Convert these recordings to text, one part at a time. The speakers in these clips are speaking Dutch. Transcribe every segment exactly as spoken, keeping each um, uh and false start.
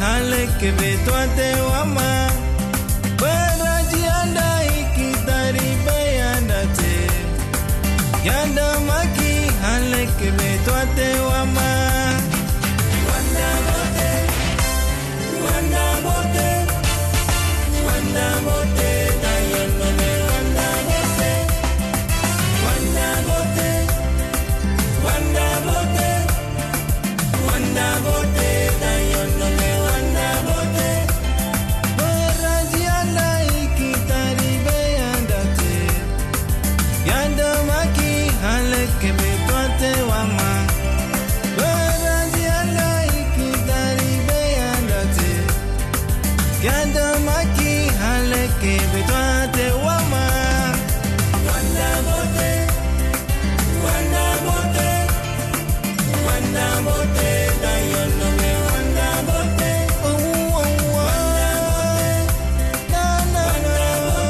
haleke betwate wama. Baraji anda ikitari bayanda te. Yanda maki haleke betwate wama. Wanda bote, wanda bote, wanda bote, dayono me wanda bote, wanda bote, wanda bote, wanda bote, dayono me wanda bote. Baraji anda ikitari bayanda te. Yanda maki haleke betwate wama. Baraji anda ikitari bayanda te. Yanda maki haleke betwate wama. Wanda bote, wanda bote, wanda bote, dayono me wanda bote. Oh, oh, oh. Na, na, na.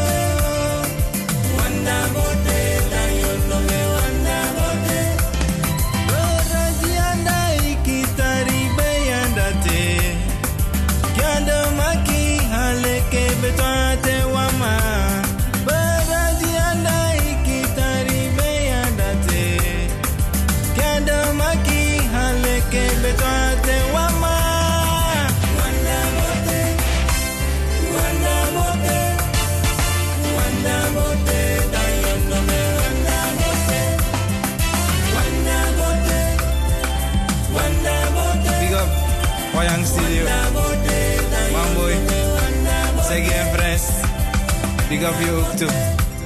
Wanda bote, dayono me wanda bote. Baraji anda ikitari bayanda te. Yanda maki haleke betwate wama. Baraji anda ikitari bayanda te. Yanda maki haleke betwate wama. Wanda bote, wanda bote, wanda bote, dayono me wanda bote. Wanda bote, wanda bote. Big up, Wayang Studio. Mamboy, Segi en Fres. Big up you ook toe.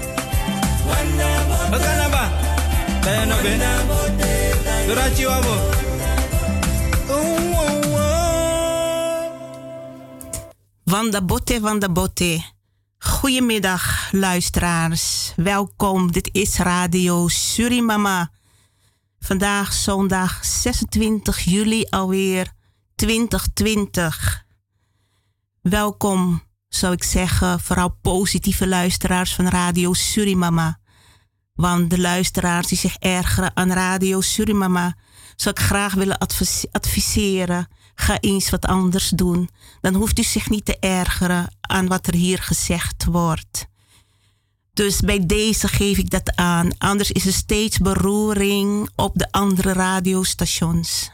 Wat kan dat ba? Dayono be? Dorachi wabo. Oh, oh, oh. Wanda Botte, Wanda Botte. Goedemiddag, luisteraars. Welkom, dit is Radio Surimama. Vandaag zondag zesentwintig juli alweer twintig twintig. Welkom, zou ik zeggen, vooral positieve luisteraars van Radio Surimama. Want de luisteraars die zich ergeren aan Radio Surimama, zou ik graag willen advise- adviseren. Ga eens wat anders doen. Dan hoeft u zich niet te ergeren aan wat er hier gezegd wordt. Dus bij deze geef ik dat aan. Anders is er steeds beroering op de andere radiostations.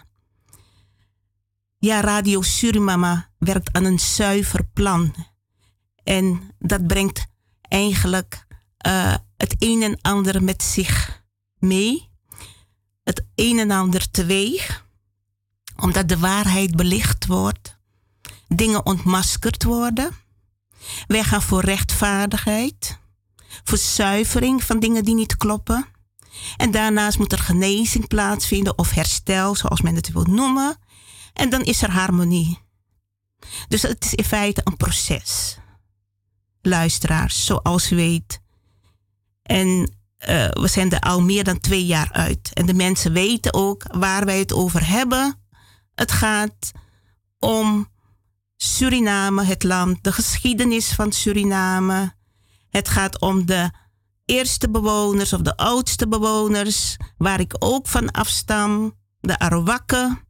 Ja, Radio Surimama werkt aan een zuiver plan. En dat brengt eigenlijk uh, het een en ander met zich mee. Het een en ander teweeg. Omdat de waarheid belicht wordt. Dingen ontmaskerd worden. Wij gaan voor rechtvaardigheid. Voor zuivering van dingen die niet kloppen. En daarnaast moet er genezing plaatsvinden of herstel, zoals men het wil noemen. En dan is er harmonie. Dus het is in feite een proces. Luisteraars, zoals u weet. En uh, we zijn er al meer dan twee jaar uit. En de mensen weten ook waar wij het over hebben. Het gaat om Suriname, het land, de geschiedenis van Suriname. Het gaat om de eerste bewoners of de oudste bewoners, waar ik ook van afstam, de Arawakken.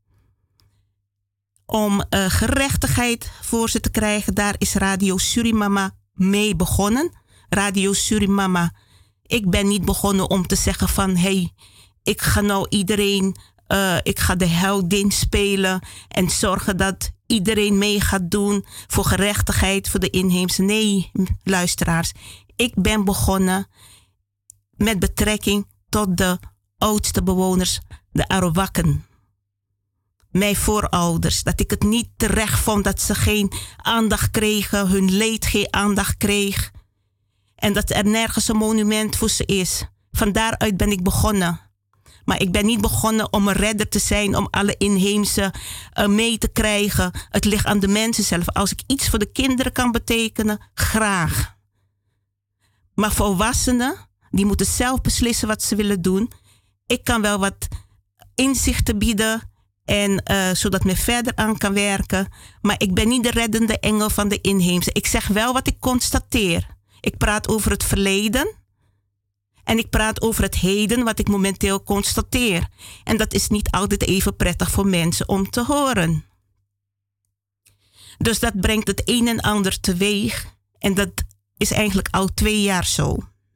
Om uh, gerechtigheid voor ze te krijgen, daar is Radio Surimama mee begonnen. Radio Surimama, ik ben niet begonnen om te zeggen van, hé, hey, ik ga nou iedereen, uh, ik ga de heldin spelen en zorgen dat iedereen mee gaat doen voor gerechtigheid voor de inheemse. Nee, luisteraars, ik ben begonnen met betrekking tot de oudste bewoners, de Arawakken. Mijn voorouders, dat ik het niet terecht vond dat ze geen aandacht kregen, hun leed geen aandacht kreeg. En dat er nergens een monument voor ze is. Van daaruit ben ik begonnen. Maar ik ben niet begonnen om een redder te zijn, om alle inheemse uh, mee te krijgen. Het ligt aan de mensen zelf. Als ik iets voor de kinderen kan betekenen, graag. Maar volwassenen, die moeten zelf beslissen wat ze willen doen. Ik kan wel wat inzichten bieden. En uh, zodat men verder aan kan werken. Maar ik ben niet de reddende engel van de inheemse. Ik zeg wel wat ik constateer. Ik praat over het verleden. En ik praat over het heden wat ik momenteel constateer. En dat is niet altijd even prettig voor mensen om te horen. Dus dat brengt het een en ander teweeg. En dat is eigenlijk al twee jaar zo.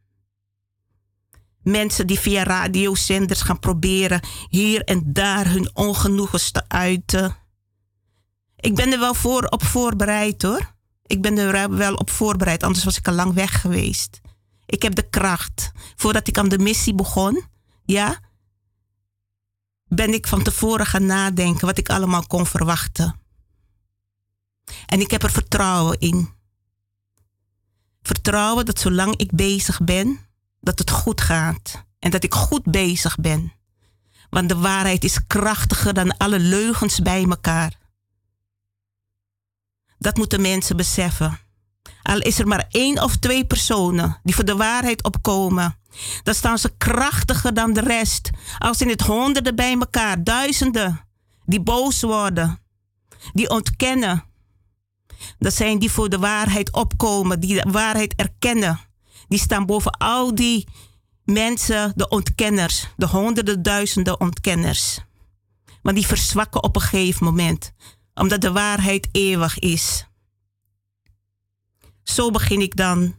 Mensen die via radiozenders gaan proberen hier en daar hun ongenoegens te uiten. Ik ben er wel voor op voorbereid hoor. Ik ben er wel op voorbereid, anders was ik al lang weg geweest. Ik heb de kracht. Voordat ik aan de missie begon, ja, ben ik van tevoren gaan nadenken wat ik allemaal kon verwachten. En ik heb er vertrouwen in. Vertrouwen dat zolang ik bezig ben, dat het goed gaat. En dat ik goed bezig ben. Want de waarheid is krachtiger dan alle leugens bij elkaar. Dat moeten mensen beseffen. Al is er maar één of twee personen die voor de waarheid opkomen, dan staan ze krachtiger dan de rest. Als in het honderden bij elkaar, duizenden, die boos worden, die ontkennen. Dat zijn die voor de waarheid opkomen, die de waarheid erkennen. Die staan boven al die mensen, de ontkenners, de honderden duizenden ontkenners. Maar die verzwakken op een gegeven moment, omdat de waarheid eeuwig is. Zo begin ik dan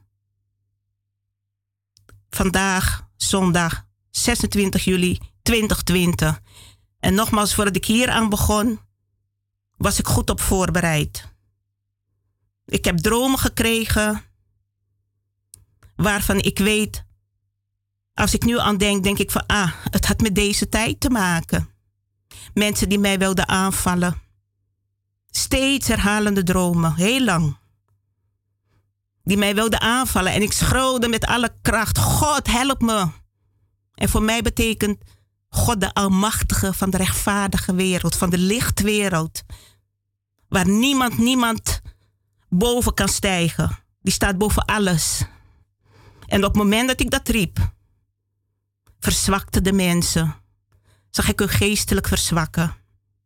vandaag, zondag, zesentwintig juli tweeduizend twintig. En nogmaals, voordat ik hier aan begon, was ik goed op voorbereid. Ik heb dromen gekregen waarvan ik weet, als ik nu aan denk, denk ik van, ah, het had met deze tijd te maken. Mensen die mij wilden aanvallen. Steeds herhalende dromen, heel lang. Die mij wilden aanvallen en ik schreeuwde met alle kracht, God help me. En voor mij betekent God de almachtige van de rechtvaardige wereld, van de lichtwereld. Waar niemand, niemand boven kan stijgen. Die staat boven alles. En op het moment dat ik dat riep, verzwakten de mensen. Zag ik hun geestelijk verzwakken.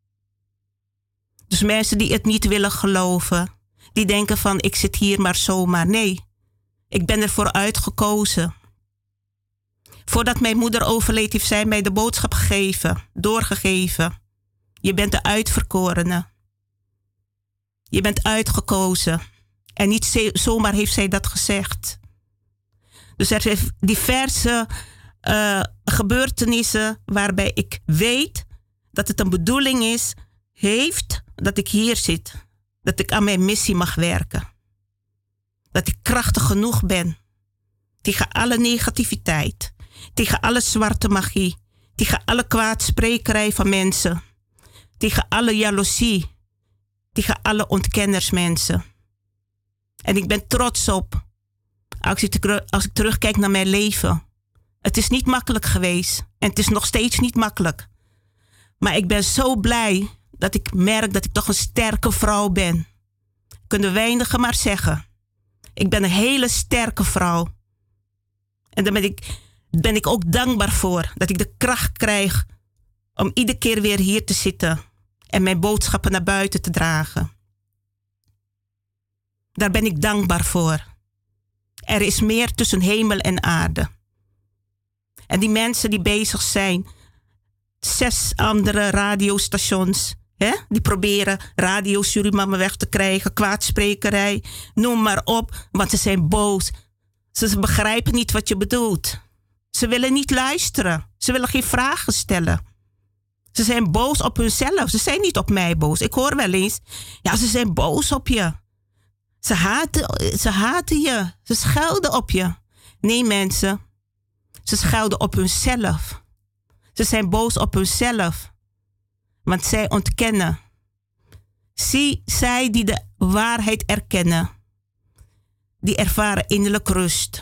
Dus mensen die het niet willen geloven, die denken van ik zit hier maar zomaar. Nee, ik ben ervoor uitgekozen. Voordat mijn moeder overleed, heeft zij mij de boodschap gegeven, doorgegeven. Je bent de uitverkorene. Je bent uitgekozen. En niet zomaar heeft zij dat gezegd. Dus er zijn diverse uh, gebeurtenissen waarbij ik weet dat het een bedoeling is, heeft dat ik hier zit. Dat ik aan mijn missie mag werken. Dat ik krachtig genoeg ben. Tegen alle negativiteit. Tegen alle zwarte magie. Tegen alle kwaadsprekerij van mensen. Tegen alle jaloezie. Tegen alle ontkennersmensen. En ik ben trots op. Als ik, als ik terugkijk naar mijn leven. Het is niet makkelijk geweest. En het is nog steeds niet makkelijk. Maar ik ben zo blij dat ik merk dat ik toch een sterke vrouw ben. Kunnen weinigen maar zeggen. Ik ben een hele sterke vrouw. En daar ben ik, ben ik ook dankbaar voor. Dat ik de kracht krijg om iedere keer weer hier te zitten. En mijn boodschappen naar buiten te dragen. Daar ben ik dankbaar voor. Er is meer tussen hemel en aarde. En die mensen die bezig zijn. Zes andere radiostations. Hè, die proberen Radio Surimame weg te krijgen. Kwaadsprekerij. Noem maar op. Want ze zijn boos. Ze begrijpen niet wat je bedoelt. Ze willen niet luisteren. Ze willen geen vragen stellen. Ze zijn boos op hunzelf. Ze zijn niet op mij boos. Ik hoor wel eens. Ja, ze zijn boos op je. Ze haten, ze haten je. Ze schelden op je. Nee, mensen. Ze schelden op hunzelf. Ze zijn boos op hunzelf. Want zij ontkennen. Zie, zij die de waarheid erkennen. Die ervaren innerlijk rust.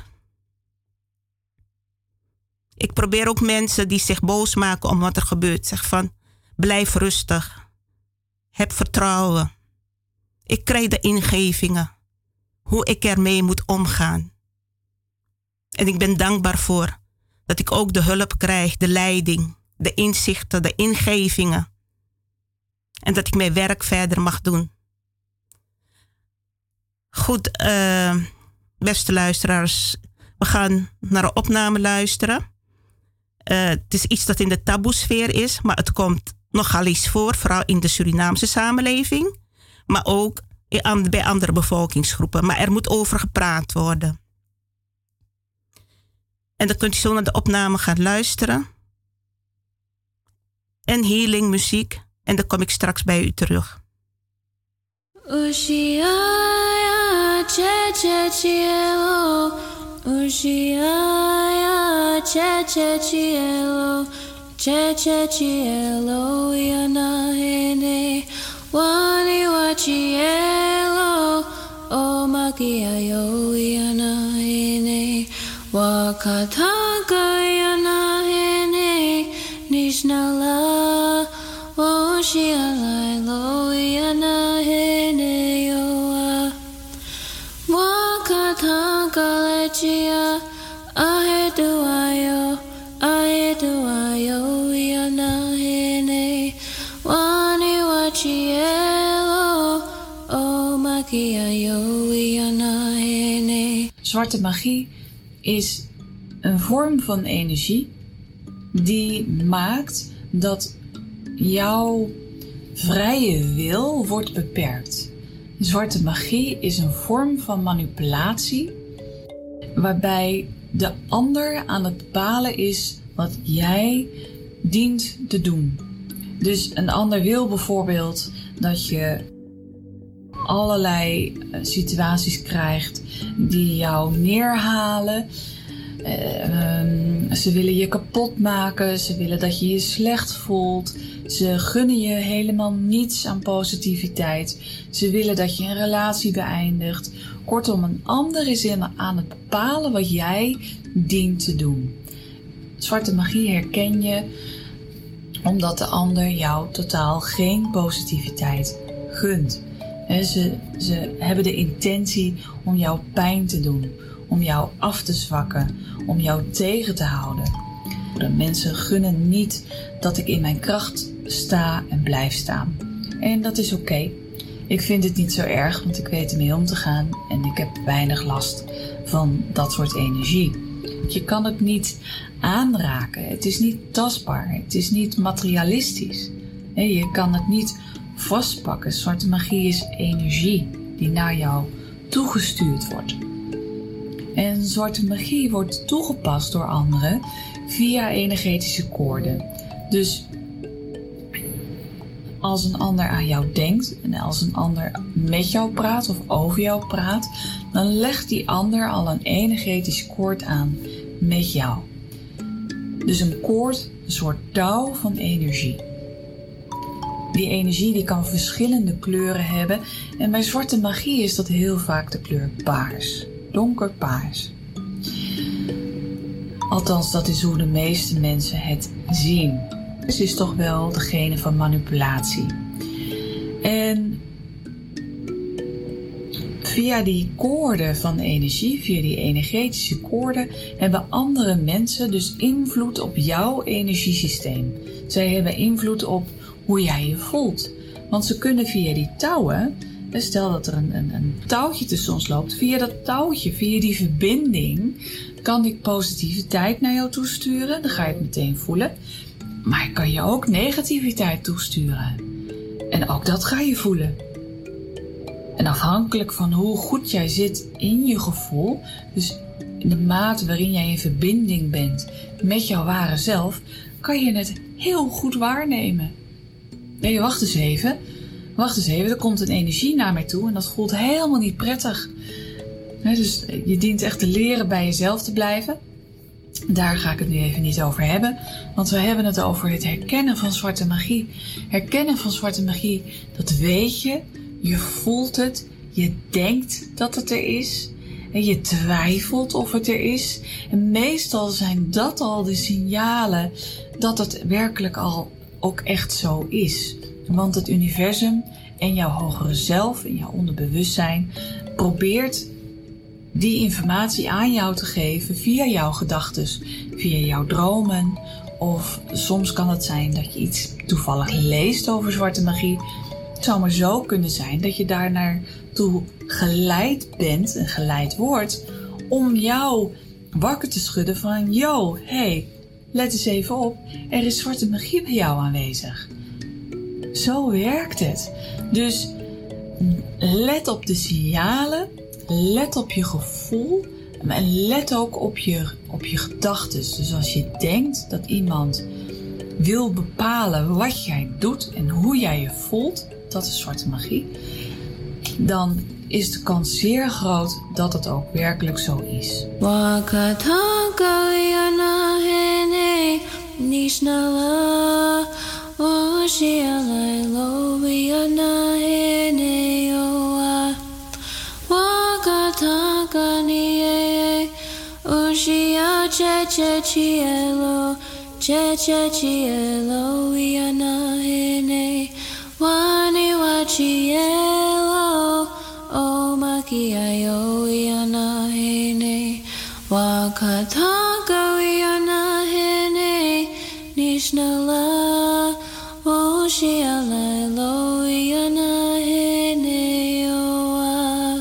Ik probeer ook mensen die zich boos maken om wat er gebeurt. Zeg van, blijf rustig. Heb vertrouwen. Ik krijg de ingevingen. Hoe ik ermee moet omgaan. En ik ben dankbaar voor. Dat ik ook de hulp krijg, de leiding, de inzichten, de ingevingen. En dat ik mijn werk verder mag doen. Goed, uh, beste luisteraars. We gaan naar een opname luisteren. Uh, het is iets dat in de taboesfeer is. Maar het komt nogal eens voor. Vooral in de Surinaamse samenleving. Maar ook bij andere bevolkingsgroepen. Maar er moet over gepraat worden. En dan kunt u zo naar de opname gaan luisteren. En healing muziek. En dan kom ik straks bij u terug. Ushiaya che che chielo, Ushiaya che che chielo, che che chielo yana hene, wani wachielo, o makiayo yana hene, wakataka yana hene, nishnala, Ushiala lo yana hene yoa, wakataka lechia, aheduayo, aheduayo yana hene, wani wachielo, o makiayo yana hene. Zwarte magie is een vorm van energie die maakt dat jouw vrije wil wordt beperkt. Zwarte magie is een vorm van manipulatie waarbij de ander aan het bepalen is wat jij dient te doen. Dus een ander wil bijvoorbeeld dat je allerlei situaties krijgt die jou neerhalen. Uh, um, ze willen je kapot maken, ze willen dat je je slecht voelt. Ze gunnen je helemaal niets aan positiviteit. Ze willen dat je een relatie beëindigt. Kortom, een ander is aan het bepalen wat jij dient te doen. Zwarte magie herken je omdat de ander jou totaal geen positiviteit gunt. He, ze, ze hebben de intentie om jou pijn te doen, om jou af te zwakken, om jou tegen te houden. De mensen gunnen niet dat ik in mijn kracht sta en blijf staan. En dat is oké. Okay. Ik vind het niet zo erg, want ik weet ermee om te gaan en ik heb weinig last van dat soort energie. Je kan het niet aanraken. Het is niet tastbaar. Het is niet materialistisch. Je kan het niet vastpakken. Zwarte magie is energie die naar jou toegestuurd wordt. En zwarte magie wordt toegepast door anderen via energetische koorden. Dus als een ander aan jou denkt en als een ander met jou praat of over jou praat, dan legt die ander al een energetisch koord aan met jou. Dus een koord, een soort touw van energie. Die energie die kan verschillende kleuren hebben en bij zwarte magie is dat heel vaak de kleur paars, donkerpaars. Althans, dat is hoe de meeste mensen het zien. Het is toch wel degene van manipulatie. En via die koorden van energie, via die energetische koorden, hebben andere mensen dus invloed op jouw energiesysteem. Zij hebben invloed op hoe jij je voelt. Want ze kunnen via die touwen, stel dat er een, een, een touwtje tussen ons loopt, via dat touwtje, via die verbinding, kan ik positiviteit naar jou toesturen. Dan ga je het meteen voelen. Maar ik kan je ook negativiteit toesturen. En ook dat ga je voelen. En afhankelijk van hoe goed jij zit in je gevoel, dus in de mate waarin jij in verbinding bent met jouw ware zelf, kan je het heel goed waarnemen. Nee, wacht eens even. Wacht eens even, er komt een energie naar mij toe en dat voelt helemaal niet prettig. He, dus je dient echt te leren bij jezelf te blijven. Daar ga ik het nu even niet over hebben. Want we hebben het over het herkennen van zwarte magie. Herkennen van zwarte magie, dat weet je. Je voelt het. Je denkt dat het er is. En je twijfelt of het er is. En meestal zijn dat al de signalen dat het werkelijk al ook echt zo is. Want het universum en jouw hogere zelf en jouw onderbewustzijn probeert die informatie aan jou te geven via jouw gedachtes, via jouw dromen. Of soms kan het zijn dat je iets toevallig leest over zwarte magie. Het zou maar zo kunnen zijn dat je daar naartoe geleid bent en geleid wordt om jou wakker te schudden van, yo, hey, let eens even op, er is zwarte magie bij jou aanwezig. Zo werkt het. Dus let op de signalen, let op je gevoel en let ook op je, op je gedachten. Dus als je denkt dat iemand wil bepalen wat jij doet en hoe jij je voelt, dat is zwarte magie, dan is de kans zeer groot dat het ook werkelijk zo is. Che che chielo yana hene wani wachielo o makiayo yana hene wakataka yana hene nishnala o shiala lo yana hene oa.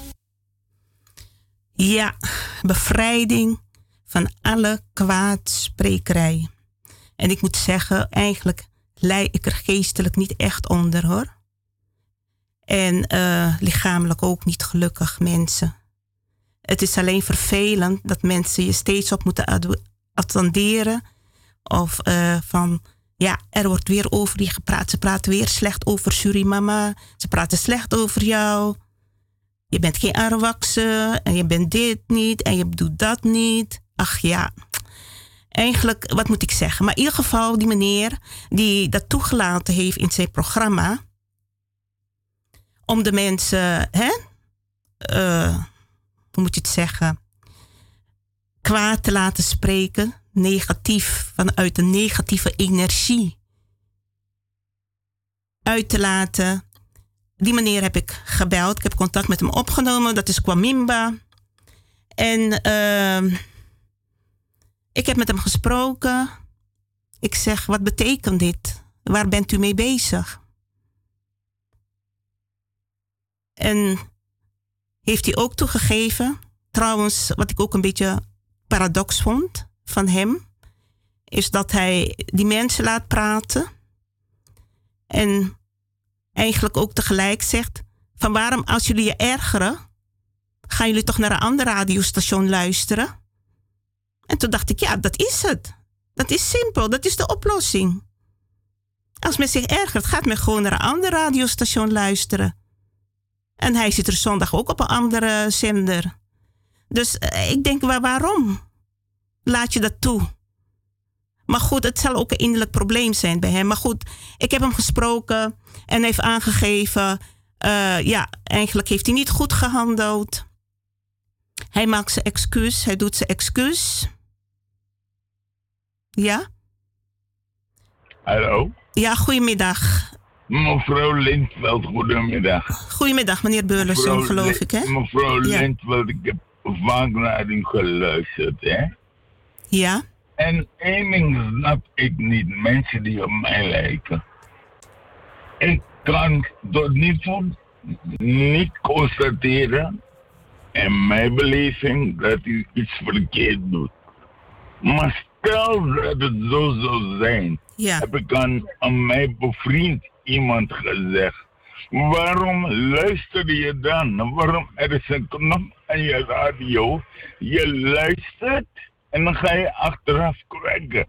Ja, bevrijding van alle kwaadsprekerij. En ik moet zeggen, eigenlijk lei ik er geestelijk niet echt onder, hoor. En uh, lichamelijk ook niet, gelukkig, mensen. Het is alleen vervelend dat mensen je steeds op moeten attenderen. Of uh, van, ja, er wordt weer over je gepraat. Ze praten weer slecht over Surimama. Ze praten slecht over jou. Je bent geen Arawakse en je bent dit niet en je doet dat niet. Ach ja, eigenlijk, wat moet ik zeggen? Maar in ieder geval, die meneer die dat toegelaten heeft in zijn programma, om de mensen, hè, uh, hoe moet je het zeggen, kwaad te laten spreken, negatief, vanuit een negatieve energie uit te laten. Die meneer heb ik gebeld, ik heb contact met hem opgenomen, dat is Kwamimba. En uh, ik heb met hem gesproken. Ik zeg, wat betekent dit? Waar bent u mee bezig? En heeft hij ook toegegeven. Trouwens, wat ik ook een beetje paradox vond van hem, is dat hij die mensen laat praten. En eigenlijk ook tegelijk zegt, van waarom als jullie je ergeren, gaan jullie toch naar een ander radiostation luisteren? En toen dacht ik, ja, dat is het. Dat is simpel, dat is de oplossing. Als men zich ergert, gaat men gewoon naar een ander radiostation luisteren. En hij zit er zondag ook op een andere zender. Dus uh, ik denk, waar, waarom laat je dat toe? Maar goed, het zal ook een innerlijk probleem zijn bij hem. Maar goed, ik heb hem gesproken en heeft aangegeven, uh, ja, eigenlijk heeft hij niet goed gehandeld. Hij maakt zijn excuus, hij doet zijn excuus. Ja? Hallo? Ja, goedemiddag. Mevrouw Lintveld, goedemiddag. Goedemiddag, meneer Beurlenzoon, geloof ik, hè? Mevrouw ja. Lintveld, ik heb vaak naar u geluisterd, hè? Ja? En één ding snap ik niet, mensen die op mij lijken. Ik kan tot nu toe niet constateren, in mijn beleving, dat u iets verkeerd doet. Maar stel dat het zo zou zijn, ja. heb ik aan, aan mijn bevriend iemand gezegd. Waarom luister je dan? Waarom? Er is een knop aan je radio, je luistert en dan ga je achteraf kijken.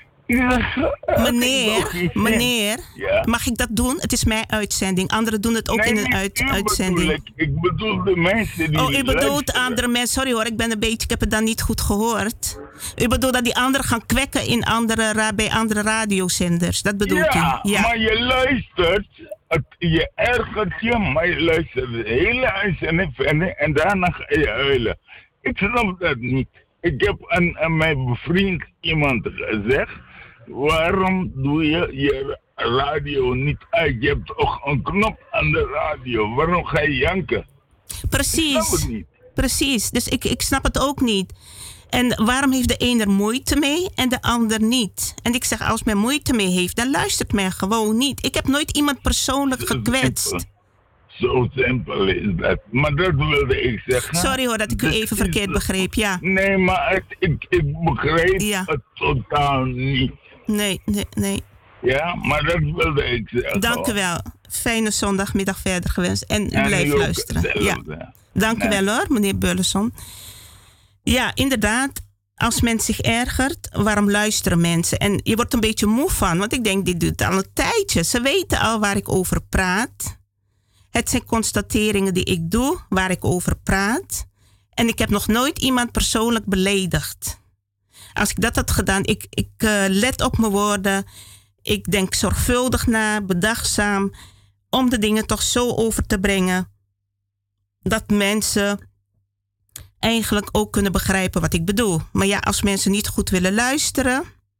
Meneer, meneer, ja? mag ik dat doen? Het is mijn uitzending. Anderen doen het ook nee, in een uit, uitzending. Ik. ik bedoel de mensen die Oh, u bedoelt luisteren. andere mensen. Sorry hoor, ik ben een beetje, ik heb het dan niet goed gehoord. U bedoelt dat die anderen gaan kwekken in andere, bij andere radiozenders. Dat bedoelt ja, u? Ja, maar je luistert, het, je ergert je, maar je luistert de hele uitzending verder en daarna ga je huilen. Ik snap dat niet. Ik heb aan, aan mijn bevriend iemand gezegd, waarom doe je je radio niet uit? Je hebt toch een knop aan de radio, waarom ga je janken? Precies, ik snap het niet. Precies, dus ik, ik snap het ook niet. En waarom heeft de een er moeite mee en de ander niet? En ik zeg, als men moeite mee heeft, dan luistert men gewoon niet. Ik heb nooit iemand persoonlijk Zo gekwetst. simpel. Zo simpel is dat. Maar dat wilde ik zeggen. Sorry hoor dat ik u Dat even is- verkeerd begreep, ja. Nee, maar het, ik, ik begreep Ja. het totaal niet. Nee, nee, nee. Ja, maar dat wilde ik zeggen. Dank u wel. fijne zondagmiddag verder gewenst. En u En blijft u ook luisteren. Ja. hetzelfde. Dank u Nee. wel hoor, meneer Burleson. Ja, inderdaad. Als men zich ergert, waarom luisteren mensen? En je wordt een beetje moe van, want ik denk, dit doet al een tijdje. Ze weten al waar ik over praat. Het zijn constateringen die ik doe, waar ik over praat. En ik heb nog nooit iemand persoonlijk beledigd. Als ik dat had gedaan, ik, ik uh, let op mijn woorden. Ik denk zorgvuldig na, bedachtzaam, om de dingen toch zo over te brengen dat mensen eigenlijk ook kunnen begrijpen wat ik bedoel. Maar ja, als mensen niet goed willen luisteren,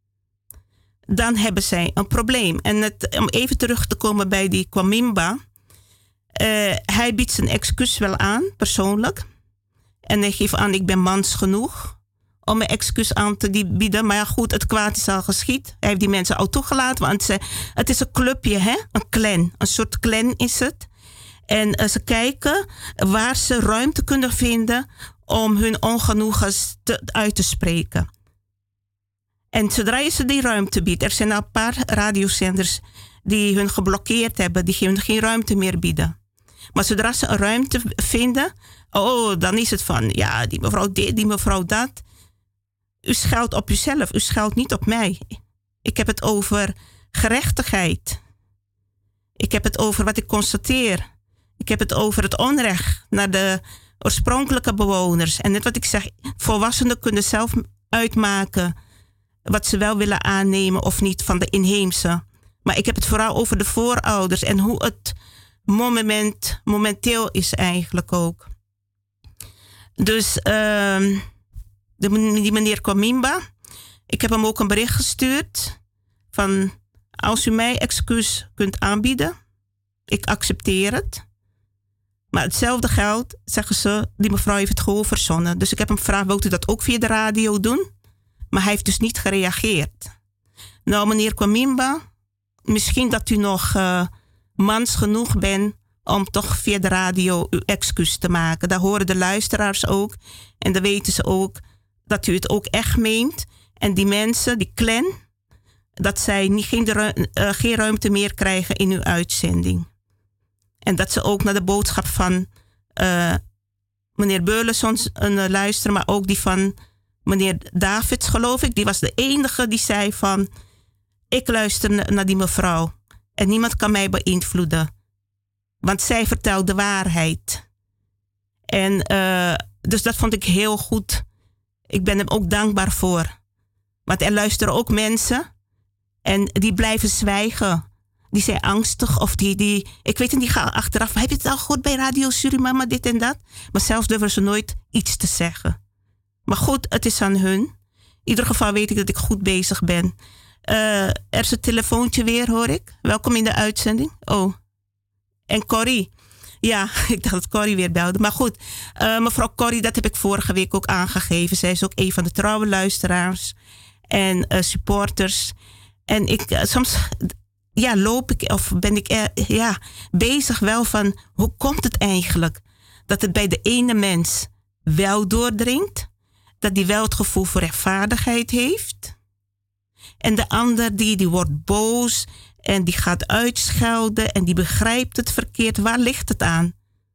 dan hebben zij een probleem. En het, om even terug te komen bij die Kwamimba. Uh, hij biedt zijn excuus wel aan, persoonlijk. En hij geeft aan, ik ben mans genoeg om mijn excuus aan te bieden. Maar ja, goed, het kwaad is al geschied. Hij heeft die mensen al toegelaten. Want ze, het is een clubje, hè? Een clan. Een soort clan is het. En uh, ze kijken waar ze ruimte kunnen vinden om hun ongenoegens te, uit te spreken. En zodra je ze die ruimte biedt, er zijn al een paar radiozenders die hun geblokkeerd hebben, die hun geen ruimte meer bieden. Maar zodra ze een ruimte vinden, oh, dan is het van, ja, die mevrouw dit, die mevrouw dat. U schuilt op uzelf, u schuilt niet op mij. Ik heb het over gerechtigheid. Ik heb het over wat ik constateer. Ik heb het over het onrecht naar de oorspronkelijke bewoners. En net wat ik zeg, volwassenen kunnen zelf uitmaken wat ze wel willen aannemen of niet van de inheemse. Maar ik heb het vooral over de voorouders en hoe het moment, momenteel is eigenlijk ook. Dus uh, de, die meneer Kwamimba, ik heb hem ook een bericht gestuurd van als u mij excuus kunt aanbieden, ik accepteer het. Maar hetzelfde geldt, zeggen ze, die mevrouw heeft het gewoon verzonnen. Dus ik heb hem gevraagd, wilt u dat ook via de radio doen? Maar hij heeft dus niet gereageerd. Nou, meneer Kwamimba, misschien dat u nog uh, mans genoeg bent om toch via de radio uw excuus te maken. Daar horen de luisteraars ook. En dan weten ze ook dat u het ook echt meent. En die mensen, die clan, dat zij niet, geen, ru- uh, geen ruimte meer krijgen in uw uitzending. En dat ze ook naar de boodschap van uh, meneer Burleson uh, luisteren, maar ook die van meneer Davids, geloof ik. Die was de enige die zei van, ik luister naar die mevrouw. En niemand kan mij beïnvloeden. Want zij vertelt de waarheid. En uh, dus dat vond ik heel goed. Ik ben hem ook dankbaar voor. Want er luisteren ook mensen en die blijven zwijgen. Die zijn angstig of die, die ik weet niet, die gaan achteraf. Heb je het al gehoord bij Radio Surimama, dit en dat? Maar zelfs durven ze nooit iets te zeggen. Maar goed, het is aan hun. In ieder geval weet ik dat ik goed bezig ben. Uh, er is een telefoontje weer, hoor ik. Welkom in de uitzending. Oh, en Corrie. Ja, ik dacht dat Corrie weer belde. Maar goed, uh, mevrouw Corrie, dat heb ik vorige week ook aangegeven. Zij is ook een van de trouwe luisteraars en uh, supporters. En ik, uh, soms ja, loop ik of ben ik er, ja, bezig wel van, hoe komt het eigenlijk dat het bij de ene mens wel doordringt, dat die wel het gevoel voor rechtvaardigheid heeft. En de ander die, die wordt boos en die gaat uitschelden en die begrijpt het verkeerd. Waar ligt het aan?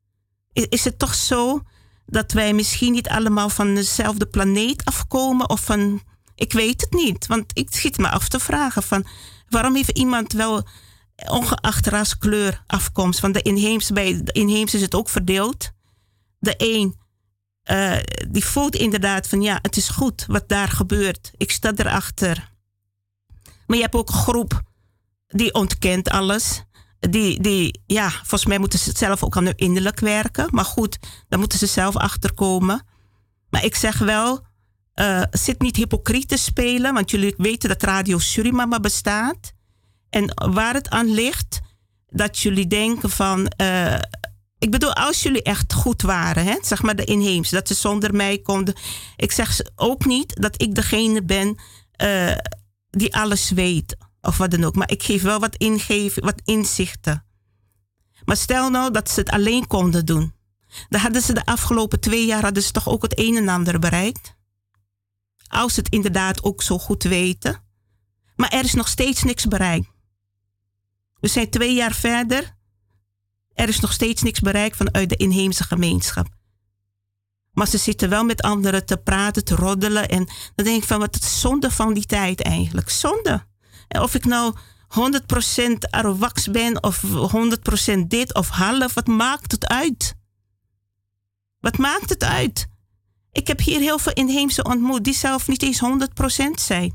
Is het toch zo dat wij misschien niet allemaal van dezelfde planeet afkomen? Of van, ik weet het niet. Want ik schiet me af te vragen van, waarom heeft iemand wel, ongeacht ras, kleur, afkomst, want de inheemse, bij de inheemse is het ook verdeeld. De een, uh, die voelt inderdaad van, ja, het is goed wat daar gebeurt. Ik sta erachter. Maar je hebt ook een groep die ontkent alles. Die, die, ja, volgens mij moeten ze zelf ook aan hun innerlijk werken. Maar goed, daar moeten ze zelf achterkomen. Maar ik zeg wel, uh, zit niet hypocriet te spelen. Want jullie weten dat Radio Surimama bestaat. En waar het aan ligt, dat jullie denken van, Uh, ik bedoel, als jullie echt goed waren, hè, zeg maar de inheemse, dat ze zonder mij konden. Ik zeg ook niet dat ik degene ben uh, die alles weet. Of wat dan ook. Maar ik geef wel wat, ingeven, wat inzichten. Maar stel nou dat ze het alleen konden doen. Dan hadden ze de afgelopen twee jaar hadden ze toch ook het een en ander bereikt. Als ze het inderdaad ook zo goed weten. Maar er is nog steeds niks bereikt. We zijn twee jaar verder. er is nog steeds niks bereikt vanuit de inheemse gemeenschap. Maar ze zitten wel met anderen te praten, te roddelen. En dan denk ik van, wat is zonde van die tijd eigenlijk? Zonde. En of ik nou honderd procent Arawaks ben of honderd procent dit of half, wat maakt het uit? Wat maakt het uit? Ik heb hier heel veel inheemse ontmoet die zelf niet eens honderd procent zijn.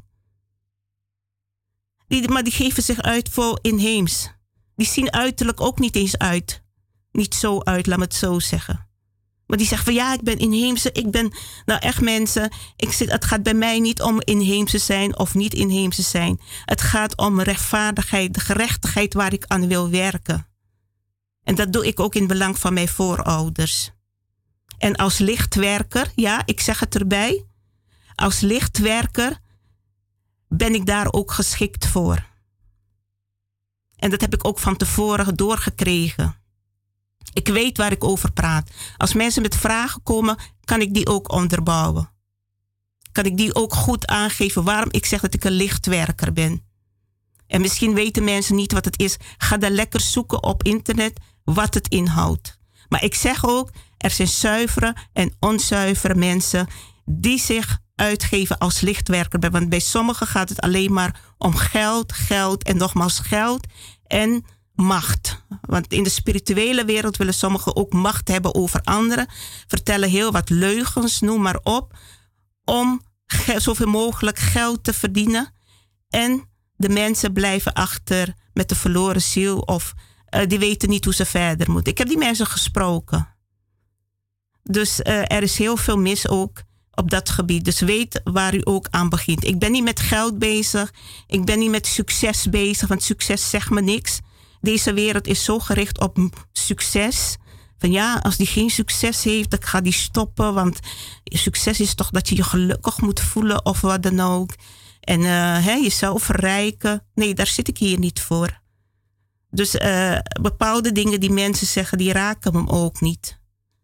Die, maar die geven zich uit voor inheems. Die zien uiterlijk ook niet eens uit. Niet zo uit, laat me het zo zeggen. Maar die zeggen van ja, ik ben inheemse, ik ben nou echt mensen. Ik zit, het gaat bij mij niet om inheemse zijn of niet inheemse zijn. Het gaat om rechtvaardigheid, de gerechtigheid waar ik aan wil werken. En dat doe ik ook in belang van mijn voorouders. En als lichtwerker, ja, ik zeg het erbij. Als lichtwerker ben ik daar ook geschikt voor. En dat heb ik ook van tevoren doorgekregen. Ik weet waar ik over praat. Als mensen met vragen komen, kan ik die ook onderbouwen. Kan ik die ook goed aangeven waarom ik zeg dat ik een lichtwerker ben. En misschien weten mensen niet wat het is. Ga dan lekker zoeken op internet wat het inhoudt. Maar ik zeg ook, er zijn zuivere en onzuivere mensen die zich uitgeven als lichtwerker. Want bij sommigen gaat het alleen maar om geld, geld en nogmaals geld en macht. Want in de spirituele wereld willen sommigen ook macht hebben over anderen. Vertellen heel wat leugens, noem maar op. Om ge- zoveel mogelijk geld te verdienen. En de mensen blijven achter met de verloren ziel. Of uh, die weten niet hoe ze verder moeten. Ik heb die mensen gesproken. Dus uh, er is heel veel mis ook op dat gebied. Dus weet waar u ook aan begint. Ik ben niet met geld bezig. Ik ben niet met succes bezig. Want succes zegt me niks. Deze wereld is zo gericht op succes. Van ja, als die geen succes heeft, dan gaat die stoppen. Want succes is toch dat je je gelukkig moet voelen of wat dan ook. En uh, hè, jezelf verrijken. Nee, daar zit ik hier niet voor. Dus uh, bepaalde dingen die mensen zeggen, die raken me ook niet.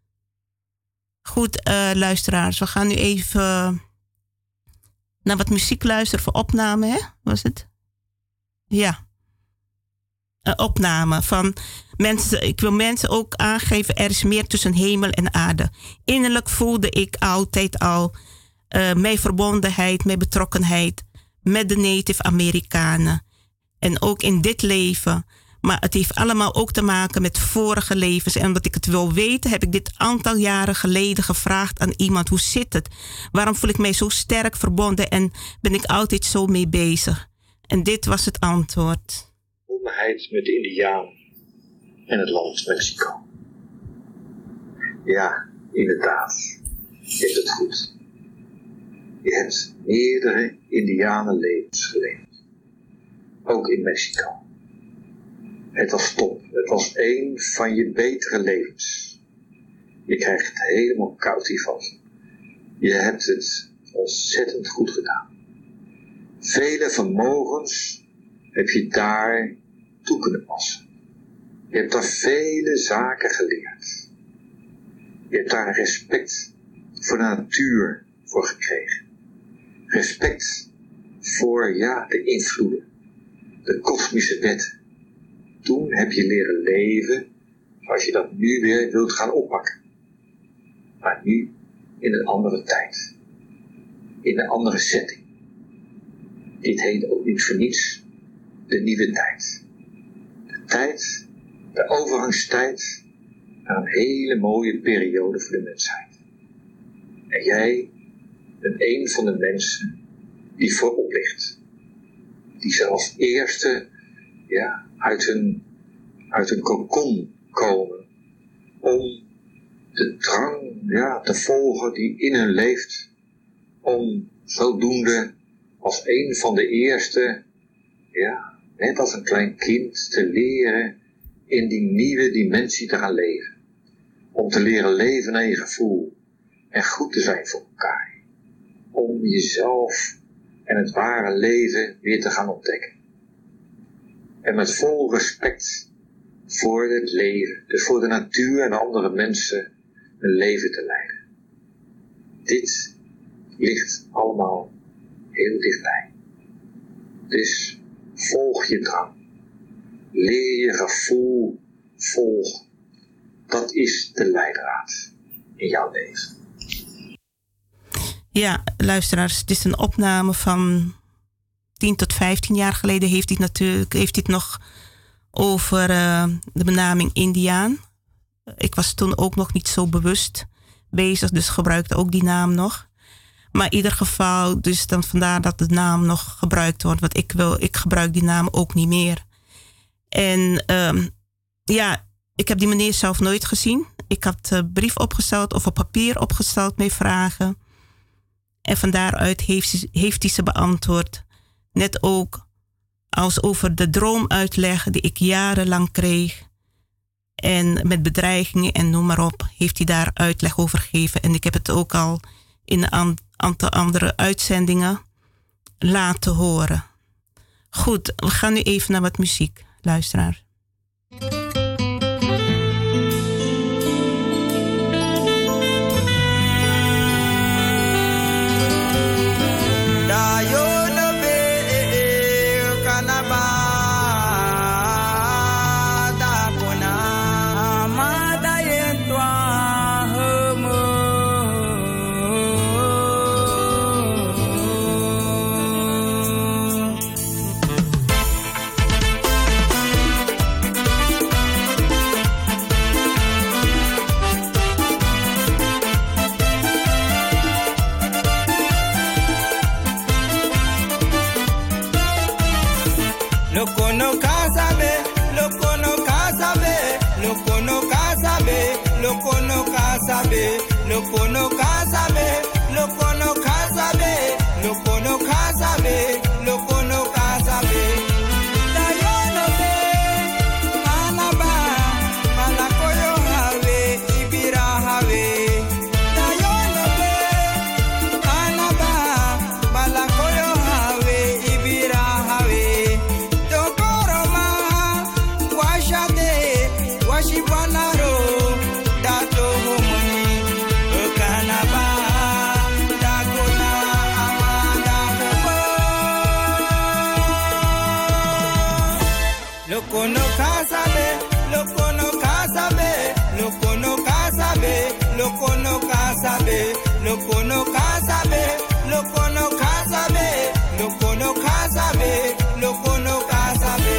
Goed, uh, luisteraars. We gaan nu even uh, naar wat muziek luisteren voor opname, hè? Was het? Ja. Een opname van mensen. Ik wil mensen ook aangeven, er is meer tussen hemel en aarde. Innerlijk voelde ik altijd al uh, mijn verbondenheid, mijn betrokkenheid met de Native Amerikanen. En ook in dit leven. Maar het heeft allemaal ook te maken met vorige levens. En omdat ik het wil weten, heb ik dit aantal jaren geleden gevraagd aan iemand. Hoe zit het? Waarom voel ik mij zo sterk verbonden en ben ik altijd zo mee bezig? En dit was het antwoord. Met de Indianen en het land Mexico. Ja, inderdaad. Je hebt het goed. Je hebt meerdere Indianenlevens geleefd. Ook in Mexico. Het was top. Het was een van je betere levens. Je krijgt het helemaal koud hiervan. Je hebt het ontzettend goed gedaan. Vele vermogens heb je daar toe kunnen passen. Je hebt daar vele zaken geleerd. Je hebt daar respect voor de natuur voor gekregen. Respect voor, ja, de invloeden. De kosmische wetten. Toen heb je leren leven zoals je dat nu weer wilt gaan oppakken. Maar nu in een andere tijd. In een andere setting. Dit heet ook niet voor niets de nieuwe tijd. De tijd, de overgangstijd naar een hele mooie periode voor de mensheid. En jij bent een van de mensen die voorop ligt. Die ze als eerste, ja, uit hun, uit hun kokon komen. Om de drang, ja, te volgen die in hun leeft. Om zodoende als een van de eerste, ja, net als een klein kind te leren in die nieuwe dimensie te gaan leven. Om te leren leven naar je gevoel. En goed te zijn voor elkaar. Om jezelf en het ware leven weer te gaan ontdekken. En met vol respect voor het leven, dus voor de natuur en andere mensen, een leven te leiden. Dit ligt allemaal heel dichtbij. Dus volg je drang. Leer je gevoel volgen. Dat is de leidraad in jouw leven. Ja, luisteraars, het is een opname van tien tot vijftien jaar geleden. Heeft hij het natuurlijk heeft hij het nog over uh, de benaming Indiaan. Ik was toen ook nog niet zo bewust bezig, dus gebruikte ook die naam nog. Maar in ieder geval, dus dan vandaar dat de naam nog gebruikt wordt. Want ik, wil, ik gebruik die naam ook niet meer. En um, ja, ik heb die meneer zelf nooit gezien. Ik had een brief opgesteld of op papier opgesteld met vragen. En van daaruit heeft, heeft hij ze beantwoord. Net ook als over de droomuitleg die ik jarenlang kreeg. En met bedreigingen en noem maar op, heeft hij daar uitleg over gegeven. En ik heb het ook al in een aantal andere uitzendingen laten horen. Goed, we gaan nu even naar wat muziek, luisteraar. Lokono kasabe, lokono kasabe, lokono kasabe, lokono kasabe, lokono kasabe, lokono kasabe, lokono kasabe, lokono kasabe. Dayono be, anaba, malakoyo have, ibira have. Dayono be, anaba, malakoyo have, ibira have. Washibanaro, dato homoni, kanaba, dagona, amanda hobo. Lokono kasabe, lokono kasabe, lokono kasabe, lokono kasabe, lokono kasabe, lokono kasabe, lokono kasabe, lokono kasabe.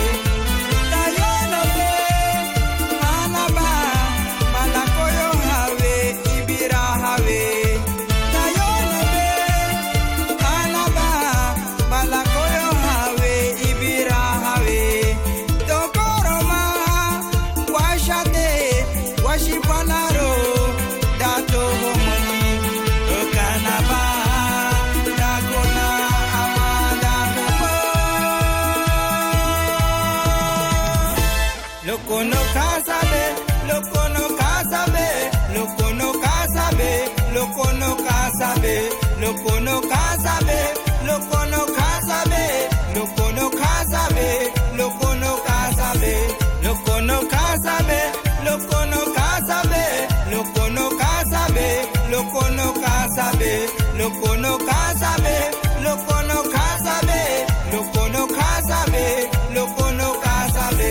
Lokono kasabe, lokono kasabe, lokono kasabe, lokono kasabe, lokono kasabe, lokono kasabe, lokono kasabe, lokono kasabe, lokono kasabe, lokono kasabe, lokono kasabe, lokono kasabe, lokono kasabe, lokono kasabe, lokono kasabe, lokono kasabe.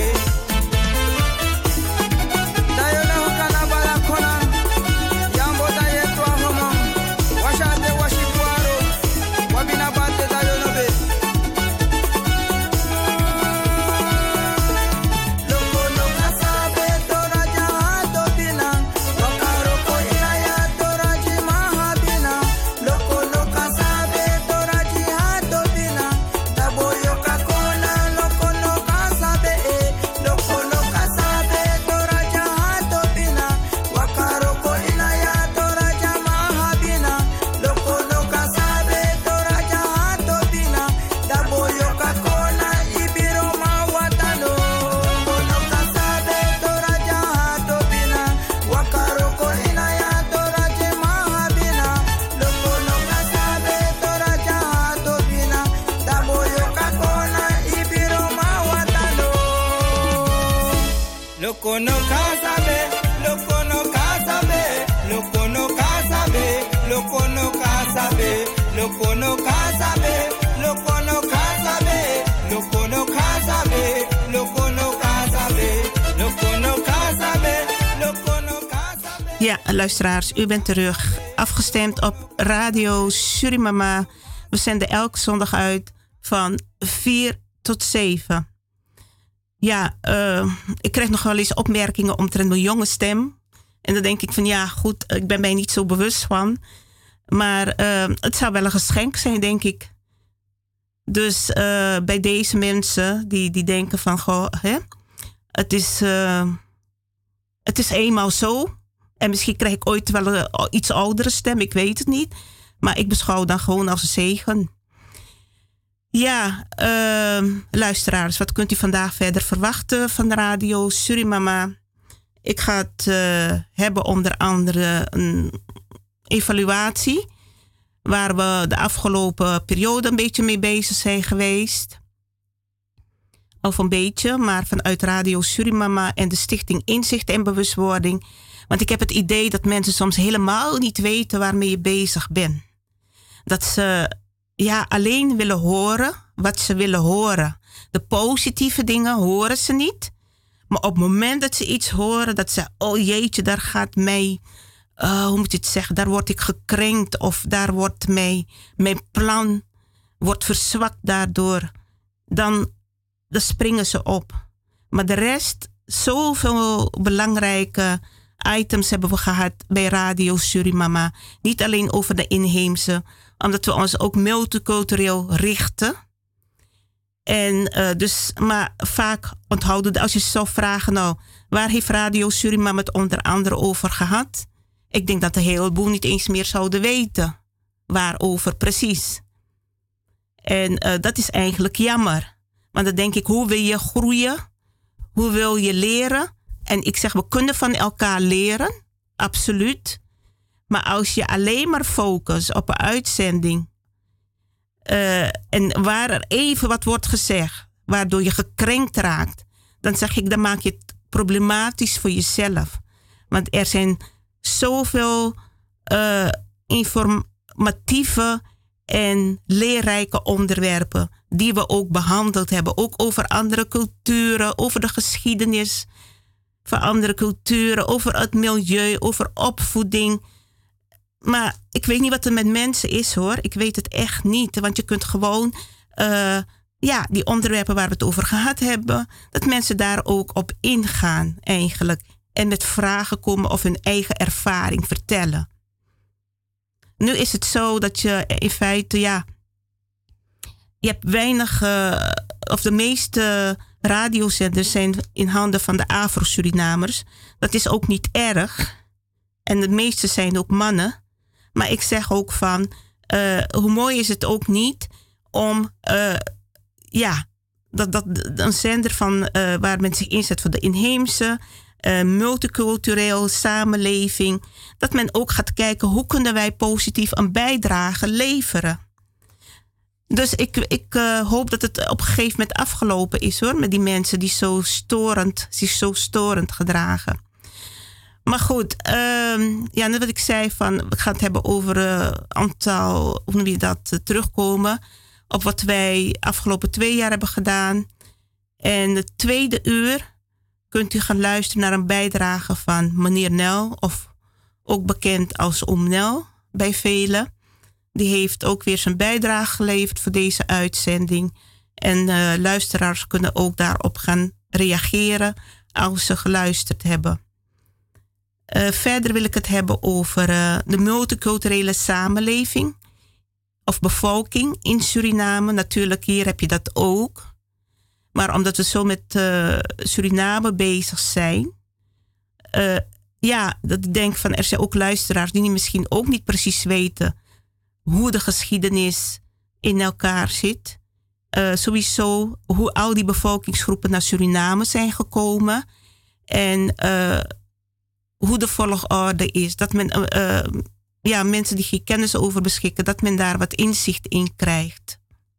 Lokono kasabe, lokono kasabe, lokono kasabe, lokono kasabe, lokono kasabe, lokono kasabe, lokono kasabe, lokono kasabe, lokono kasabe, lokono luisteraars, u bent terug. Afgestemd op Radio Surimama. We zenden elke zondag uit van vier tot zeven. Ja, uh, ik krijg nog wel eens opmerkingen omtrent mijn jonge stem. En dan denk ik van ja, goed, ik ben mij niet zo bewust van. Maar uh, het zou wel een geschenk zijn, denk ik. Dus uh, bij deze mensen die, die denken van, goh, hè, het is, uh, het is eenmaal zo. En misschien krijg ik ooit wel een iets oudere stem, ik weet het niet. Maar ik beschouw dan gewoon als een zegen. Ja, uh, luisteraars, wat kunt u vandaag verder verwachten van de Radio Surimama? Ik ga het uh, hebben onder andere een evaluatie, waar we de afgelopen periode een beetje mee bezig zijn geweest. Of een beetje, maar vanuit Radio Surimama en de Stichting Inzicht en Bewustwording. Want ik heb het idee dat mensen soms helemaal niet weten waarmee je bezig bent. Dat ze ja, alleen willen horen wat ze willen horen. De positieve dingen horen ze niet. Maar op het moment dat ze iets horen, dat ze, oh jeetje, daar gaat mij, uh, hoe moet je het zeggen, daar word ik gekrenkt. Of daar wordt mij, mijn plan wordt verzwakt daardoor. Dan, dan springen ze op. Maar de rest, zoveel belangrijke items hebben we gehad bij Radio Surimama. Niet alleen over de inheemse, omdat we ons ook multicultureel richten. En uh, dus, maar vaak onthouden, als je zou vragen, nou, waar heeft Radio Surimama het onder andere over gehad? Ik denk dat een heleboel niet eens meer zouden weten waarover precies. En uh, dat is eigenlijk jammer. Want dan denk ik, hoe wil je groeien? Hoe wil je leren? En ik zeg, we kunnen van elkaar leren, absoluut. Maar als je alleen maar focust op een uitzending, Uh, en waar er even wat wordt gezegd, waardoor je gekrenkt raakt, dan zeg ik, dan maak je het problematisch voor jezelf. Want er zijn zoveel uh, informatieve en leerrijke onderwerpen die we ook behandeld hebben. Ook over andere culturen, over de geschiedenis van andere culturen, over het milieu, over opvoeding. Maar ik weet niet wat er met mensen is, hoor. Ik weet het echt niet. Want je kunt gewoon, uh, ja, die onderwerpen waar we het over gehad hebben, dat mensen daar ook op ingaan eigenlijk. En met vragen komen of hun eigen ervaring vertellen. Nu is het zo dat je in feite, ja, je hebt weinig, uh, of de meeste radiozenders zijn in handen van de Afro-Surinamers. Dat is ook niet erg. En de meeste zijn ook mannen. Maar ik zeg ook van, uh, hoe mooi is het ook niet om, uh, ja, dat, dat, een zender van, uh, waar men zich inzet voor de inheemse, uh, multicultureel samenleving, dat men ook gaat kijken, hoe kunnen wij positief een bijdrage leveren. Dus ik, ik uh, hoop dat het op een gegeven moment afgelopen is, hoor, met die mensen die zo storend, zich zo storend gedragen. Maar goed, uh, ja, net wat ik zei, van, we gaan het hebben over een uh, aantal, hoe noem je dat, uh, terugkomen op wat wij afgelopen twee jaar hebben gedaan. En het tweede uur kunt u gaan luisteren naar een bijdrage van meneer Nel, of ook bekend als Oom Nel bij velen. Die heeft ook weer zijn bijdrage geleverd voor deze uitzending. En uh, luisteraars kunnen ook daarop gaan reageren als ze geluisterd hebben. Uh, verder wil ik het hebben over uh, de multiculturele samenleving of bevolking in Suriname. Natuurlijk, hier heb je dat ook. Maar omdat we zo met uh, Suriname bezig zijn, uh, ja, dat ik denk van, er zijn ook luisteraars die misschien ook niet precies weten hoe de geschiedenis in elkaar zit. Uh, sowieso hoe al die bevolkingsgroepen naar Suriname zijn gekomen. En uh, hoe de volgorde is. Dat men, uh, uh, ja, mensen die geen kennis over beschikken, dat men daar wat inzicht in krijgt.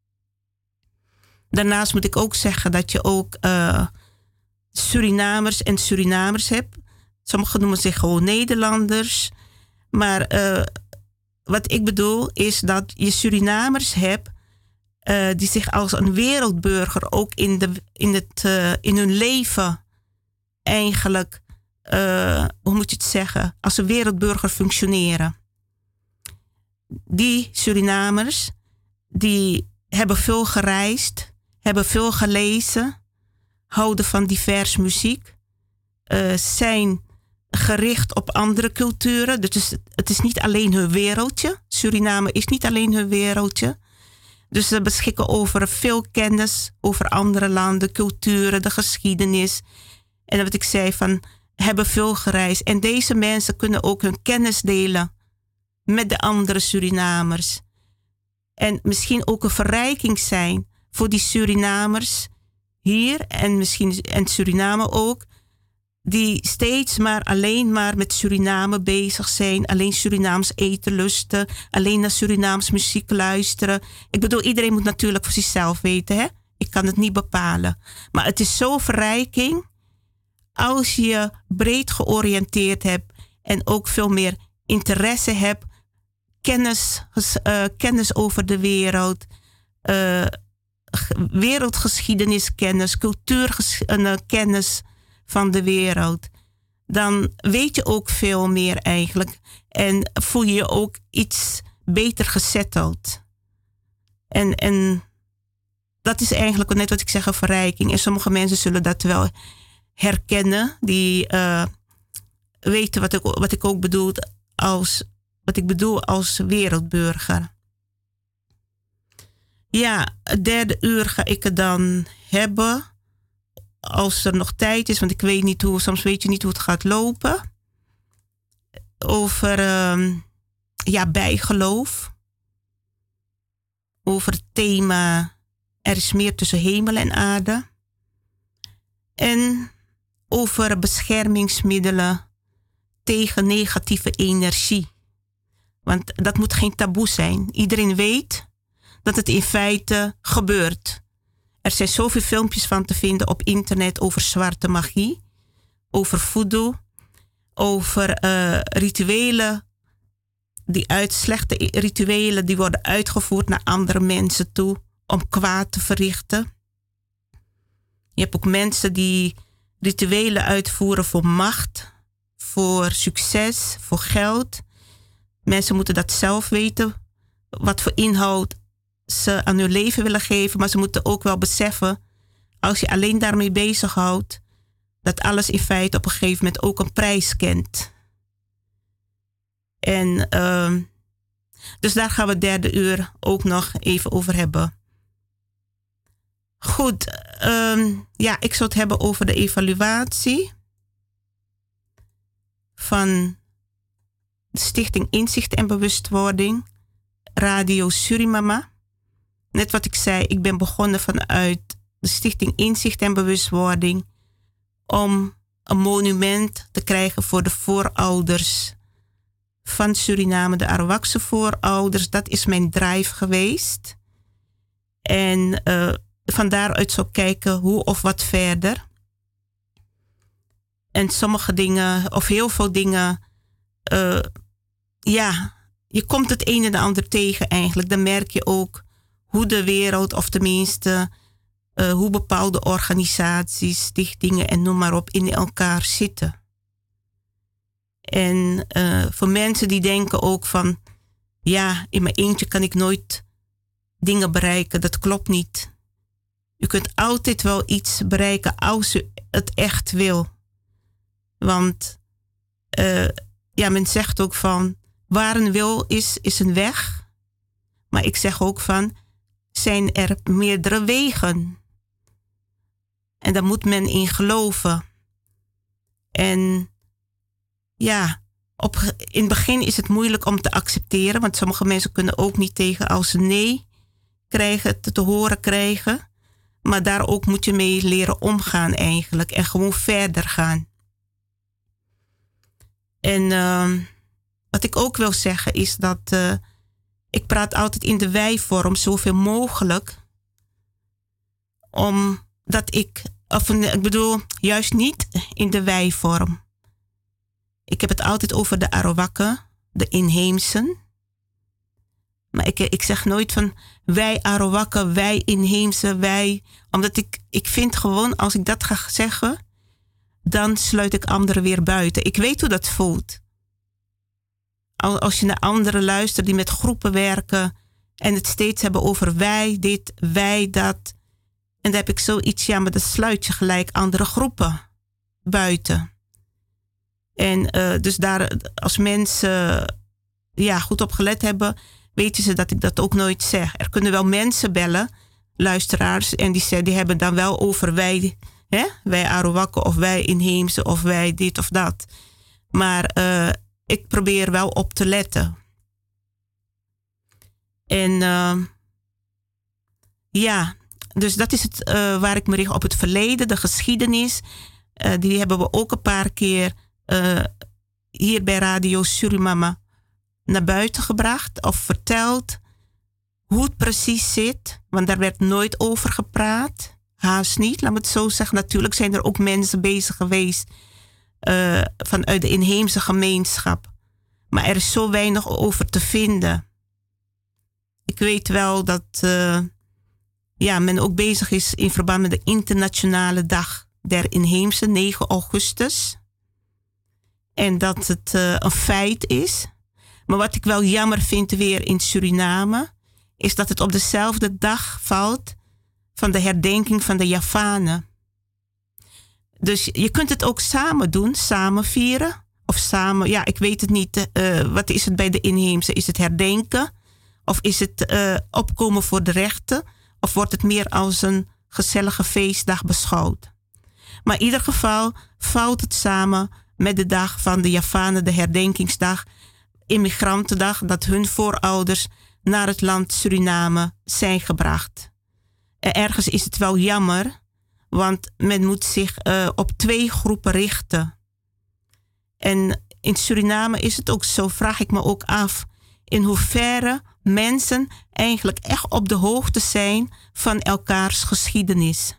Daarnaast moet ik ook zeggen dat je ook uh, Surinamers en Surinamers hebt. Sommigen noemen zich gewoon Nederlanders. Maar uh, wat ik bedoel is dat je Surinamers hebt uh, die zich als een wereldburger ook in, de, in, het, uh, in hun leven eigenlijk uh, hoe moet je het zeggen, als een wereldburger functioneren. Die Surinamers, die hebben veel gereisd, hebben veel gelezen, houden van divers muziek, uh, zijn gericht op andere culturen. Dus het is niet alleen hun wereldje. Suriname is niet alleen hun wereldje. Dus ze beschikken over veel kennis over andere landen, culturen, de geschiedenis. En wat ik zei, van hebben veel gereisd. En deze mensen kunnen ook hun kennis delen met de andere Surinamers. En misschien ook een verrijking zijn voor die Surinamers hier en misschien en Suriname ook, die steeds maar alleen maar met Suriname bezig zijn, alleen Surinaams eten lusten, alleen naar Surinaams muziek luisteren. Ik bedoel, iedereen moet natuurlijk voor zichzelf weten, hè? Ik kan het niet bepalen. Maar het is zo'n verrijking als je breed georiënteerd hebt en ook veel meer interesse hebt, kennis, uh, kennis over de wereld, uh, wereldgeschiedeniskennis, cultuurkennis van de wereld. Dan weet je ook veel meer eigenlijk. En voel je je ook iets beter gezetteld. En, en dat is eigenlijk net wat ik zeg, een verrijking. En sommige mensen zullen dat wel herkennen. Die uh, weten wat ik, wat ik ook bedoel als, wat ik bedoel als wereldburger. Ja, het derde uur ga ik het dan hebben. Als er nog tijd is, want ik weet niet hoe, soms weet je niet hoe het gaat lopen. Over uh, ja, bijgeloof. Over het thema er is meer tussen hemel en aarde. En over beschermingsmiddelen tegen negatieve energie. Want dat moet geen taboe zijn. Iedereen weet dat het in feite gebeurt. Er zijn zoveel filmpjes van te vinden op internet over zwarte magie, over voodoo, over uh, rituelen, die uit, slechte rituelen die worden uitgevoerd naar andere mensen toe om kwaad te verrichten. Je hebt ook mensen die rituelen uitvoeren voor macht, voor succes, voor geld. Mensen moeten dat zelf weten, wat voor inhoud ze aan hun leven willen geven, maar ze moeten ook wel beseffen, als je alleen daarmee bezighoudt, dat alles in feite op een gegeven moment ook een prijs kent. En uh, dus daar gaan we het derde uur ook nog even over hebben. Goed, uh, ja, ik zal het hebben over de evaluatie van de Stichting Inzicht en Bewustwording, Radio Surimama. Net wat ik zei, ik ben begonnen vanuit de Stichting Inzicht en Bewustwording om een monument te krijgen voor de voorouders van Suriname, de Arawakse voorouders. Dat is mijn drive geweest. En uh, van daaruit zou ik kijken hoe of wat verder. En sommige dingen, of heel veel dingen, uh, ja, je komt het een en de ander tegen eigenlijk. Dan merk je ook hoe de wereld, of tenminste uh, hoe bepaalde organisaties, stichtingen en noem maar op in elkaar zitten. En uh, voor mensen die denken ook van, ja, in mijn eentje kan ik nooit dingen bereiken. Dat klopt niet. U kunt altijd wel iets bereiken als u het echt wil. Want uh, ja, men zegt ook van, waar een wil is, is een weg. Maar ik zeg ook van, zijn er meerdere wegen. En daar moet men in geloven. En ja, op, in het begin is het moeilijk om te accepteren. Want sommige mensen kunnen ook niet tegen als ze nee krijgen, te, te horen krijgen. Maar daar ook moet je mee leren omgaan eigenlijk. En gewoon verder gaan. En uh, wat ik ook wil zeggen is dat Uh, ik praat altijd in de wij-vorm zoveel mogelijk. Omdat ik, of ik bedoel, juist niet in de wij-vorm. Ik heb het altijd over de Arawakken, de inheemsen. Maar ik, ik zeg nooit van wij Arawakken, wij inheemse, wij. Omdat ik, ik vind gewoon, als ik dat ga zeggen, dan sluit ik anderen weer buiten. Ik weet hoe dat voelt. Als je naar anderen luistert die met groepen werken en het steeds hebben over wij dit, wij dat. En dan heb ik zoiets, ja, maar dan sluit je gelijk andere groepen buiten. En uh, dus daar, als mensen ja, goed op gelet hebben, weten ze dat ik dat ook nooit zeg. Er kunnen wel mensen bellen, luisteraars, en die, die hebben dan wel over wij, hè? Wij Arawakken of wij inheemse of wij dit of dat. Maar uh, ik probeer wel op te letten. En uh, ja, dus dat is het uh, waar ik me richt op het verleden, de geschiedenis. Uh, die hebben we ook een paar keer uh, hier bij Radio Surimama naar buiten gebracht of verteld hoe het precies zit. Want daar werd nooit over gepraat. Haast niet, laat me het zo zeggen. Natuurlijk zijn er ook mensen bezig geweest uh, vanuit de inheemse gemeenschap. Maar er is zo weinig over te vinden. Ik weet wel dat uh, ja, men ook bezig is in verband met de internationale dag der inheemse, negen augustus. En dat het uh, een feit is. Maar wat ik wel jammer vind weer in Suriname, is dat het op dezelfde dag valt van de herdenking van de Javanen. Dus je kunt het ook samen doen, samen vieren. Of samen, ja, ik weet het niet. Uh, wat is het bij de inheemse? Is het herdenken? Of is het uh, opkomen voor de rechten? Of wordt het meer als een gezellige feestdag beschouwd? Maar in ieder geval valt het samen met de dag van de Javanen, de herdenkingsdag, immigrantendag, dat hun voorouders naar het land Suriname zijn gebracht. En ergens is het wel jammer, want men moet zich uh, op twee groepen richten. En in Suriname is het ook zo, vraag ik me ook af, in hoeverre mensen eigenlijk echt op de hoogte zijn van elkaars geschiedenis.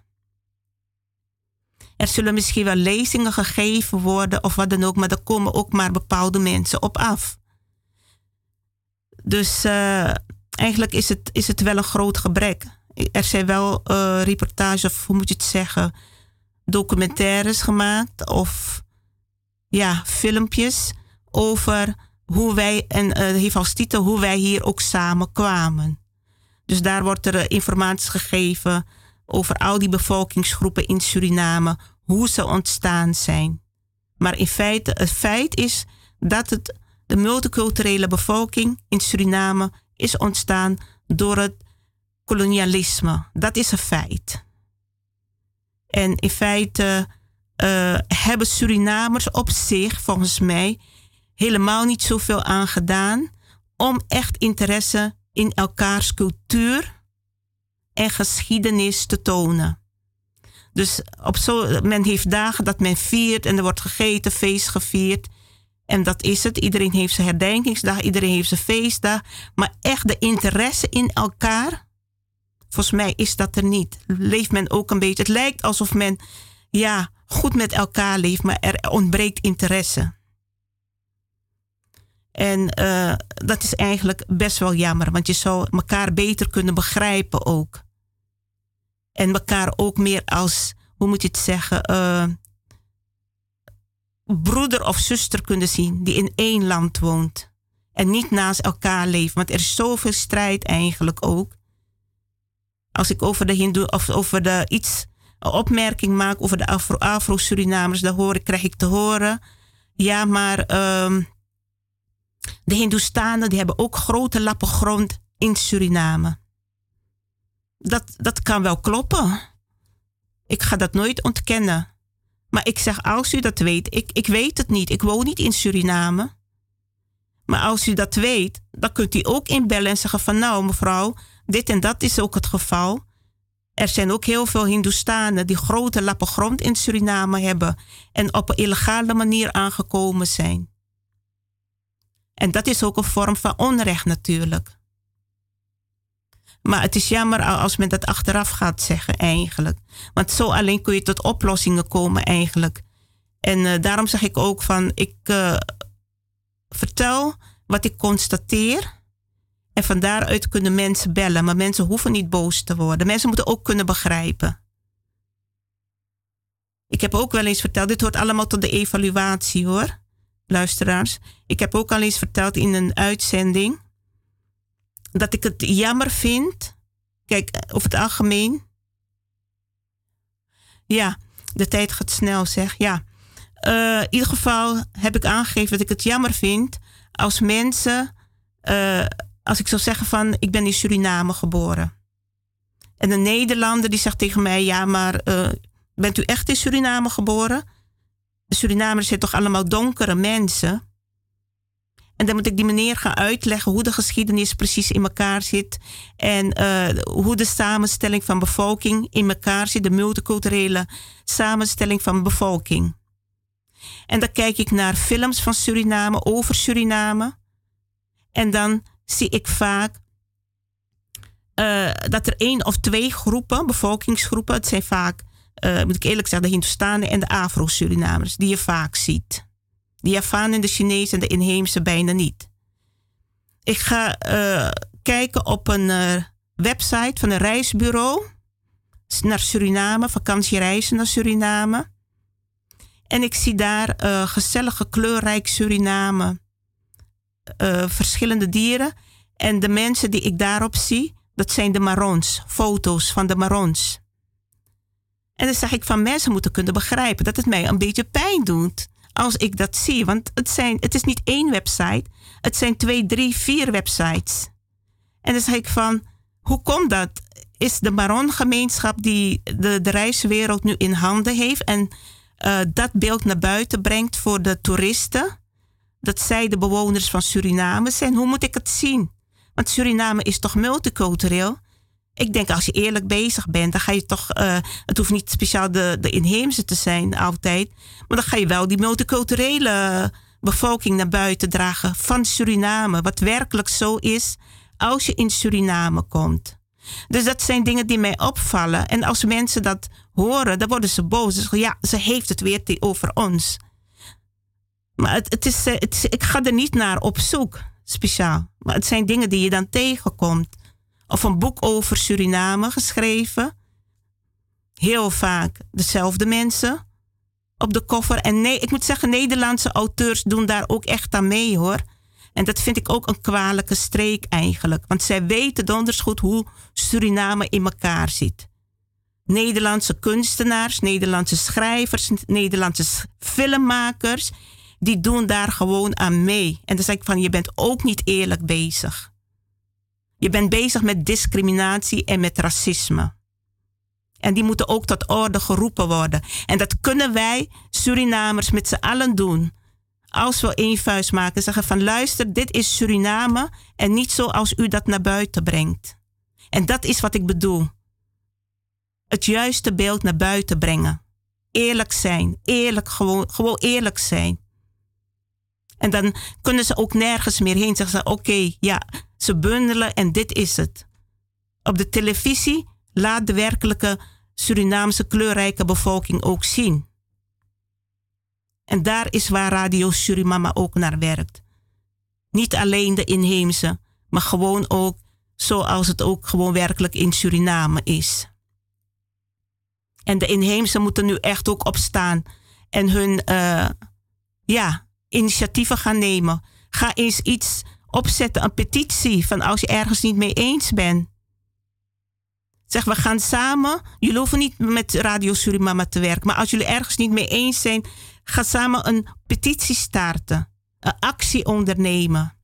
Er zullen misschien wel lezingen gegeven worden of wat dan ook, maar er komen ook maar bepaalde mensen op af. Dus uh, eigenlijk is het, is het wel een groot gebrek. Er zijn wel uh, reportages, of hoe moet je het zeggen, documentaires gemaakt of ja, filmpjes over hoe wij, en uh, heeft als titel hoe wij hier ook samen kwamen. Dus daar wordt er uh, informatie gegeven over al die bevolkingsgroepen in Suriname, hoe ze ontstaan zijn. Maar in feite, het feit is dat het, de multiculturele bevolking in Suriname is ontstaan door het kolonialisme. Dat is een feit. En in feite uh, hebben Surinamers op zich, volgens mij, helemaal niet zoveel aan gedaan om echt interesse in elkaars cultuur en geschiedenis te tonen. Dus op zo, men heeft dagen dat men viert en er wordt gegeten, feest gevierd. En dat is het. Iedereen heeft zijn herdenkingsdag, iedereen heeft zijn feestdag. Maar echt de interesse in elkaar, volgens mij is dat er niet. Leeft men ook een beetje. Het lijkt alsof men ja, goed met elkaar leeft, maar er ontbreekt interesse. En uh, dat is eigenlijk best wel jammer, want je zou elkaar beter kunnen begrijpen ook. En elkaar ook meer als, hoe moet je het zeggen, uh, broeder of zuster kunnen zien die in één land woont. En niet naast elkaar leeft, want er is zoveel strijd eigenlijk ook. Als ik over de Hindoe of over de iets een opmerking maak over de Afro, Afro-Surinamers, dan hoor ik, krijg ik te horen, ja, maar uh, de Hindoestanen die hebben ook grote lappen grond in Suriname. Dat, dat kan wel kloppen. Ik ga dat nooit ontkennen. Maar ik zeg, als u dat weet, ik, ik weet het niet. Ik woon niet in Suriname. Maar als u dat weet, dan kunt u ook inbellen en zeggen van nou mevrouw, dit en dat is ook het geval. Er zijn ook heel veel Hindoestanen die grote lappen grond in Suriname hebben en op een illegale manier aangekomen zijn. En dat is ook een vorm van onrecht natuurlijk. Maar het is jammer als men dat achteraf gaat zeggen eigenlijk. Want zo alleen kun je tot oplossingen komen eigenlijk. En uh, daarom zeg ik ook van, ik uh, vertel wat ik constateer. En van daaruit kunnen mensen bellen. Maar mensen hoeven niet boos te worden. Mensen moeten ook kunnen begrijpen. Ik heb ook wel eens verteld, dit hoort allemaal tot de evaluatie hoor, luisteraars. Ik heb ook al eens verteld in een uitzending dat ik het jammer vind. Kijk, over het algemeen. Ja, de tijd gaat snel zeg. Ja, uh, in ieder geval heb ik aangegeven dat ik het jammer vind als mensen, uh, als ik zou zeggen van ik ben in Suriname geboren. En een Nederlander die zegt tegen mij, ja maar uh, bent u echt in Suriname geboren? De Surinamers zijn toch allemaal donkere mensen? En dan moet ik die meneer gaan uitleggen hoe de geschiedenis precies in elkaar zit. En uh, hoe de samenstelling van bevolking in elkaar zit. De multiculturele samenstelling van bevolking. En dan kijk ik naar films van Suriname, over Suriname. En dan zie ik vaak uh, dat er één of twee groepen, bevolkingsgroepen. Het zijn vaak, uh, moet ik eerlijk zeggen, de Hindoestanen en de Afro-Surinamers. Die je vaak ziet. De Javanen, de Chinezen en de inheemse bijna niet. Ik ga uh, kijken op een uh, website van een reisbureau naar Suriname, vakantiereizen naar Suriname. En ik zie daar uh, gezellige, kleurrijk Suriname, uh, verschillende dieren. En de mensen die ik daarop zie, dat zijn de Marons, foto's van de Marons. En dan zeg ik van mensen moeten kunnen begrijpen dat het mij een beetje pijn doet. Als ik dat zie, want het, zijn, het is niet één website. Het zijn twee, drie, vier websites. En dan zeg ik van, hoe komt dat? Is de Maron-gemeenschap die de, de reiswereld nu in handen heeft en uh, dat beeld naar buiten brengt voor de toeristen, dat zij de bewoners van Suriname zijn? Hoe moet ik het zien? Want Suriname is toch multicultureel? Ik denk als je eerlijk bezig bent, dan ga je toch, uh, het hoeft niet speciaal de, de inheemse te zijn altijd, maar dan ga je wel die multiculturele bevolking naar buiten dragen van Suriname, wat werkelijk zo is als je in Suriname komt. Dus dat zijn dingen die mij opvallen. En als mensen dat horen, dan worden ze boos. Dus ja, ze heeft het weer over ons. Maar het, het is, het is, ik ga er niet naar op zoek, speciaal. Maar het zijn dingen die je dan tegenkomt. Of een boek over Suriname geschreven. Heel vaak dezelfde mensen op de cover. En nee, ik moet zeggen, Nederlandse auteurs doen daar ook echt aan mee hoor. En dat vind ik ook een kwalijke streek eigenlijk. Want zij weten donders goed hoe Suriname in elkaar zit. Nederlandse kunstenaars, Nederlandse schrijvers, Nederlandse filmmakers, die doen daar gewoon aan mee. En dan zeg ik van, je bent ook niet eerlijk bezig. Je bent bezig met discriminatie en met racisme. En die moeten ook tot orde geroepen worden. En dat kunnen wij Surinamers met z'n allen doen. Als we één vuist maken, zeggen van luister, dit is Suriname en niet zoals u dat naar buiten brengt. En dat is wat ik bedoel. Het juiste beeld naar buiten brengen. Eerlijk zijn. Eerlijk, gewoon, gewoon eerlijk zijn. En dan kunnen ze ook nergens meer heen. Zeggen ze, oké, okay, ja, ze bundelen en dit is het. Op de televisie laat de werkelijke Surinaamse kleurrijke bevolking ook zien. En daar is waar Radio Surimama ook naar werkt. Niet alleen de inheemse, maar gewoon ook zoals het ook gewoon werkelijk in Suriname is. En de inheemse moeten nu echt ook opstaan en hun uh, ja, initiatieven gaan nemen. Ga eens iets opzetten, een petitie van als je ergens niet mee eens bent. Zeg, we gaan samen, jullie hoeven niet met Radio Surimama te werken, maar als jullie ergens niet mee eens zijn, ga samen een petitie starten. Een actie ondernemen.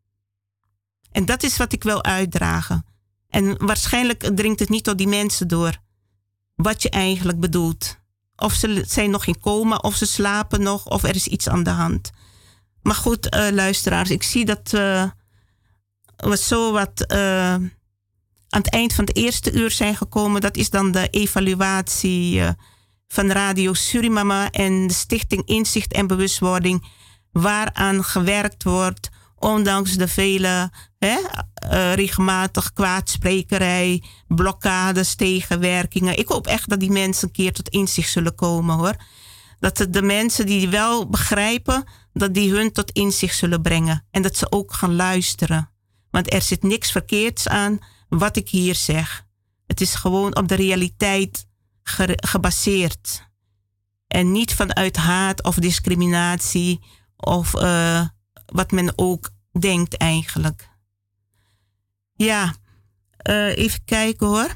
En dat is wat ik wil uitdragen. En waarschijnlijk dringt het niet tot die mensen door. Wat je eigenlijk bedoelt. Of ze zijn nog in coma, of ze slapen nog, of er is iets aan de hand. Maar goed, uh, luisteraars, ik zie dat uh, we zo wat uh, aan het eind van het eerste uur zijn gekomen. Dat is dan de evaluatie uh, van Radio Surimama en de Stichting Inzicht en Bewustwording, waaraan gewerkt wordt, ondanks de vele hè, uh, regelmatig kwaadsprekerij, blokkades, tegenwerkingen. Ik hoop echt dat die mensen een keer tot inzicht zullen komen, hoor. Dat de mensen die wel begrijpen, dat die hun tot inzicht zullen brengen. En dat ze ook gaan luisteren. Want er zit niks verkeerds aan wat ik hier zeg. Het is gewoon op de realiteit ge- gebaseerd. En niet vanuit haat of discriminatie of uh, wat men ook denkt eigenlijk. Ja, uh, even kijken hoor.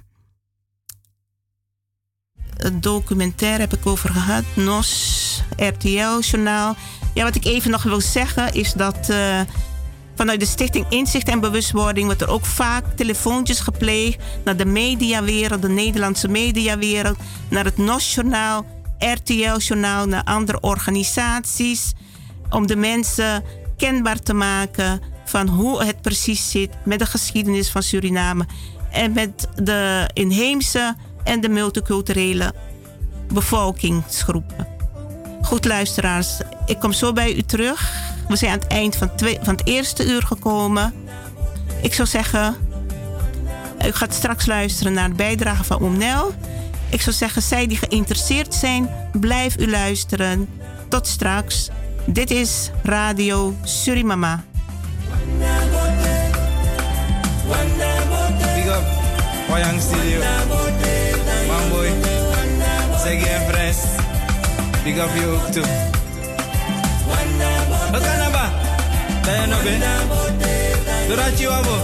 Het documentaire heb ik over gehad. N O S, R T L-journaal. Ja, wat ik even nog wil zeggen is dat uh, vanuit de Stichting Inzicht en Bewustwording wordt er ook vaak telefoontjes gepleegd naar de mediawereld, de Nederlandse mediawereld, naar het N O S-journaal, R T L-journaal, naar andere organisaties, om de mensen kenbaar te maken van hoe het precies zit met de geschiedenis van Suriname en met de inheemse en de multiculturele bevolkingsgroepen. Goed luisteraars, ik kom zo bij u terug. We zijn aan het eind van, twee, van het eerste uur gekomen. Ik zou zeggen, u gaat straks luisteren naar de bijdrage van Oom Nel. Ik zou zeggen, zij die geïnteresseerd zijn, blijf u luisteren. Tot straks. Dit is Radio Surimama. Big up, Wayang Studio. Mamboy, Segi en Fres. Big up you ook toe. Wat kan dat ba? Dat je nog bent? Doordat je wabo.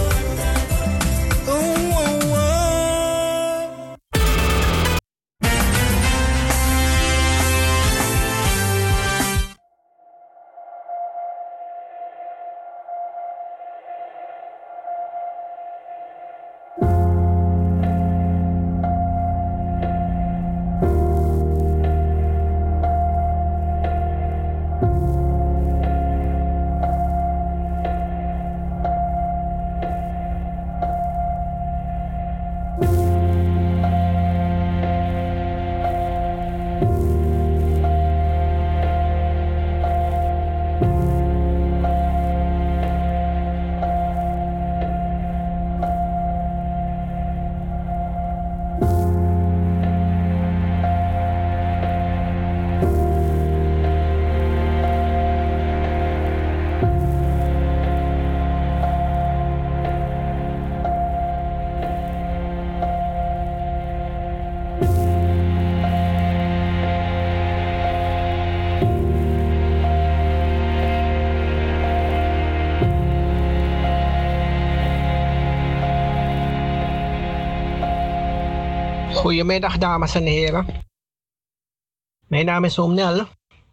Goedemiddag dames en heren. Mijn naam is Oom Nel.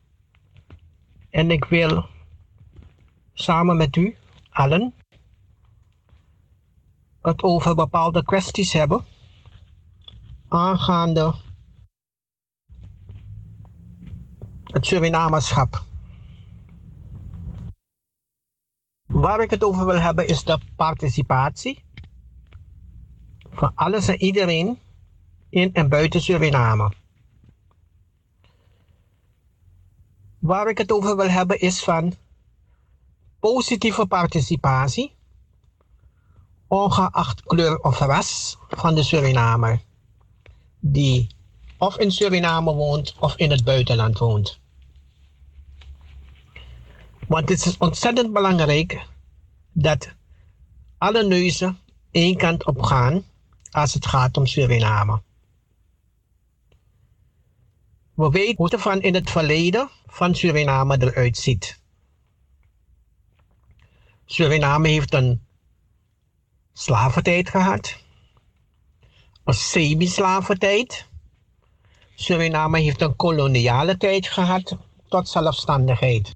En ik wil samen met u allen het over bepaalde kwesties hebben aangaande het Surinamerschap. Waar ik het over wil hebben is de participatie van alles en iedereen in en buiten Suriname. Waar ik het over wil hebben is van positieve participatie, ongeacht kleur of ras van de Surinamer, die of in Suriname woont of in het buitenland woont. Want het is ontzettend belangrijk dat alle neuzen één kant op gaan als het gaat om Suriname. We weten hoe het van in het verleden van Suriname eruit ziet. Suriname heeft een slaventijd gehad, een semi-slaventijd. Suriname heeft een koloniale tijd gehad tot zelfstandigheid.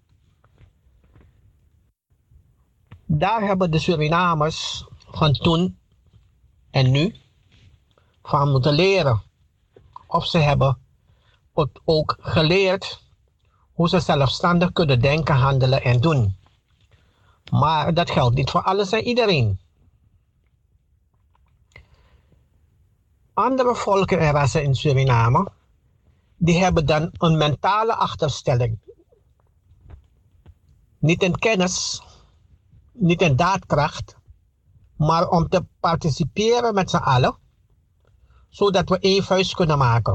Daar hebben de Surinamers van toen en nu van moeten leren. Of ze hebben het ook geleerd hoe ze zelfstandig kunnen denken, handelen en doen. Maar dat geldt niet voor alles en iedereen. Andere volken en rassen in Suriname, die hebben dan een mentale achterstelling. Niet in kennis, niet in daadkracht, maar om te participeren met z'n allen, zodat we één vuist kunnen maken.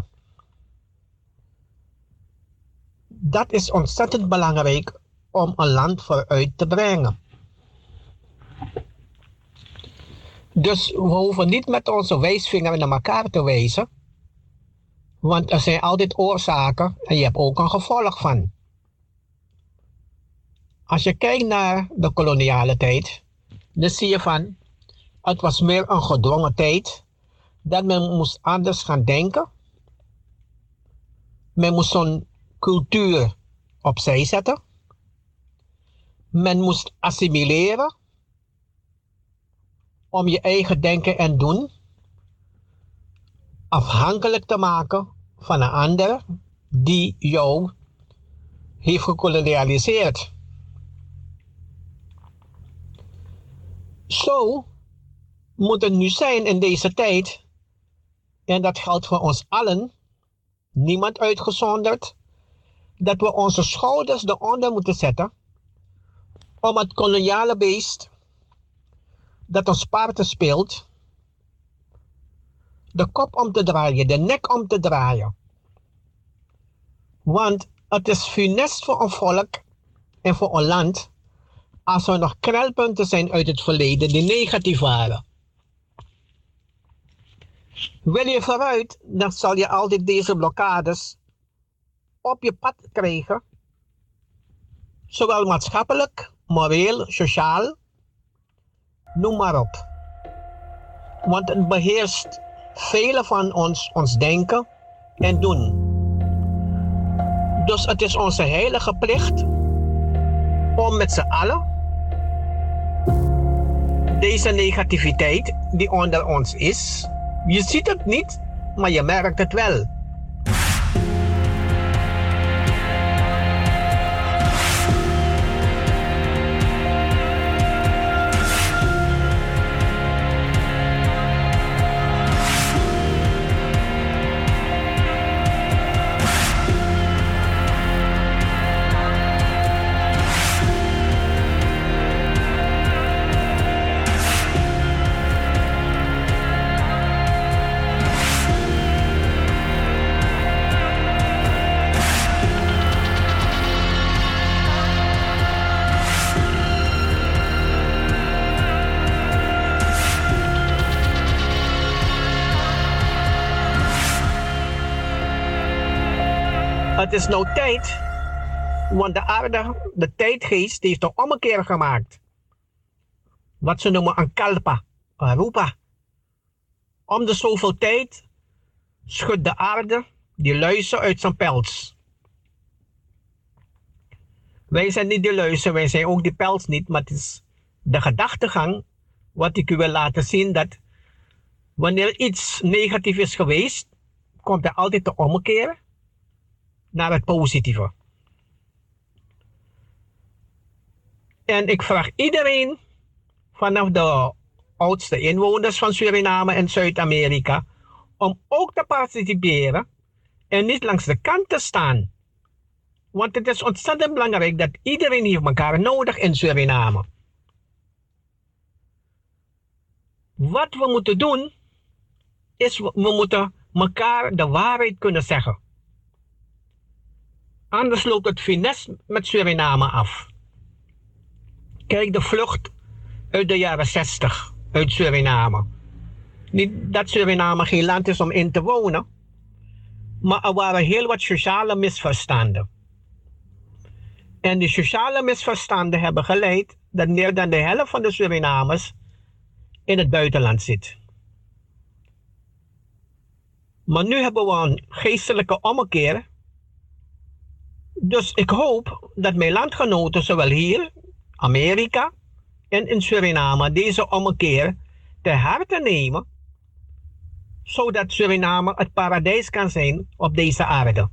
Dat is ontzettend belangrijk om een land vooruit te brengen. Dus we hoeven niet met onze wijsvinger naar elkaar te wijzen Want er zijn altijd oorzaken en je hebt ook een gevolg van. Als je kijkt naar de koloniale tijd, dan zie je van, het was meer een gedwongen tijd, dat men moest anders gaan denken. Men moest zo'n cultuur opzij zetten. Men moest assimileren om je eigen denken en doen afhankelijk te maken van een ander die jou heeft gekolonialiseerd. Zo moet het nu zijn in deze tijd, en dat geldt voor ons allen, niemand uitgezonderd, dat we onze schouders eronder moeten zetten om het koloniale beest dat ons parten speelt, de kop om te draaien, de nek om te draaien. Want het is funest voor een volk en voor een land als er nog knelpunten zijn uit het verleden die negatief waren. Wil je vooruit, dan zal je altijd deze blokkades op je pad krijgen, zowel maatschappelijk, moreel, sociaal, noem maar op. Want het beheerst vele van ons, ons denken en doen. Dus het is onze heilige plicht om met z'n allen deze negativiteit die onder ons is, je ziet het niet, maar je merkt het wel. Het is nou tijd, want de aarde, de tijdgeest, heeft een ommekeer gemaakt. Wat ze noemen een kalpa, een roepa. Om de zoveel tijd schudt de aarde die luizen uit zijn pels. Wij zijn niet die luizen, wij zijn ook die pels niet, maar het is de gedachtegang wat ik u wil laten zien, dat wanneer iets negatief is geweest, komt er altijd de ommekeer naar het positieve. En ik vraag iedereen, vanaf de oudste inwoners van Suriname en Zuid-Amerika, om ook te participeren en niet langs de kant te staan. Want het is ontzettend belangrijk dat iedereen heeft elkaar nodig in Suriname. Wat we moeten doen, is we moeten elkaar de waarheid kunnen zeggen. Anders loopt het finesse met Suriname af. Kijk de vlucht uit de jaren zestig uit Suriname. Niet dat Suriname geen land is om in te wonen, maar er waren heel wat sociale misverstanden. En die sociale misverstanden hebben geleid dat meer dan de helft van de Surinamers in het buitenland zit. Maar nu hebben we een geestelijke ommekeer. Dus ik hoop dat mijn landgenoten, zowel hier, Amerika en in Suriname, deze ommekeer ter harte nemen, zodat Suriname het paradijs kan zijn op deze aarde.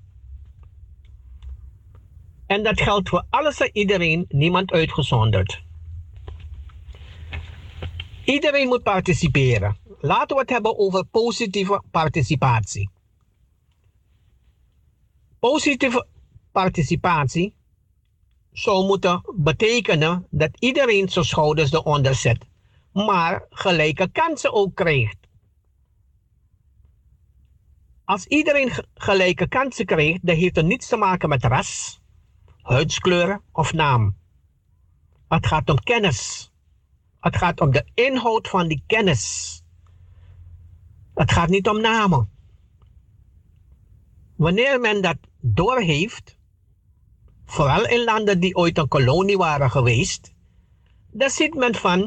En dat geldt voor alles en iedereen, niemand uitgezonderd. Iedereen moet participeren. Laten we het hebben over positieve participatie. Positieve participatie zou moeten betekenen dat iedereen zijn schouders eronder zet, maar gelijke kansen ook krijgt. Als iedereen gelijke kansen krijgt, dan heeft het niets te maken met ras, huidskleur of naam. Het gaat om kennis. Het gaat om de inhoud van die kennis. Het gaat niet om namen. Wanneer men dat doorheeft, vooral in landen die ooit een kolonie waren geweest, dan ziet men van,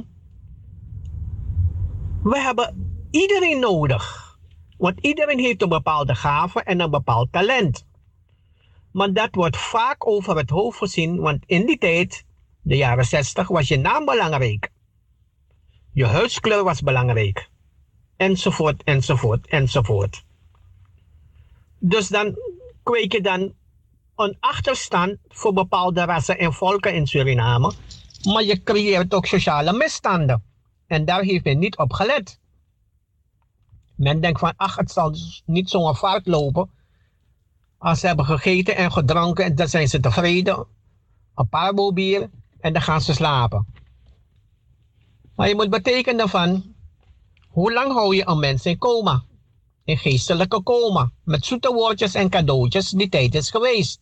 we hebben iedereen nodig. Want iedereen heeft een bepaalde gave en een bepaald talent. Maar dat wordt vaak over het hoofd gezien, want in die tijd, de jaren zestig, was je naam belangrijk. Je huidskleur was belangrijk. Enzovoort, enzovoort, enzovoort. Dus dan kweek je dan een achterstand voor bepaalde rassen en volken in Suriname. Maar je creëert ook sociale misstanden. En daar heeft men niet op gelet. Men denkt van, ach, het zal niet zo'n vaart lopen. Als ze hebben gegeten en gedronken, en dan zijn ze tevreden. Een paar bier en dan gaan ze slapen. Maar je moet betekenen van, hoe lang hou je een mens in coma? In geestelijke coma. Met zoete woordjes en cadeautjes, die tijd is geweest.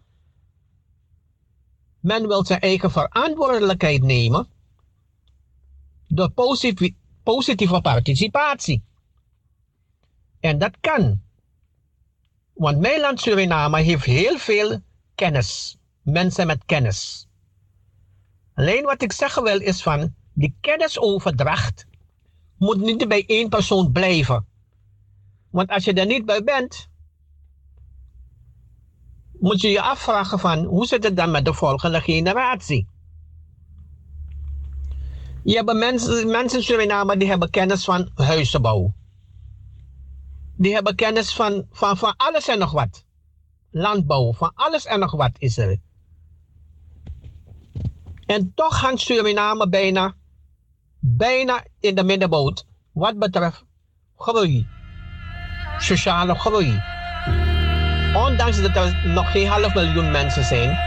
Men wil zijn eigen verantwoordelijkheid nemen door positieve, positieve participatie. En dat kan. Want mijn land Suriname heeft heel veel kennis. Mensen met kennis. Alleen wat ik zeggen wil is van, die kennisoverdracht moet niet bij één persoon blijven. Want als je er niet bij bent, moet je je afvragen van, hoe zit het dan met de volgende generatie? Je hebt mensen, mensen in Suriname die hebben kennis van huizenbouw. Die hebben kennis van, van, van alles en nog wat. Landbouw, van alles en nog wat is er. En toch hangt Suriname bijna, bijna in de middenboot wat betreft groei. Sociale groei. Ondanks dat er nog geen half miljoen mensen zijn.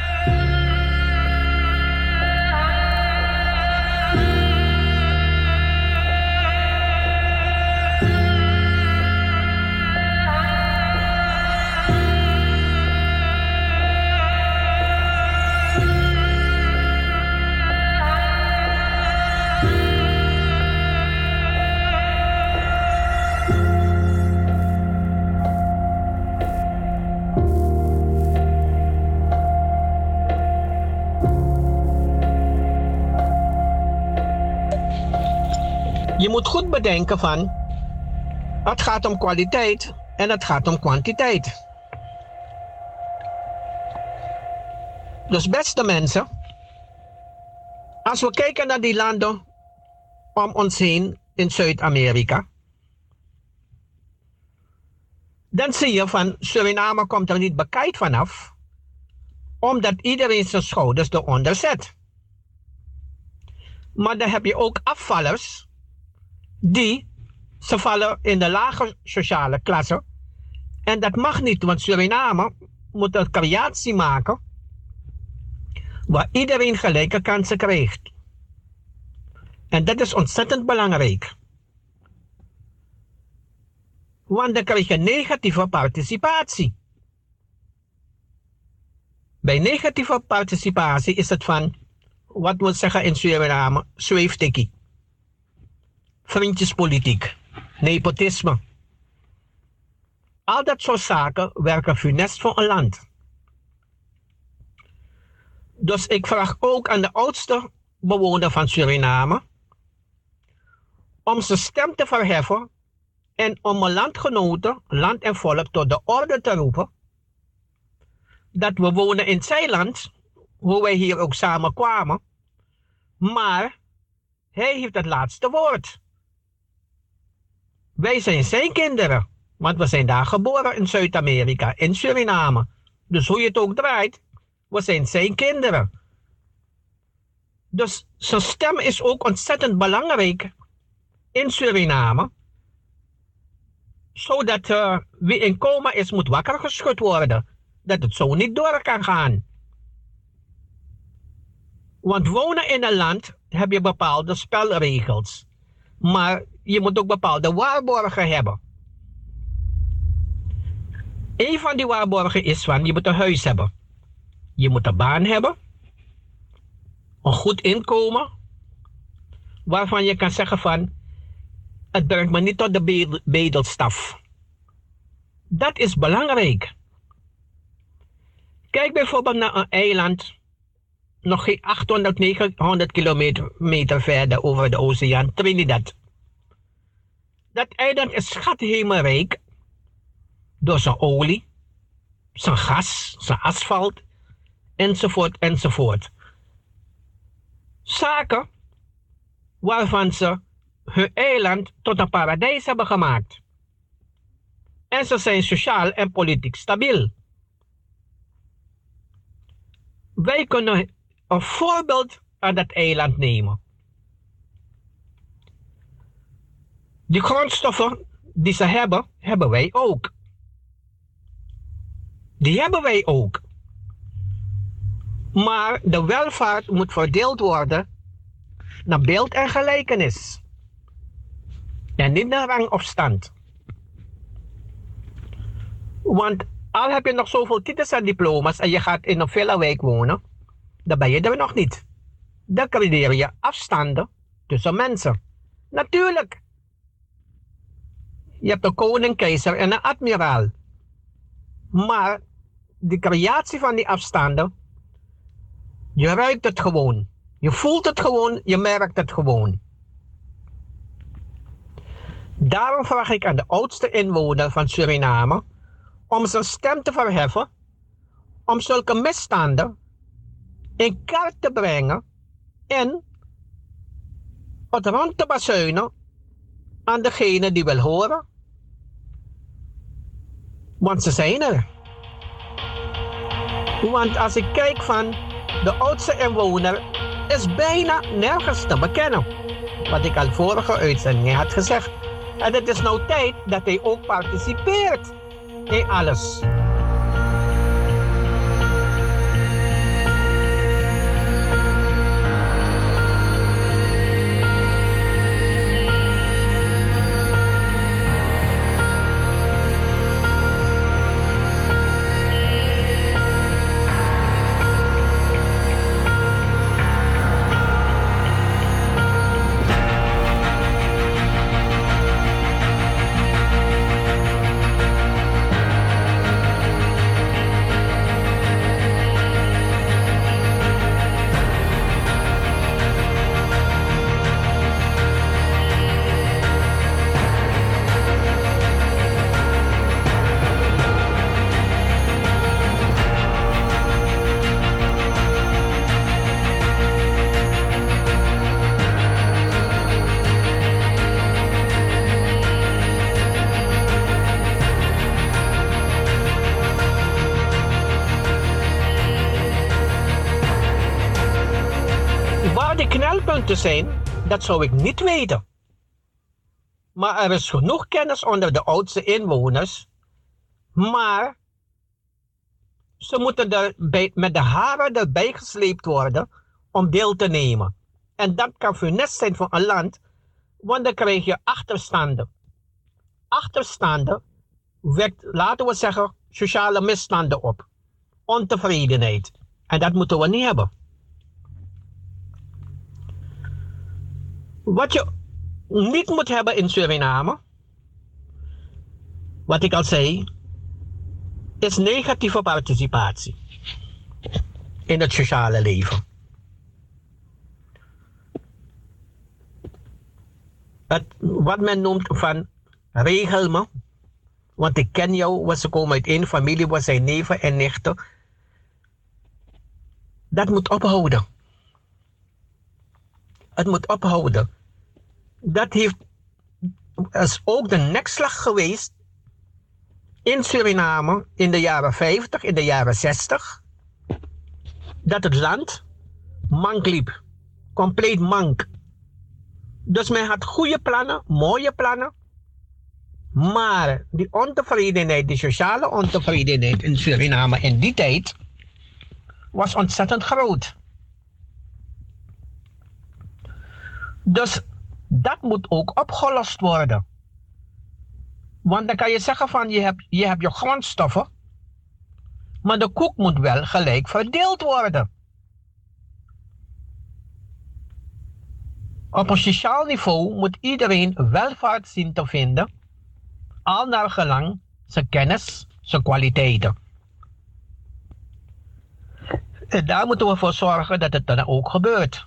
Je moet goed bedenken van, het gaat om kwaliteit en het gaat om kwantiteit. Dus beste mensen, als we kijken naar die landen om ons heen in Zuid-Amerika, dan zie je van Suriname komt er niet bekijkt vanaf, omdat iedereen zijn schouders eronder zet. Maar dan heb je ook afvallers, die, ze vallen in de lage sociale klasse. En dat mag niet, want Suriname moet een creatie maken waar iedereen gelijke kansen krijgt. En dat is ontzettend belangrijk. Want dan krijg je negatieve participatie. Bij negatieve participatie is het van, wat wil zeggen in Suriname, zweeftikkie. Vriendjespolitiek, nepotisme. Al dat soort zaken werken funest voor een land. Dus ik vraag ook aan de oudste bewoner van Suriname om zijn stem te verheffen en om mijn landgenoten, land en volk tot de orde te roepen dat we wonen in zijn land, hoe wij hier ook samen kwamen, maar hij heeft het laatste woord. Wij zijn zijn kinderen, want we zijn daar geboren in Zuid-Amerika, in Suriname. Dus hoe je het ook draait, we zijn zijn kinderen. Dus zijn stem is ook ontzettend belangrijk in Suriname, zodat uh, wie in coma is, moet wakker geschud worden. Dat het zo niet door kan gaan. Want wonen in een land heb je bepaalde spelregels. Maar je moet ook bepaalde waarborgen hebben. Een van die waarborgen is van, je moet een huis hebben. Je moet een baan hebben. Een goed inkomen. Waarvan je kan zeggen van, het brengt me niet tot de bedelstaf. Dat is belangrijk. Kijk bijvoorbeeld naar een eiland, nog geen achthonderd, negenhonderd kilometer meter verder over de oceaan, Trinidad. Dat eiland is schathemelrijk door zijn olie, zijn gas, zijn asfalt, enzovoort, enzovoort. Zaken waarvan ze hun eiland tot een paradijs hebben gemaakt. En ze zijn sociaal en politiek stabiel. Wij kunnen een voorbeeld aan dat eiland nemen. Die grondstoffen die ze hebben, hebben wij ook. Die hebben wij ook. Maar de welvaart moet verdeeld worden naar beeld en gelijkenis. En niet naar rang of stand. Want al heb je nog zoveel titels en diploma's en je gaat in een villa-wijk wonen, dan ben je er nog niet. Dan creëer je afstanden tussen mensen. Natuurlijk. Je hebt een koning, keizer en een admiraal. Maar de creatie van die afstanden, je ruikt het gewoon. Je voelt het gewoon, je merkt het gewoon. Daarom vraag ik aan de oudste inwoner van Suriname om zijn stem te verheffen, om zulke misstanden in kaart te brengen en het rond te bazuinen aan degene die wil horen. Want ze zijn er. Want als ik kijk van de oudste inwoner is bijna nergens te bekennen. Wat ik al vorige uitzending had gezegd. En het is nou tijd dat hij ook participeert in alles. Knelpunten zijn, dat zou ik niet weten. Maar er is genoeg kennis onder de oudste inwoners. Maar ze moeten er bij, met de haren erbij gesleept worden om deel te nemen. En dat kan funest zijn voor een land, want dan krijg je achterstanden. Achterstanden wekt, laten we zeggen, sociale misstanden op. Ontevredenheid. En dat moeten we niet hebben. Wat je niet moet hebben in Suriname, wat ik al zei, is negatieve participatie in het sociale leven. Het, wat men noemt van regel me, want ik ken jou, want ze komen uit één familie, we zijn neven en nichten. Dat moet ophouden. Het moet ophouden. Dat heeft, is ook de nekslag geweest in Suriname in de jaren vijftig, in de jaren zestig. Dat het land mank liep. Compleet mank. Dus men had goede plannen, mooie plannen. Maar die ontevredenheid, die sociale ontevredenheid in Suriname in die tijd was ontzettend groot. Dus dat moet ook opgelost worden. Want dan kan je zeggen van je hebt je, hebt je grondstoffen, maar de koek moet wel gelijk verdeeld worden. Op een sociaal niveau moet iedereen welvaart zien te vinden, al naar gelang zijn kennis, zijn kwaliteiten. En daar moeten we voor zorgen dat het dan ook gebeurt.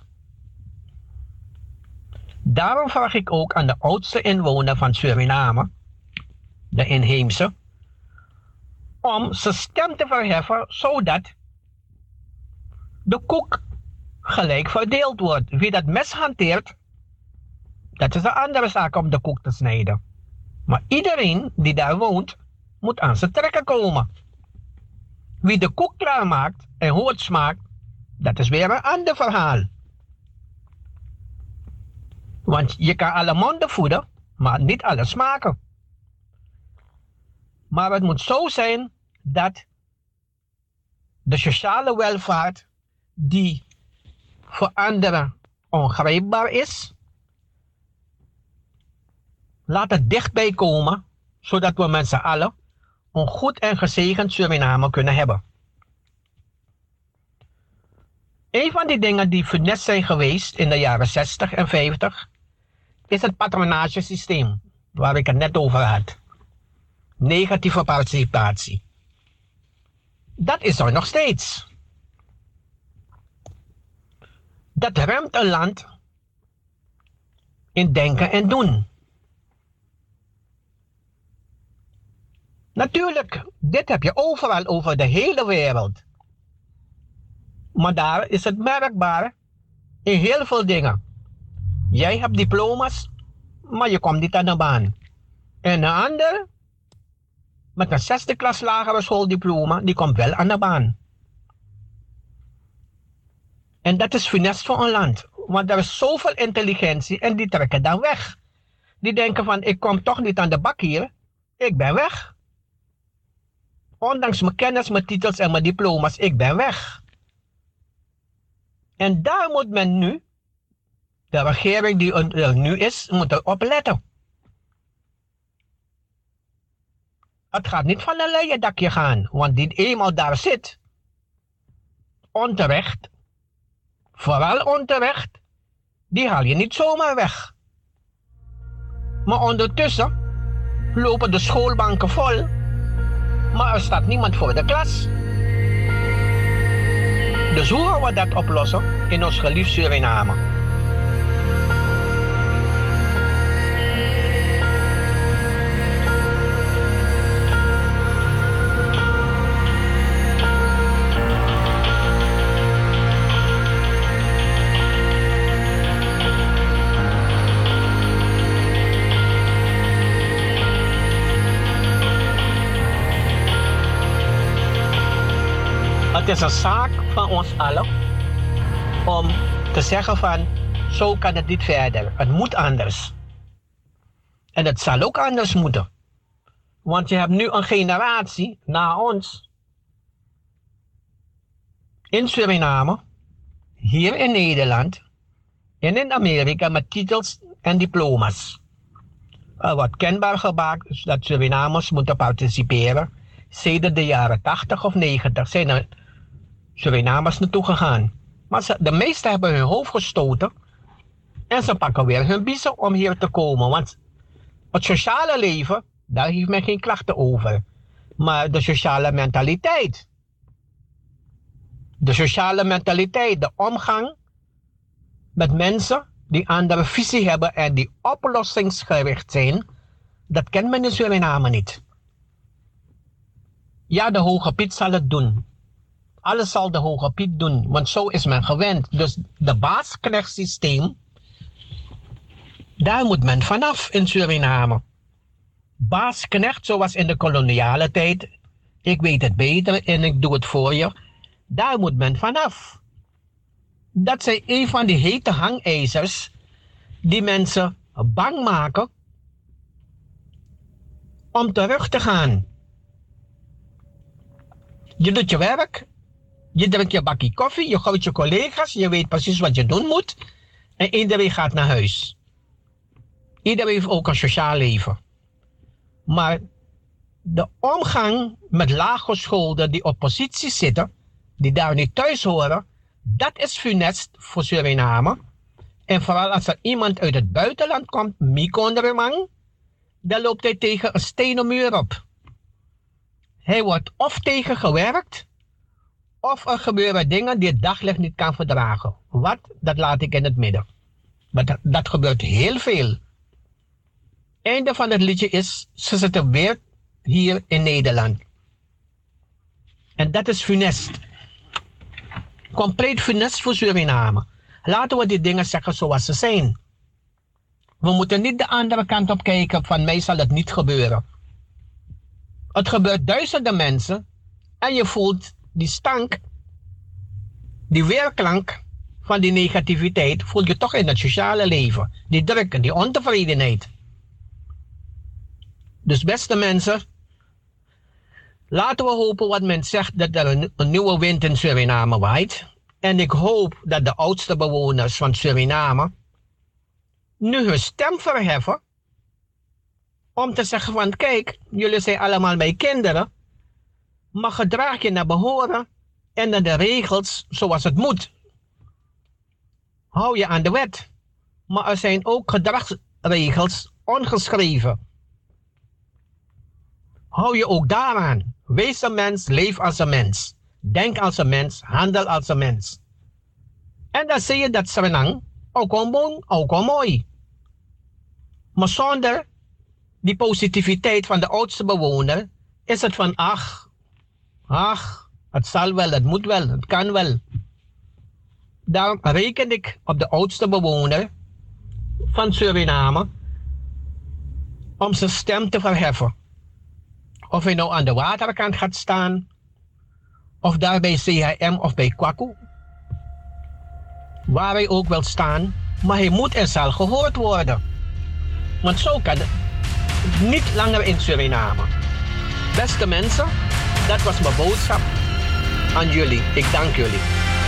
Daarom vraag ik ook aan de oudste inwoner van Suriname, de inheemse, om zijn stem te verheffen zodat de koek gelijk verdeeld wordt. Wie dat mes hanteert, dat is een andere zaak om de koek te snijden. Maar iedereen die daar woont, moet aan zijn trekken komen. Wie de koek klaarmaakt en hoe het smaakt, dat is weer een ander verhaal. Want je kan alle monden voeden, maar niet alle smaken. Maar het moet zo zijn dat de sociale welvaart die voor anderen ongrijpbaar is, laat het dichtbij komen, zodat we met z'n allen een goed en gezegend Suriname kunnen hebben. Een van die dingen die funest zijn geweest in de jaren zestig en vijftig is het patronagesysteem, waar ik het net over had. Negatieve participatie. Dat is er nog steeds. Dat remt een land in denken en doen. Natuurlijk, dit heb je overal over de hele wereld. Maar daar is het merkbaar in heel veel dingen. Jij hebt diploma's, maar je komt niet aan de baan. En een ander, met een zesde klas lagere schooldiploma, die komt wel aan de baan. En dat is funest voor een land. Want er is zoveel intelligentie en die trekken dan weg. Die denken van, ik kom toch niet aan de bak hier, ik ben weg. Ondanks mijn kennis, mijn titels en mijn diploma's, ik ben weg. En daar moet men nu, de regering die er nu is, moet erop letten. Het gaat niet van een leien dakje gaan, want die eenmaal daar zit, onterecht, vooral onterecht, die haal je niet zomaar weg. Maar ondertussen lopen de schoolbanken vol, maar er staat niemand voor de klas. Dus hoe gaan we dat oplossen in ons geliefd Suriname? Het is een zaak van ons allen om te zeggen van, zo kan het niet verder. Het moet anders. En het zal ook anders moeten. Want je hebt nu een generatie na ons in Suriname, hier in Nederland en in Amerika met titels en diploma's. Er wordt kenbaar gemaakt dat Surinamers moeten participeren. Sedert de jaren tachtig of negentig zijn er Surinamers naartoe gegaan. Maar ze, de meesten hebben hun hoofd gestoten en ze pakken weer hun biezen om hier te komen. Want het sociale leven, daar heeft men geen klachten over. Maar de sociale mentaliteit. De sociale mentaliteit, de omgang met mensen die andere visie hebben en die oplossingsgericht zijn, dat kent men in Suriname niet. Ja, de Hoge Piet zal het doen. Alles zal de Hoge Piet doen, want zo is men gewend. Dus de baasknechtsysteem, daar moet men vanaf in Suriname. Baasknecht, zoals in de koloniale tijd, ik weet het beter en ik doe het voor je, daar moet men vanaf. Dat zijn een van die hete hangijzers die mensen bang maken om terug te gaan. Je doet je werk, je drinkt je bakje koffie, je gooit je collega's, je weet precies wat je doen moet en iedereen gaat naar huis. Iedereen heeft ook een sociaal leven. Maar de omgang met laaggeschoolden die op positie zitten, die daar niet thuis horen, dat is funest voor Suriname. En vooral als er iemand uit het buitenland komt, Mikondremang, dan loopt hij tegen een stenen muur op. Hij wordt of tegengewerkt, Of er gebeuren dingen die het daglicht niet kan verdragen. Wat? Dat laat ik in het midden. Maar dat, dat gebeurt heel veel. Einde van het liedje is, ze zitten weer hier in Nederland. En dat is funest. Compleet funest voor Suriname. Laten we die dingen zeggen zoals ze zijn. We moeten niet de andere kant op kijken, van mij zal het niet gebeuren. Het gebeurt duizenden mensen en je voelt die stank, die weerklank van die negativiteit, voel je toch in het sociale leven. Die druk en die ontevredenheid. Dus beste mensen, laten we hopen wat men zegt, dat er een, een nieuwe wind in Suriname waait. En ik hoop dat de oudste bewoners van Suriname nu hun stem verheffen om te zeggen van kijk, jullie zijn allemaal mijn kinderen, maar gedraag je naar behoren en naar de regels zoals het moet. Hou je aan de wet. Maar er zijn ook gedragsregels ongeschreven. Hou je ook daaraan. Wees een mens, leef als een mens. Denk als een mens, handel als een mens. En dan zie je dat Suriname ook al mooi, ook al mooi. Maar zonder die positiviteit van de oudste bewoner is het van ach, ach, het zal wel, het moet wel, het kan wel. Daarom reken ik op de oudste bewoner van Suriname om zijn stem te verheffen. Of hij nou aan de waterkant gaat staan, of daar bij C H M of bij Kwaku, waar hij ook wil staan, maar hij moet en zal gehoord worden. Want zo kan het niet langer in Suriname. Beste mensen, dat was mijn boodschap aan jullie. Ik dank jullie.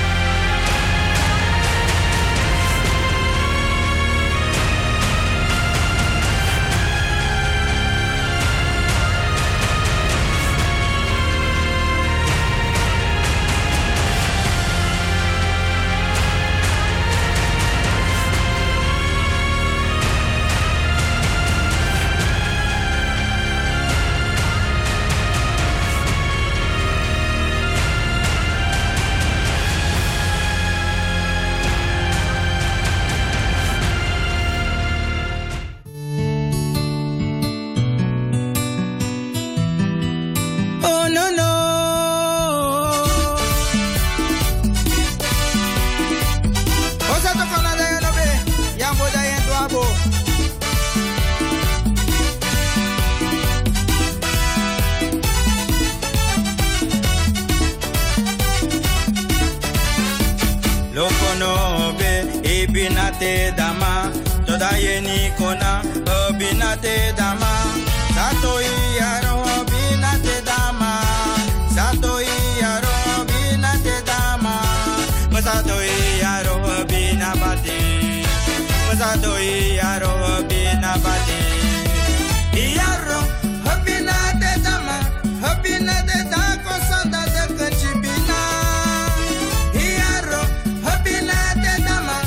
Obinate dama, toda yeni kona, obinate dama, sato yaro obinate dama, sato yaro obinate dama, sato yaro obinabati, sato yaro obinabati, yaro obinate dama, obinate dako sanda de kachibina, yaro obinate dama.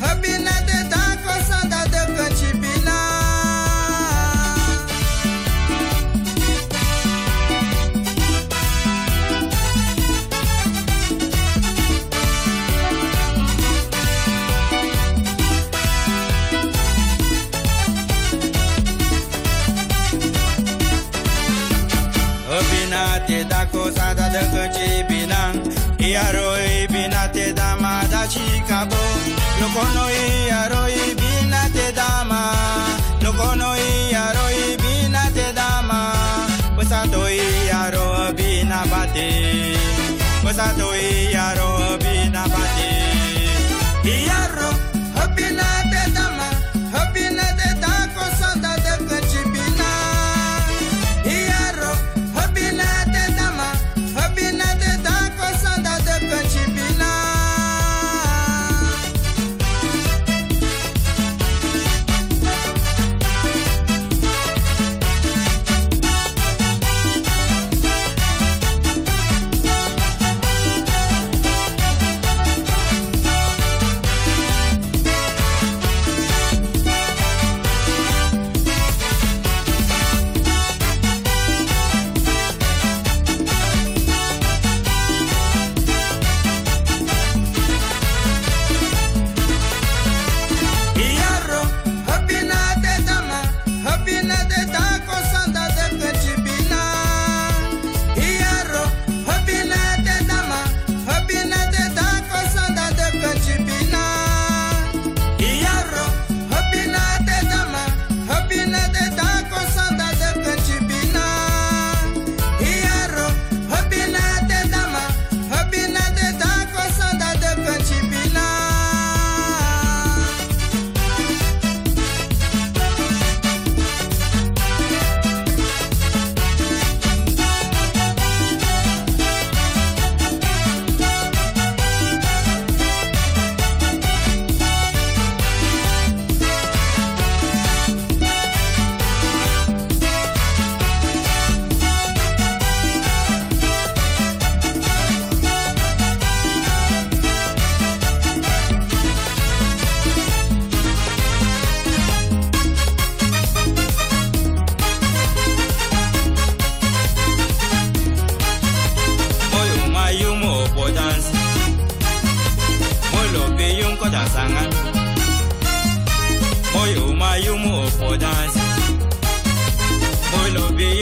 Binate da cosa da de coci binan Iaroi binate da ma da chicabo Locono iaroi binate da ma Locono iaroi binate da ma Posato iaro binabate Posato iaro binabate Iaro binate da ma Binate da cosa da de coci binan Iaro Binate dama, binate da cosa da de pechibina.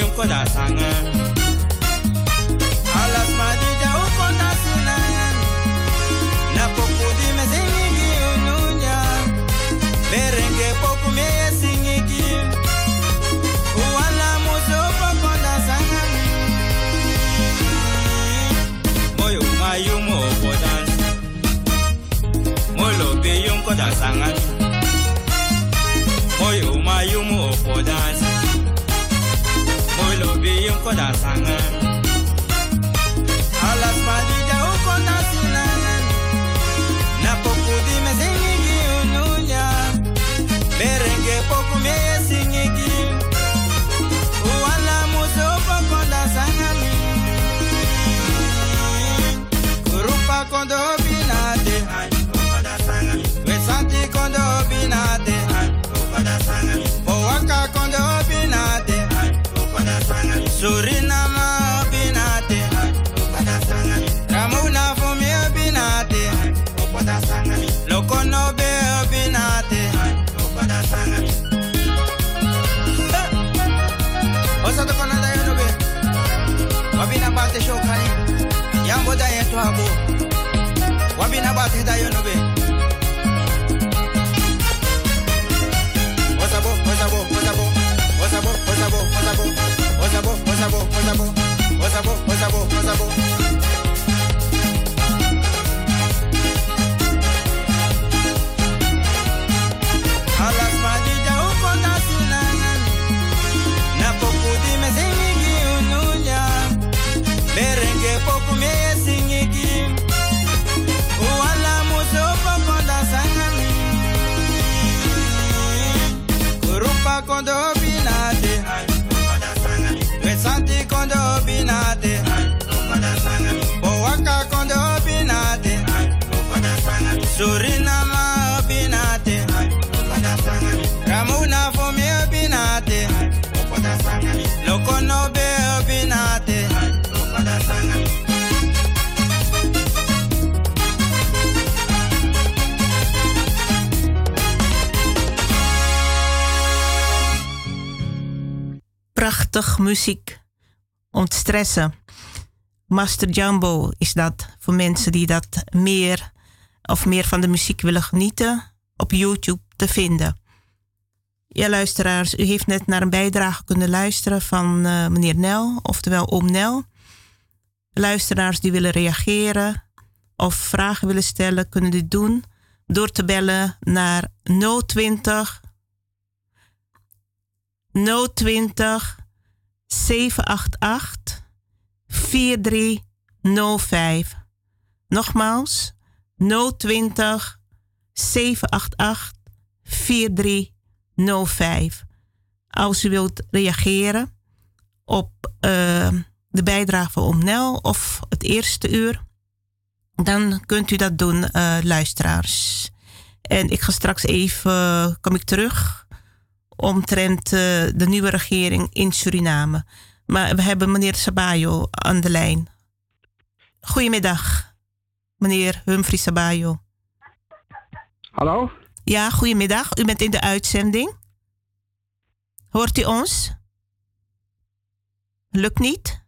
yung koda sangan. Alas madija ukonda sunan. Na poku di me singigi ununya. Berenge poku me singigi. Uwala muso pokonda sangan. Moyo mayu mo kodan. Molo be yung koda sangan. Moyo mayu mo kodan. Molo be yung koda sangan. Alas madija ukonda sunan. Na poku di me singigi ununya. Berenge poku me singigi. Uwala muso pokonda sangan. Kurupa kondo binate. We santi kondo binate. Powaka kondo binate. Surinama binate. Ramuna fumi binate. Lokono be binate. Osa to kona da yono be. Wabina bate shokani. Yambo da yetu habu. Wabina bate da yono be. Osabo, osabo, osabo. Osabo, osabo, osabo. Osabo, osabo, osabo. Osabo, osabo, osabo. Alas madija ukonda sunan. Na poku di me singigi ununya. Berenge poku me singigi. Uwala muso pokonda sangan. Kurupa kondo binate. We santi kondo binate. Powaka kondo binate. Surinama binate. Ramuna fumi binate. Lokono be binate. Prachtig muziek om te stressen. Master Jumbo is dat voor mensen die dat meer of meer van de muziek willen genieten op YouTube te vinden. Ja, luisteraars, u heeft net naar een bijdrage kunnen luisteren van uh, meneer Nel, oftewel oom Nel. Luisteraars die willen reageren of vragen willen stellen, kunnen dit doen door te bellen naar nul twintig nul twintig zeven acht acht vier drie nul vijf. Nogmaals, nul twintig zeven acht acht vier drie nul vijf. Als u wilt reageren op uh, de bijdrage van Oom Nel of het eerste uur, dan kunt u dat doen, uh, luisteraars. En ik ga straks even, uh, kom ik terug omtrent uh, de nieuwe regering in Suriname. Maar we hebben meneer Sabayo aan de lijn. Goedemiddag, meneer Humphrey Sabayo. Hallo? Ja, goedemiddag. U bent in de uitzending. Hoort u ons? Lukt niet?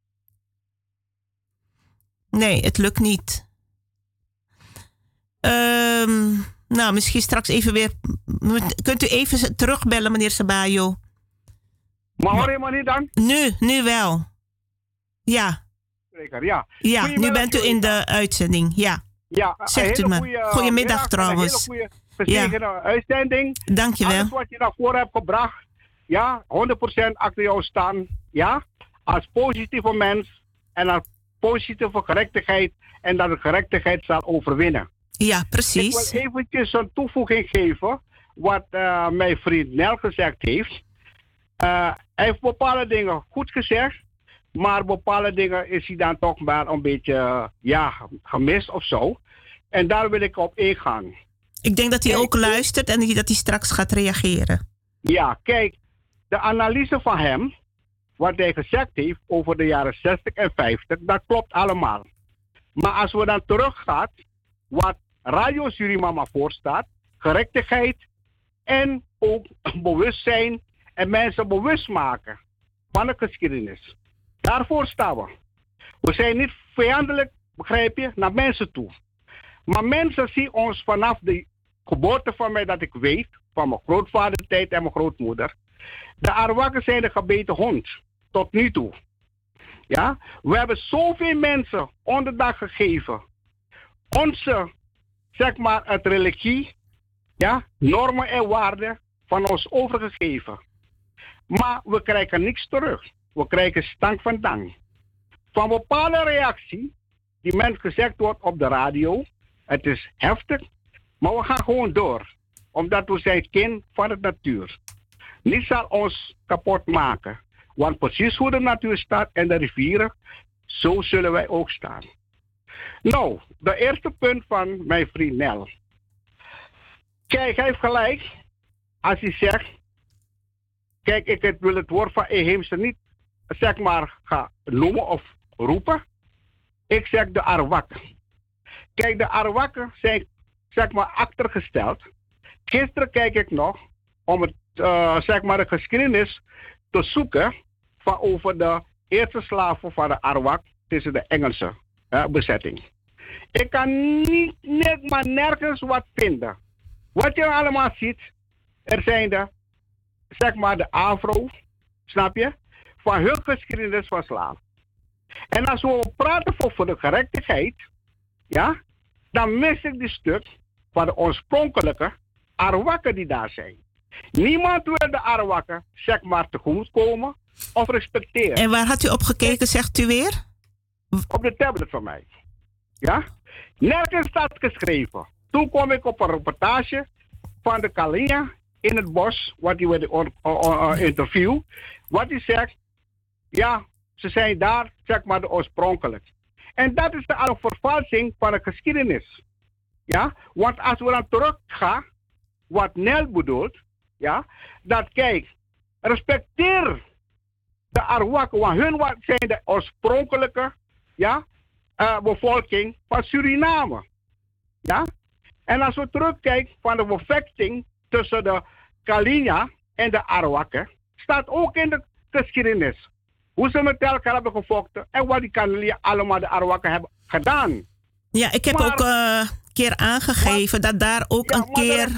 Nee, het lukt niet. Um, nou, misschien straks even weer... Kunt u even terugbellen, meneer Sabayo? Maar hoor je me niet dan? Nu, nu wel. Ja. Zeker, ja. Ja, nu bent u in de uitzending, ja. Ja, zegt u me. Goeie, Goedemiddag trouwens. Een hele goede gezegende ja. uitzending. Dank je wel. Alles wat je naar voren hebt gebracht, ja, honderd procent achter jou staan, ja. Als positieve mens en als positieve gerechtigheid en dat de gerechtigheid zal overwinnen. Ja, precies. Ik wil eventjes een toevoeging geven wat uh, mijn vriend Nel gezegd heeft. Uh, hij heeft bepaalde dingen goed gezegd, maar bepaalde dingen is hij dan toch maar een beetje uh, ja, gemist of zo. En daar wil ik op ingaan. Ik denk dat hij kijk, ook luistert en dat hij straks gaat reageren. Ja, kijk, de analyse van hem, wat hij gezegd heeft over de jaren zestig en vijftig, dat klopt allemaal. Maar als we dan teruggaan, wat Radio Surimama voorstaat, gerechtigheid en ook bewustzijn en mensen bewust maken. van de geschiedenis. Daarvoor staan we. We zijn niet vijandelijk, begrijp je, naar mensen toe. Maar mensen zien ons vanaf de geboorte van mij, dat ik weet, van mijn grootvadertijd en mijn grootmoeder. De Arawakken zijn de gebeten hond, tot nu toe. Ja? We hebben zoveel mensen onderdak gegeven. Onze, zeg maar, het religie, ja, normen en waarden van ons overgegeven. Maar we krijgen niks terug. We krijgen stank van dank. Van bepaalde reactie, die men gezegd wordt op de radio, het is heftig, maar we gaan gewoon door. Omdat we zijn kind van de natuur. Niets zal ons kapot maken. Want precies hoe de natuur staat en de rivieren, zo zullen wij ook staan. Nou, de eerste punt van mijn vriend Nel. Kijk, hij heeft gelijk als hij zegt, kijk, ik wil het woord van inheemse niet, zeg maar, gaan noemen of roepen. Ik zeg de Arawakken. Kijk, de Arawakken zijn, zeg maar, achtergesteld. Gisteren kijk ik nog om het, uh, zeg maar, de geschiedenis te zoeken van over de eerste slaven van de Arawak tussen de Engelse uh, bezetting. Ik kan niet, niet maar nergens wat vinden. Wat je allemaal ziet, er zijn de, zeg maar, de Afro, snap je, van hun geschiedenis van slaven. En als we praten over de gerechtigheid, ja, dan mis ik die stuk van de oorspronkelijke Arawakken die daar zijn. Niemand wil de Arawakken, zeg maar, tegemoetkomen of respecteren. En waar had u op gekeken, zegt u weer? Op de tablet van mij. Ja? Nergens staat geschreven. Toen kwam ik op een reportage van de Kalinja in het bos, wat hij werd uh, interview. Wat hij zegt, ja, ze zijn daar, zeg maar, de oorspronkelijk. En dat is de alle vervalsing van de geschiedenis. Ja? Want als we dan teruggaan, wat Nel bedoelt, ja, dat kijk, respecteer de Arawakken, want hun zijn de oorspronkelijke, ja, uh, bevolking van Suriname. Ja? En als we terugkijken van de bevechting tussen de Kalinja en de Arawakken, staat ook in de geschiedenis hoe ze met elkaar hebben gevochten en wat die Kalinja allemaal de Arawakken hebben gedaan. Ja, ik heb maar, ook een uh, keer aangegeven maar, dat daar ook ja, een keer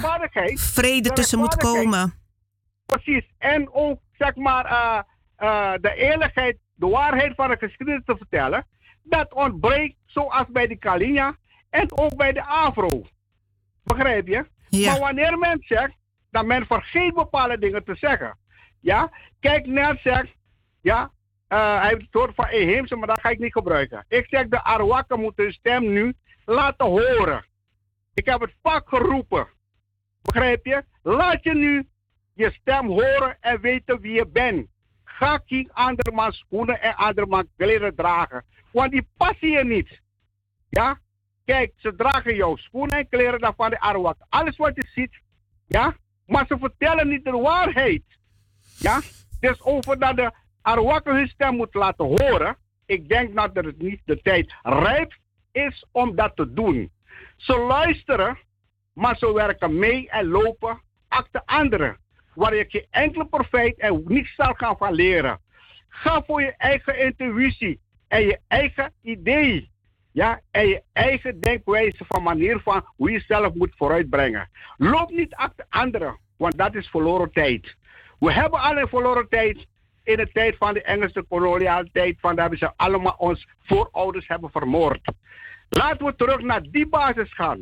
vrede tussen moet komen. Precies. En ook, zeg maar, uh, uh, de eerlijkheid, de waarheid van de geschiedenis te vertellen, dat ontbreekt zoals bij de Kalinja en ook bij de Afro. Begrijp je? Ja. Maar wanneer men zegt dat men vergeet bepaalde dingen te zeggen. Ja? Kijk, net zegt, ja, uh, hij heeft het woord van inheemse, maar dat ga ik niet gebruiken. Ik zeg, de Arawakken moeten hun stem nu laten horen. Ik heb het vaak geroepen. Begrijp je? Laat je nu je stem horen en weten wie je bent. Ga geen andermans schoenen en andermans kleren dragen. Want die passen je niet. Ja? Kijk, ze dragen jouw schoenen en kleren dan van de Arawakken. Alles wat je ziet. Ja? Maar ze vertellen niet de waarheid. Ja? Dus over dat de Arawakken hun stem moet laten horen. Ik denk dat er niet de tijd rijp is om dat te doen. Ze luisteren, maar ze werken mee en lopen achter anderen. Waar je geen enkele profijt en niets zal gaan van leren. Ga voor je eigen intuïtie en je eigen idee. Ja, en je eigen denkwijze van manier van hoe je zelf moet vooruitbrengen. Loop niet achter anderen, want dat is verloren tijd. We hebben al een verloren tijd in de tijd van de Engelse koloniale tijd. Van daar hebben ze allemaal ons voorouders hebben vermoord. Laten we terug naar die basis gaan.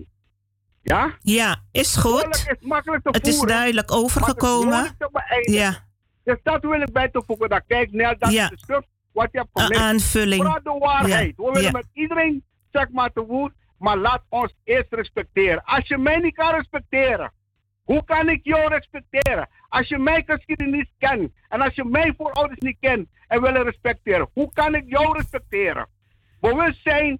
Ja? Ja, is goed. Is makkelijk te het voeren, is duidelijk overgekomen. Ja. Dus dat wil ik bij te voegen. Dat kijk, nee, dat ja. is de stuk wat je hebt gemist. Een aanvulling. Praat de waarheid. Ja. We willen ja. met iedereen, zeg maar, te woord. Maar laat ons eerst respecteren. Als je mij niet kan respecteren, hoe kan ik jou respecteren? Als je mijn geschiedenis kent en als je mijn voorouders niet kent en willen respecteren, hoe kan ik jou respecteren? Bewustzijn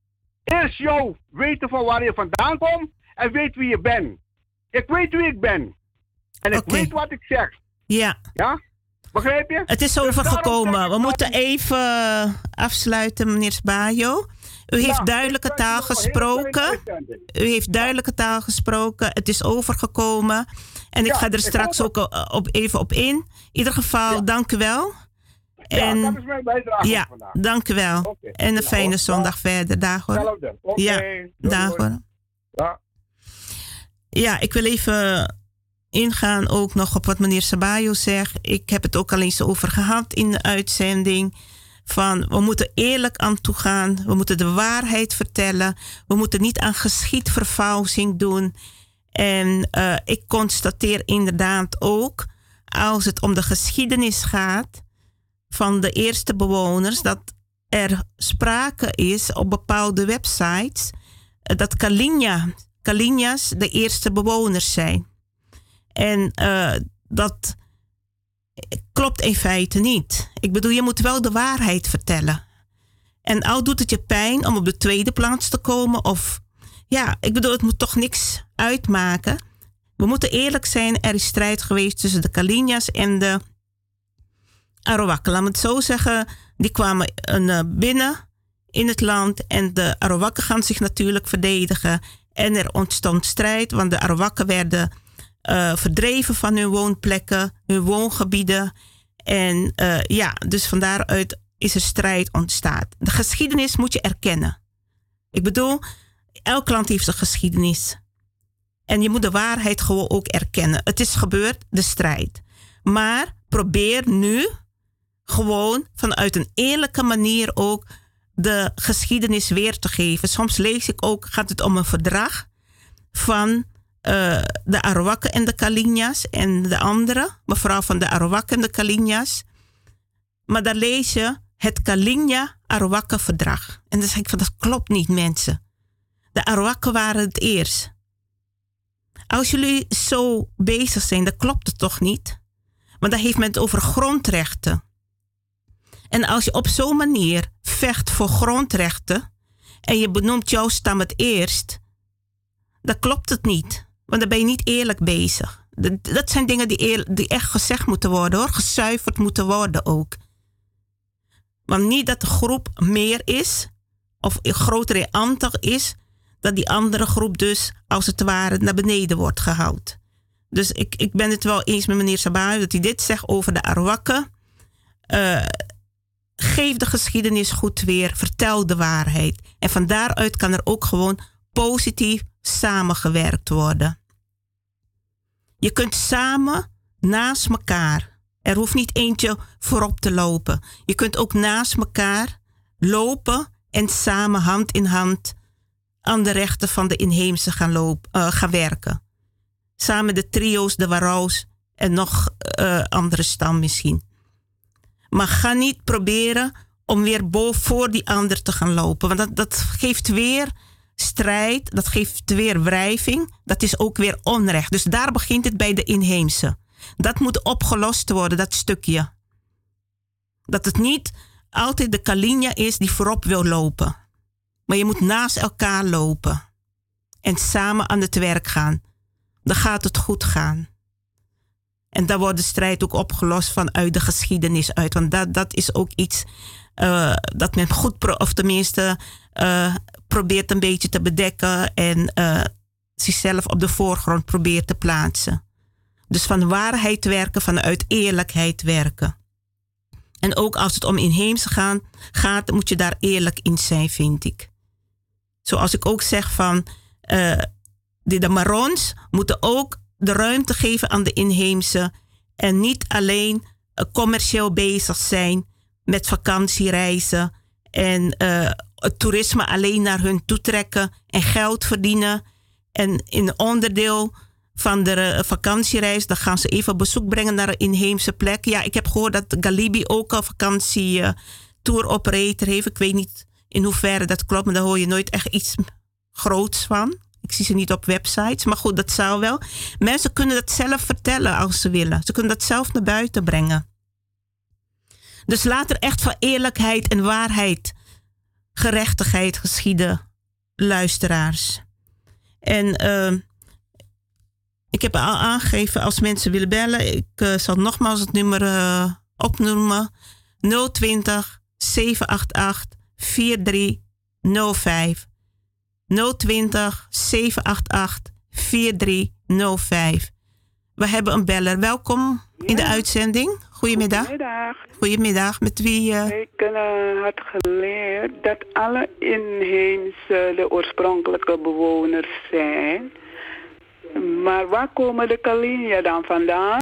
is jou weten van waar je vandaan komt en weet wie je bent. Ik weet wie ik ben. En ik okay. weet wat ik zeg. Ja. Ja? Begrijp je? Het is overgekomen. Dus we moeten even afsluiten, meneer Sbajo. U heeft ja, duidelijke taal gesproken. U heeft duidelijke taal gesproken. Het is overgekomen. En ik ja, ga er straks ook op, even op in. In ieder geval, ja. dank u wel. En, ja, dat is mijn bijdrage ja, vandaag. Dank u wel. Okay. En een ja, fijne hoor. zondag ja. verder. Dag hoor. Hetzelfde. Okay. Ja, doei, dag doei. hoor. Ja. Ja, ik wil even ingaan ook nog op wat meneer Sabayo zegt. Ik heb het ook al eens over gehad in de uitzending. Van we moeten eerlijk aan toe gaan. We moeten de waarheid vertellen. We moeten niet aan geschiedvervalsing doen. En uh, ik constateer inderdaad ook, als het om de geschiedenis gaat van de eerste bewoners, dat er sprake is op bepaalde websites uh, dat Kalinja, Kalinja's de eerste bewoners zijn. En uh, dat klopt in feite niet. Ik bedoel, je moet wel de waarheid vertellen. En al doet het je pijn om op de tweede plaats te komen, of ja, ik bedoel, het moet toch niks uitmaken. We moeten eerlijk zijn, er is strijd geweest tussen de Kalinja's en de Arawakken. Laat me het zo zeggen, die kwamen uh, binnen in het land en de Arawakken gaan zich natuurlijk verdedigen. En er ontstond strijd, want de Arawakken werden uh, verdreven van hun woonplekken, hun woongebieden. En uh, ja, dus van daaruit is er strijd ontstaan. De geschiedenis moet je erkennen. Ik bedoel, elk land heeft een geschiedenis. En je moet de waarheid gewoon ook erkennen. Het is gebeurd, de strijd. Maar probeer nu gewoon vanuit een eerlijke manier ook de geschiedenis weer te geven. Soms lees ik ook, gaat het om een verdrag van uh, de Arawakken en de Kalinja's en de andere, mevrouw van de Arawakken en de Kalinja's. Maar daar lees je het Kalinja-Arawakken verdrag. En dan zeg ik van, dat klopt niet, mensen. De Arawakken waren het eerst. Als jullie zo bezig zijn, dan klopt het toch niet? Want dan heeft men het over grondrechten. En als je op zo'n manier vecht voor grondrechten en je benoemt jouw stam het eerst, dan klopt het niet. Want dan ben je niet eerlijk bezig. Dat zijn dingen die, eer, die echt gezegd moeten worden, hoor. Gezuiverd moeten worden ook. Want niet dat de groep meer is of een groter aantal is, dat die andere groep dus als het ware naar beneden wordt gehaald. Dus ik, ik ben het wel eens met meneer Sabayo dat hij dit zegt over de Arawakken. Uh, geef de geschiedenis goed weer, vertel de waarheid. En van daaruit kan er ook gewoon positief samengewerkt worden. Je kunt samen naast elkaar. Er hoeft niet eentje voorop te lopen. Je kunt ook naast elkaar lopen en samen hand in hand aan de rechten van de inheemse gaan, lopen, uh, gaan werken. Samen de trio's, de Warao's en nog uh, andere stam misschien. Maar ga niet proberen om weer boven voor die ander te gaan lopen. Want dat, dat geeft weer strijd, dat geeft weer wrijving. Dat is ook weer onrecht. Dus daar begint het bij de inheemse. Dat moet opgelost worden, dat stukje. Dat het niet altijd de Kalinja is die voorop wil lopen. Maar je moet naast elkaar lopen. En samen aan het werk gaan. Dan gaat het goed gaan. En dan wordt de strijd ook opgelost vanuit de geschiedenis uit. Want dat, dat is ook iets uh, dat men goed, pro- of tenminste uh, probeert een beetje te bedekken. En uh, zichzelf op de voorgrond probeert te plaatsen. Dus van waarheid werken, vanuit eerlijkheid werken. En ook als het om inheemse gaan, gaat, moet je daar eerlijk in zijn, vind ik. Zoals ik ook zeg van, uh, de, de Marons moeten ook de ruimte geven aan de inheemse. En niet alleen uh, commercieel bezig zijn met vakantiereizen. En uh, het toerisme alleen naar hun toetrekken en geld verdienen. En in onderdeel van de uh, vakantiereis, dan gaan ze even bezoek brengen naar een inheemse plek. Ja, ik heb gehoord dat Galibi ook een vakantie uh, tour operator heeft. Ik weet niet in hoeverre dat klopt, maar daar hoor je nooit echt iets groots van. Ik zie ze niet op websites, maar goed, dat zou wel. Mensen kunnen dat zelf vertellen als ze willen. Ze kunnen dat zelf naar buiten brengen. Dus laat er echt van eerlijkheid en waarheid, gerechtigheid geschieden, luisteraars. En uh, ik heb al aangegeven als mensen willen bellen. Ik uh, zal nogmaals het nummer uh, opnoemen. nul twintig, zeven acht acht, vier drie nul vijf. nul twintig, zeven acht acht, vier drie nul vijf. We hebben een beller. Welkom in de uitzending. Goedemiddag. Goedemiddag. Goedemiddag. Met wie? Uh... Ik uh, had geleerd dat alle inheemse de oorspronkelijke bewoners zijn. Maar waar komen de Kalinja dan vandaan?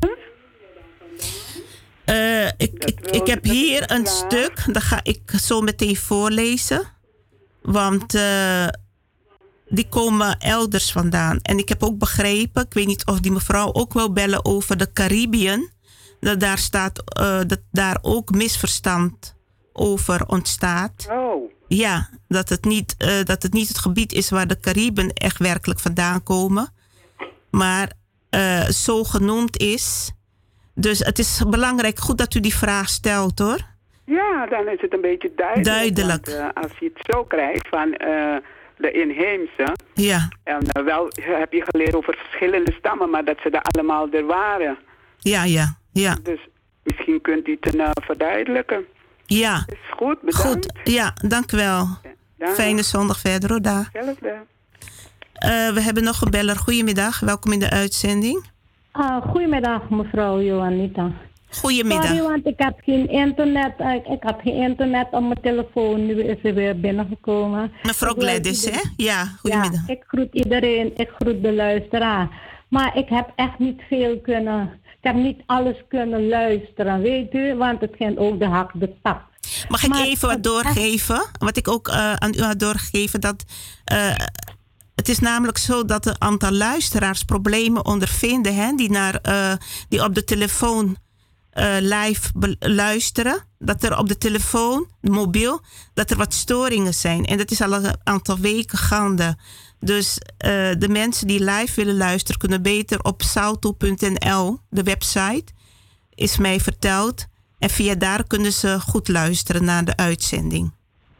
Uh, ik, ik, ik heb hier een stuk, dat ga ik zo meteen voorlezen. Want uh, die komen elders vandaan. En ik heb ook begrepen, ik weet niet of die mevrouw ook wil bellen over de Caribiën. Dat daar staat, uh, dat daar ook misverstand over ontstaat. Oh. Ja, dat het niet, uh, dat het niet het gebied is waar de Cariben echt werkelijk vandaan komen. Maar uh, zo genoemd is. Dus het is belangrijk, goed dat u die vraag stelt, hoor. Ja, dan is het een beetje duidelijk. Duidelijk. Want, uh, als je het zo krijgt van uh, de inheemse. Ja. En uh, wel heb je geleerd over verschillende stammen, maar dat ze er allemaal er waren. Ja, ja, ja. Dus misschien kunt u het uh, verduidelijken. Ja. Is goed, bedankt. Goed, ja, dank u wel. Ja. Fijne zondag verder, hoor. Dag. Hetzelfde. Uh, we hebben nog een beller. Goedemiddag, welkom in de uitzending. Uh, goedemiddag, mevrouw Johanita. Goedemiddag. Sorry, want ik heb geen internet. Uh, ik had geen internet op mijn telefoon. Nu is ze weer binnengekomen. Mevrouw Gladys, hè? Ja, goedemiddag. Ja, ik groet iedereen. Ik groet de luisteraar. Maar ik heb echt niet veel kunnen... Ik heb niet alles kunnen luisteren, weet u? Want het ging ook de hak, de tak. Mag ik maar, even wat doorgeven? Wat ik ook uh, aan u had doorgegeven, dat... Uh, Het is namelijk zo dat een aantal luisteraars problemen ondervinden, hè, die, naar, uh, die op de telefoon uh, live luisteren. Dat er op de telefoon, de mobiel, dat er wat storingen zijn. En dat is al een aantal weken gaande. Dus uh, de mensen die live willen luisteren kunnen beter op salto punt n l, de website, is mij verteld. En via daar kunnen ze goed luisteren naar de uitzending.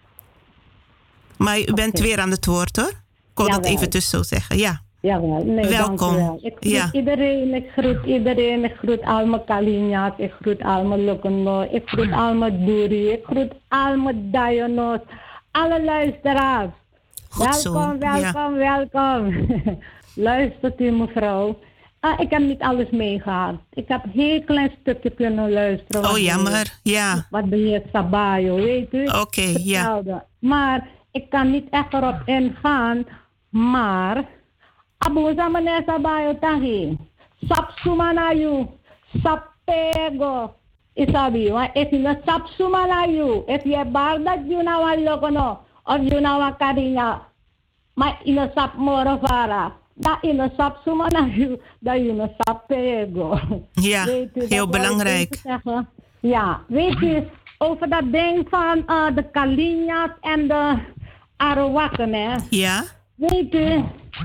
Maar u bent okay. weer aan het woord, hoor. Ik kon het even tussen zeggen, ja. Jawel, nee, welkom. Wel. Ik groet ja. iedereen, ik groet iedereen, ik groet al mijn Kalinja's, ik groet al mijn Lokono, ik groet al mijn Duri, ik groet al mijn Dayonos, alle luisteraars. Goed welkom, zo. welkom, ja. welkom. Luistert u, mevrouw. Ah, ik heb niet alles meegehad. Ik heb een heel klein stukje kunnen luisteren. Oh, jammer, ja. Wat de heer Sabayo, weet u? Oké, okay, ja. Maar ik kan niet echt erop ingaan, maar... Abu zamane Sabayo tahi. Sap sumanayu. Sapego. Isabi. If you sap sumanayu. If you bar that you know a lokono. Of you know a karinya. Maar in een sap morovara. Dat in een sap sumanayu. Dat in een sapego. Ja, heel belangrijk. Ja, weet u, over dat ding van uh, de Kalinja's en de Arawakken, hè? Ja. Weet u,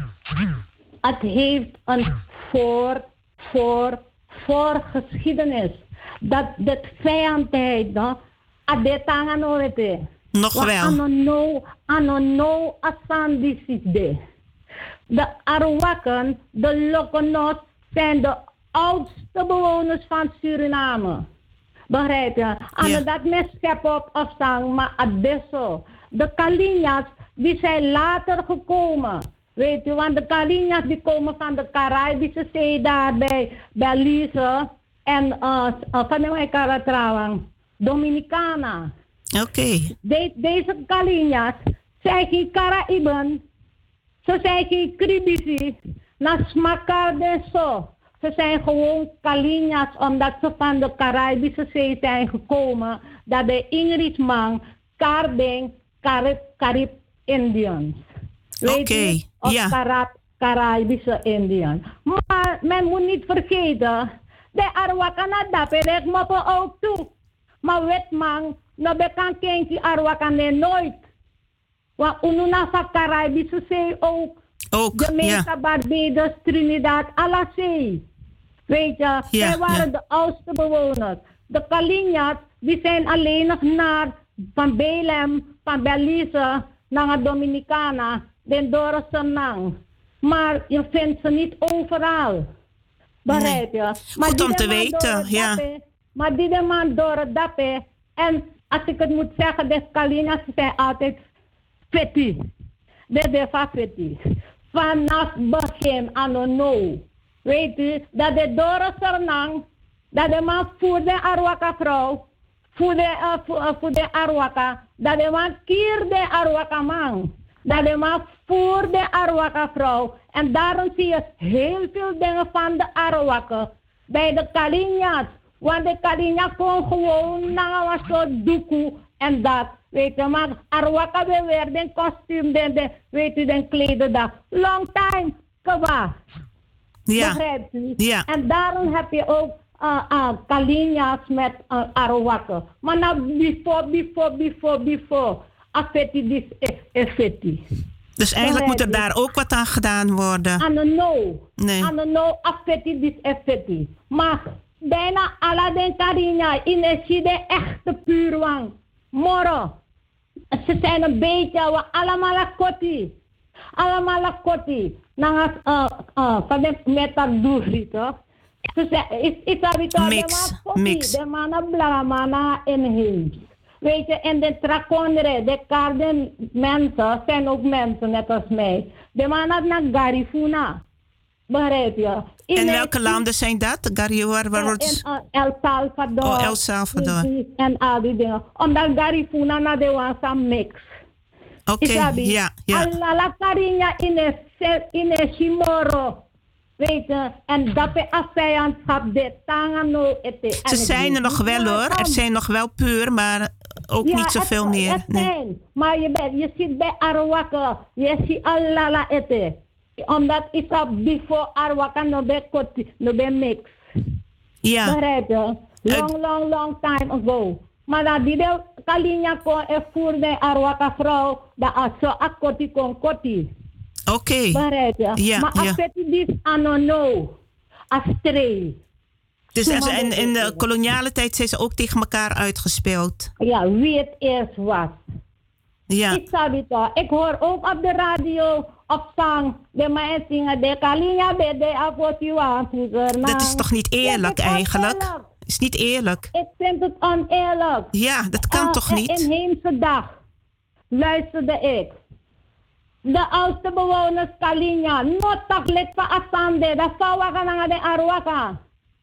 het heeft een voor, voor, voor geschiedenis. Dat de vijandheid, no? Adetanga nooit. Nog wel. Anono, anono asandiside. De Arawakken, de Lokonos, zijn de oudste bewoners van Suriname. Begrijp je? En ja. dat mes schep op afstaan, maar adesso. De Kalinja's, die zijn later gekomen. Weet je, want de Kalinja's die komen van de Caribische Zee daar bij Belize en uh, uh, van de Karatrawang, Dominicana. Oké. Okay. De, deze Kalinja's zijn geen Caraïben, ze zijn geen Kribici, na smakar en zo. Ze zijn gewoon Kalinja's omdat ze van de Caribische Zee zijn gekomen, dat de Ingridman, Karding, Carib, Carib Indians. Oké, okay. Of ja. Carib, Caribische Indians. Maar men moet niet vergeten, de Arwakana daperek moppen ook toe. Maar wetman, no bekend kenki Arwakane nooit. Want ununa van Caribische Zee ook. Ook, Jamaica, ja. Barbados, Trinidad, alle zee. Weet je, ja, zij waren ja. de oudste bewoners. De Kalinja's, die zijn alleen nog naar van Belem, van Belize, naar Dominicana, den door Senang. Maar je vindt ze niet overal. Begrijp je? Nee. Maar goed om te weten, ja. Dappe, maar die man door het dappe. En als ik het moet zeggen, de Kalinja's zijn altijd feti. De de feti. Vanaf begin, ano no. weet u, dat de Dora Sernang, dat de man voor de Arwaka vrouw, voor de, uh, voor, uh, voor de Arwaka, dat de man kier de Arwaka man, dat de man voor de Arwaka vrouw. En daarom zie je heel veel dingen van de Arwaka bij de Kalinja's. Want de Kalinja kon gewoon naar een soort doekoe en dat. Weet je, maar Arwaka beweert den kostuum, den, den, weet u, den klededag. Long time, kawa. Ja. Begrijpt u? Ja. En daarom heb je ook uh, uh, Kalinja's met uh, Arwaka. Maar nou, before, before, before, before, affetti dis effetti. Dus eigenlijk moet er daar ook wat aan gedaan worden. Aan de no. Nee. Aan de no, affetti dis effetti. Maar bijna alle den Kalinja, in de echte puurwang. Moro. Ze zijn een beetje, allemaal lakoti. Allemaal lakoti. Nangas, uh, uh, van de metaduri, toch? Ze zijn, is, is dat niet al? Mix, mix. De mannen blamana en heems. Weet je, en de trakondre, de karden mensen, zijn ook mensen net als mij. De mannen naar Garifuna. Begrijp je? In en welke landen zijn dat? Garifuna? Waar wordt... uh, El Salvador. Oh, El Salvador. En al die dingen. Omdat Garifuna naar de wansa mix. Oké, okay, ja, ja. Alla Karinja in de in de Shimoro. Weet je, en dat is een vijandschap, de tangano ete. Ze zijn er nog wel hoor, er zijn nog wel puur, maar ook ja, niet zoveel het, meer. Het nee. zijn, maar je, bent, je ziet bij Arwaka, je ziet allala ete. Omdat is dat before Arwaka no be koti, no be mix. Ja. Begrijp je? Long, uh, long, long time ago. Maar dat die de Kalinja kon er voor de Arwaka vrouw, dat als zo akoti kon koti. Oké. Okay. Begrijp je? Ja, maar als ja. het is anono, astray. Dus en, en in de koloniale tijd zijn ze ook tegen elkaar uitgespeeld. Ja, wie het eerst was. Ja. Ik, ik hoor ook op de radio op zang de mensen zingen de Kalinja bij de Apotiwa. Dat is toch niet eerlijk eigenlijk? Oneerlijk. Is niet eerlijk. Ik vind het oneerlijk. Ja, dat kan uh, toch niet? In Inheemse dag luisterde ik. De oudste bewoners Kalinja, notak lek van Asande, dat vrouwen naar de Arwaka.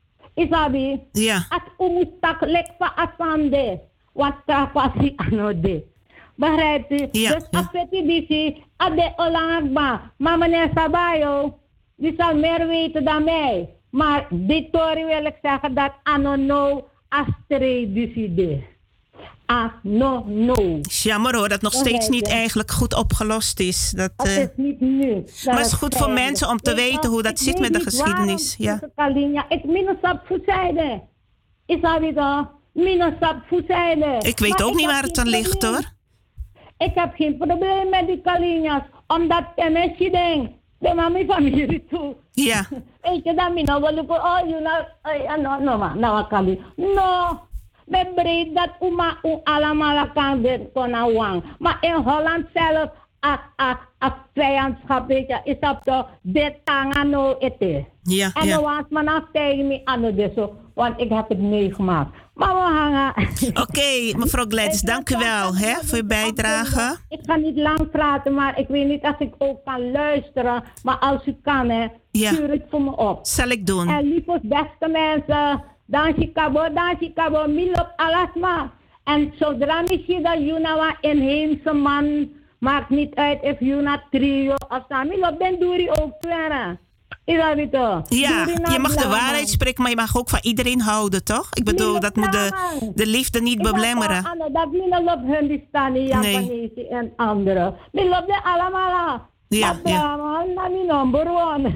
Isabi? Ja. As umustak lek van Asande, wat trapasi anode. Begrijpt u? Ja. Dus als je die ade olangba, maar meneer Sabayo, die zal meer weten dan mij. Maar dit Tori wil ik zeggen dat anono astre decide. Ah, no, no. Jammer hoor, dat nog steeds niet eigenlijk goed opgelost is. Dat, uh, het is niet nu. Maar het is goed voor mensen om te weten hoe dat zit met de geschiedenis. Ja. Ik minus op voetzijde. Is dat niet al? Minus op voetzijde. Ik weet ook niet waar het aan ligt hoor. Ik heb geen probleem met die Kalinja's. Omdat de mensen denken, de mami familie toe. Ja. Weet je dat, mina wil ik, oh, you know, no, no, ma, nou, Kali. No. We breed dat uma u allemaal kan kunnen wang. Maar in Holland zelf, als vijandschap, weet je, is dat toch de tangano ete. Ja, en ja. dan was men af tegen me aan de zo, want ik heb het meegemaakt. Maar we hangen. Oké, okay, mevrouw Gladys, dank u wel hè, voor uw bijdrage. Ik ga niet lang praten, maar ik weet niet of ik ook kan luisteren. Maar als u kan, hè, ja. stuur het voor me op. Zal ik doen. En lieve beste mensen. Dan si kabo, dan si kabo, milop alasma. En zodra je ziet dat je nou een inheemse man, maakt niet uit of je naar trio of zo. Milop, dan doe je ook verder. Is dat niet toch? Ja, je mag de waarheid spreken, maar je mag ook van iedereen houden, toch? Ik bedoel, dat moet de, de liefde niet belemmeren. Dat milop Hindustani, Japanese en anderen. Milop de allemaal. Ja, ja. Dat is number one.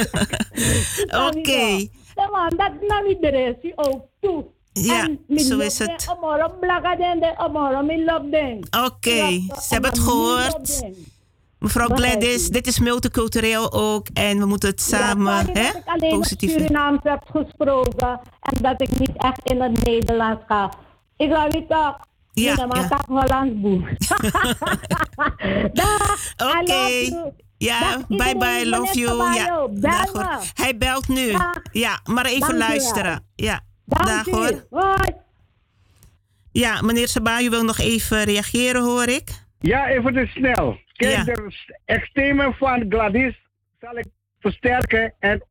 Oké. Man, dat nam iedereen ook toe. Ja, zo is het. Oké, okay, ze hebben het gehoord. Mevrouw Gladys, dit is multicultureel ook en we moeten het samen, ja, hè, dat ik alleen positief. Surinaams heb gesproken en dat ik niet echt in het Nederlands ga. Ik ga niet toch. Ja, ja. Maar ja. Hollands boek. Oké. Okay. Ja, bye bye, love you. Ja, dag hoor. Hij belt nu. Dag. Ja, maar even Dank luisteren. Ja, dag hoor. Hoi. Ja, meneer Sabayu wil nog even reageren, hoor ik. Ja, even te snel. Kijk, ja. De extreme van Gladys zal ik versterken en ook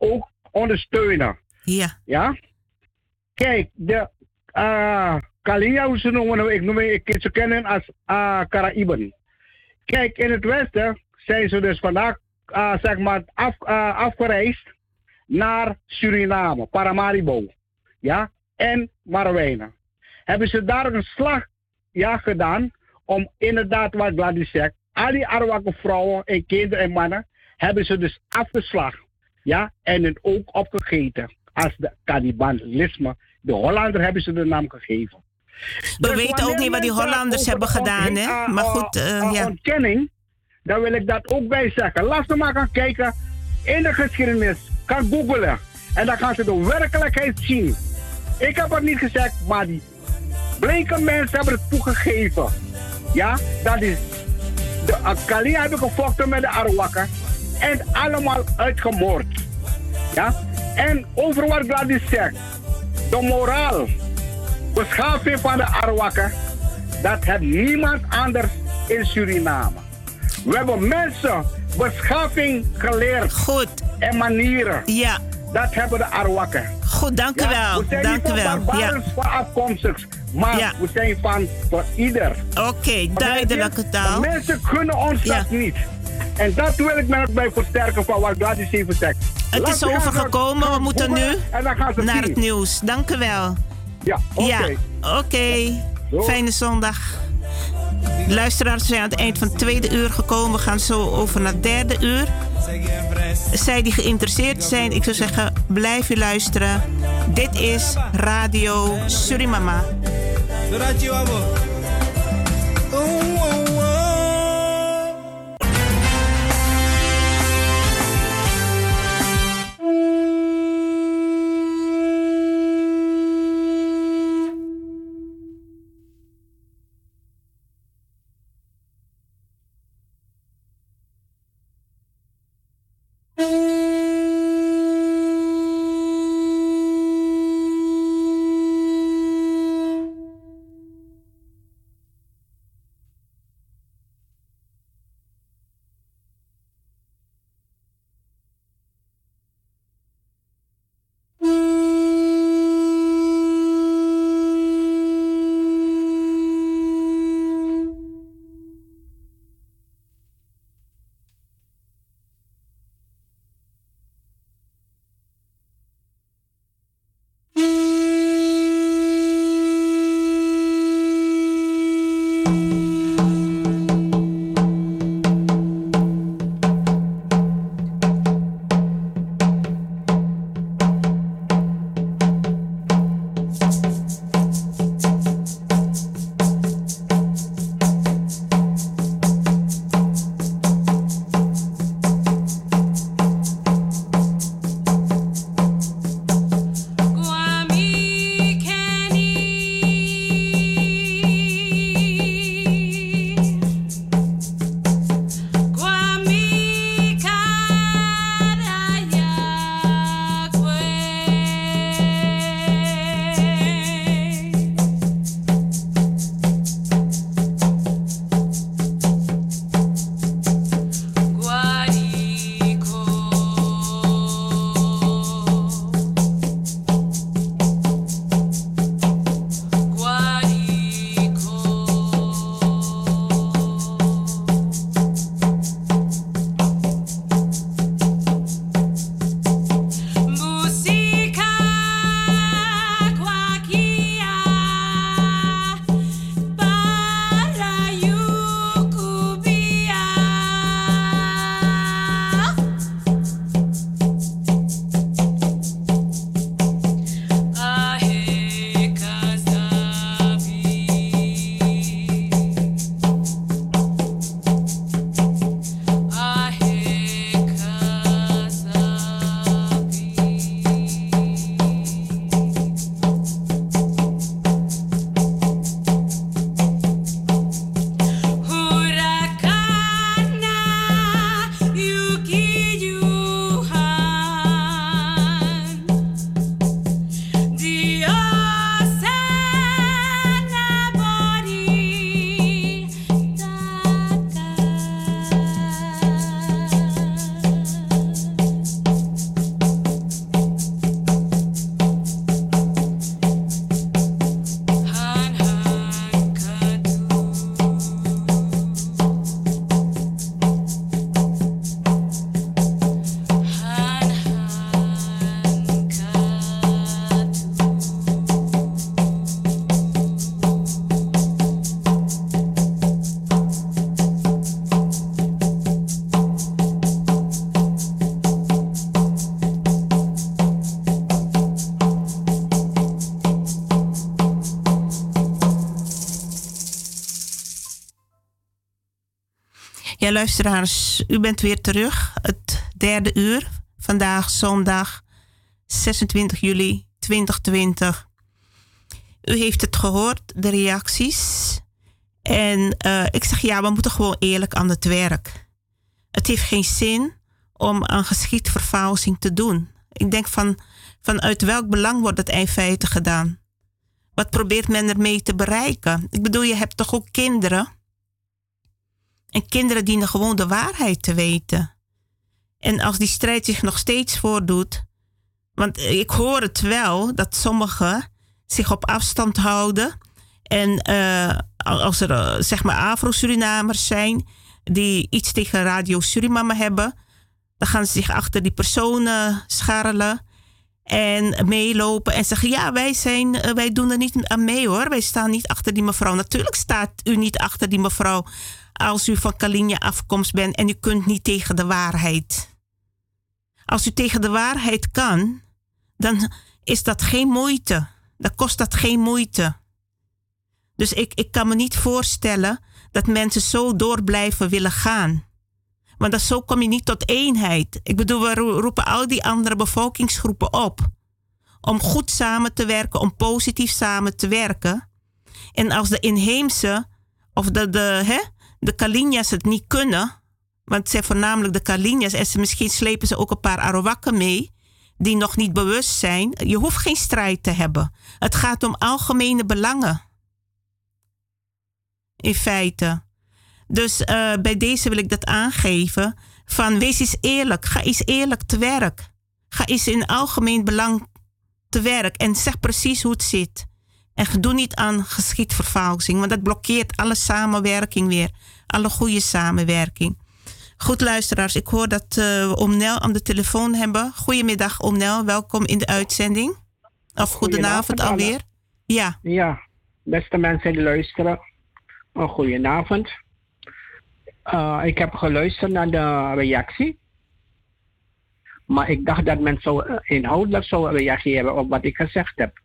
ondersteunen. Ja. Ja? Kijk, de uh, Kalia, hoe ze noemen, ik noem ik ze kennen als uh, Caraïben. Kijk, in het westen zijn ze dus vandaag uh, zeg maar af, uh, afgereisd naar Suriname, Paramaribo. Ja? En Marowijnen. Hebben ze daar een slag ja, gedaan om inderdaad wat Gladys zegt. Al die Arawakke vrouwen en kinderen en mannen hebben ze dus afgeslagen. Ja? En het ook opgegeten als de cannibalisme. De Hollander hebben ze de naam gegeven. We dus weten ook niet wat die Hollanders hebben gedaan, hè? Uh, maar goed, uh, uh, ja. ontkenning, daar wil ik dat ook bij zeggen. Laat ze maar gaan kijken in de geschiedenis. Gaan googlen. En dan gaan ze de werkelijkheid zien. Ik heb het niet gezegd, maar die bleke mensen hebben het toegegeven. Ja, dat is... De Akalia hebben gevochten met de Arawakken. En allemaal uitgemoord. Ja? En over wat Gladys zegt. De moraal. Beschaving van de Arawakken. Dat heeft niemand anders in Suriname. We hebben mensen beschaving geleerd. Goed. En manieren. Ja. Dat hebben de Arawakken. Goed, dank u ja, wel. We zijn dank niet u wel. van ja. van afkomstig. Maar ja. we zijn van voor ieder. Oké, okay, duidelijke taal. Mensen kunnen ons ja. dat niet. En dat wil ik me bij versterken van wat Gladys even zegt. Het Laat is overgekomen, gaan, we moeten nu naar zien. het nieuws. Dank u wel. Ja, oké. Okay. Ja, oké. Okay. Ja. Fijne zondag. Luisteraars zijn aan het eind van het tweede uur gekomen. We gaan zo over naar het derde uur. Zij die geïnteresseerd zijn, ik zou zeggen, blijf u luisteren. Dit is Radio Surimama. Ja, luisteraars, u bent weer terug. Het derde uur. Vandaag zondag zesentwintig juli tweeduizend twintig. U heeft het gehoord, de reacties. En uh, ik zeg ja, we moeten gewoon eerlijk aan het werk. Het heeft geen zin om aan geschiedvervalsing te doen. Ik denk van, vanuit welk belang wordt het in feite gedaan? Wat probeert men ermee te bereiken? Ik bedoel, je hebt toch ook kinderen? En kinderen dienen gewoon de waarheid te weten. En als die strijd zich nog steeds voordoet... Want ik hoor het wel, dat sommigen zich op afstand houden. En uh, als er uh, zeg maar Afro-Surinamers zijn... die iets tegen Radio Surimama hebben... dan gaan ze zich achter die personen scharrelen... en meelopen en zeggen... ja, wij, zijn, uh, wij doen er niet aan mee hoor. Wij staan niet achter die mevrouw. Natuurlijk staat u niet achter die mevrouw... als u van Kalinja afkomst bent... en u kunt niet tegen de waarheid. Als u tegen de waarheid kan... dan is dat geen moeite. Dan kost dat geen moeite. Dus ik, ik kan me niet voorstellen... dat mensen zo door blijven willen gaan. Want dan, zo kom je niet tot eenheid. Ik bedoel, we roepen al die andere bevolkingsgroepen op... om goed samen te werken, om positief samen te werken. En als de inheemse... of de, de, hè, de Kalinja's het niet kunnen... want het zijn voornamelijk de Kalinja's... en ze, misschien slepen ze ook een paar Arawakken mee... die nog niet bewust zijn. Je hoeft geen strijd te hebben. Het gaat om algemene belangen. In feite. Dus uh, bij deze wil ik dat aangeven. Van wees eens eerlijk. Ga eens eerlijk te werk. Ga eens in algemeen belang te werk. En zeg precies hoe het zit. En doe niet aan geschiedvervalsing. Want dat blokkeert alle samenwerking weer. Alle goede samenwerking. Goed luisteraars, ik hoor dat uh, we Oom Nel aan de telefoon hebben. Goedemiddag Oom Nel, welkom in de uitzending. Of goedenavond alweer. Ja. Ja, beste mensen die luisteren. Een goedenavond. Uh, ik heb geluisterd naar de reactie. Maar ik dacht dat men zo inhoudelijk zou reageren op wat ik gezegd heb.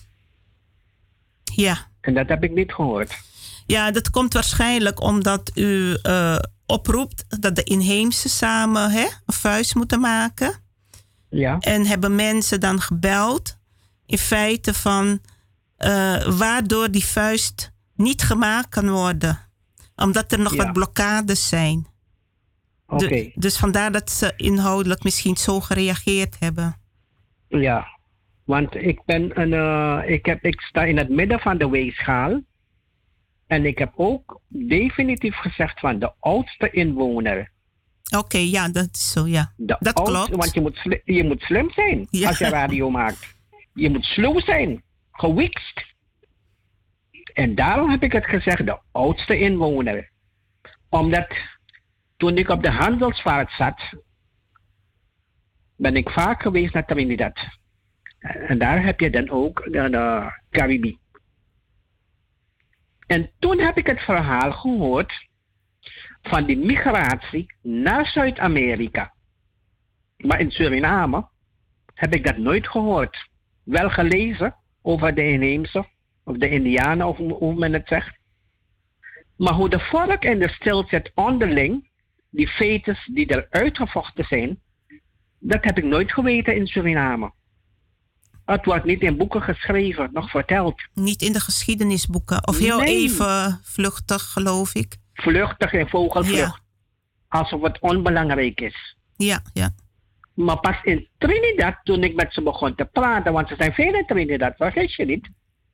Ja. En dat heb ik niet gehoord. Ja, dat komt waarschijnlijk omdat u uh, oproept dat de inheemse samen hè, een vuist moeten maken. Ja. En hebben mensen dan gebeld in feite van uh, waardoor die vuist niet gemaakt kan worden. Omdat er nog ja. wat blokkades zijn. Oké. Okay. De, dus vandaar dat ze inhoudelijk misschien zo gereageerd hebben. Ja, want ik ben een, uh, ik, heb, ik sta in het midden van de weegschaal. En ik heb ook definitief gezegd van de oudste inwoner. Oké, okay, ja, dat is zo, ja. De dat oudste, klopt. Want je moet, sli- je moet slim zijn ja. als je radio maakt. Je moet sluw zijn, gewikst. En daarom heb ik het gezegd, de oudste inwoner. Omdat toen ik op de handelsvaart zat, ben ik vaak geweest naar Trinidad. En daar heb je dan ook de, de Caribe. En toen heb ik het verhaal gehoord van die migratie naar Zuid-Amerika. Maar in Suriname heb ik dat nooit gehoord. Wel gelezen over de inheemse, of de Indianen, of hoe men het zegt. Maar hoe de volk en de stilzet onderling, die fetes die er uitgevochten zijn, dat heb ik nooit geweten in Suriname. Het wordt niet in boeken geschreven, nog verteld. Niet in de geschiedenisboeken. Of heel nee. even vluchtig, geloof ik. Vluchtig en vogelvlucht. Ja. Alsof het onbelangrijk is. Ja, ja. Maar pas in Trinidad, toen ik met ze begon te praten, want ze zijn veel in Trinidad, vergeet je niet.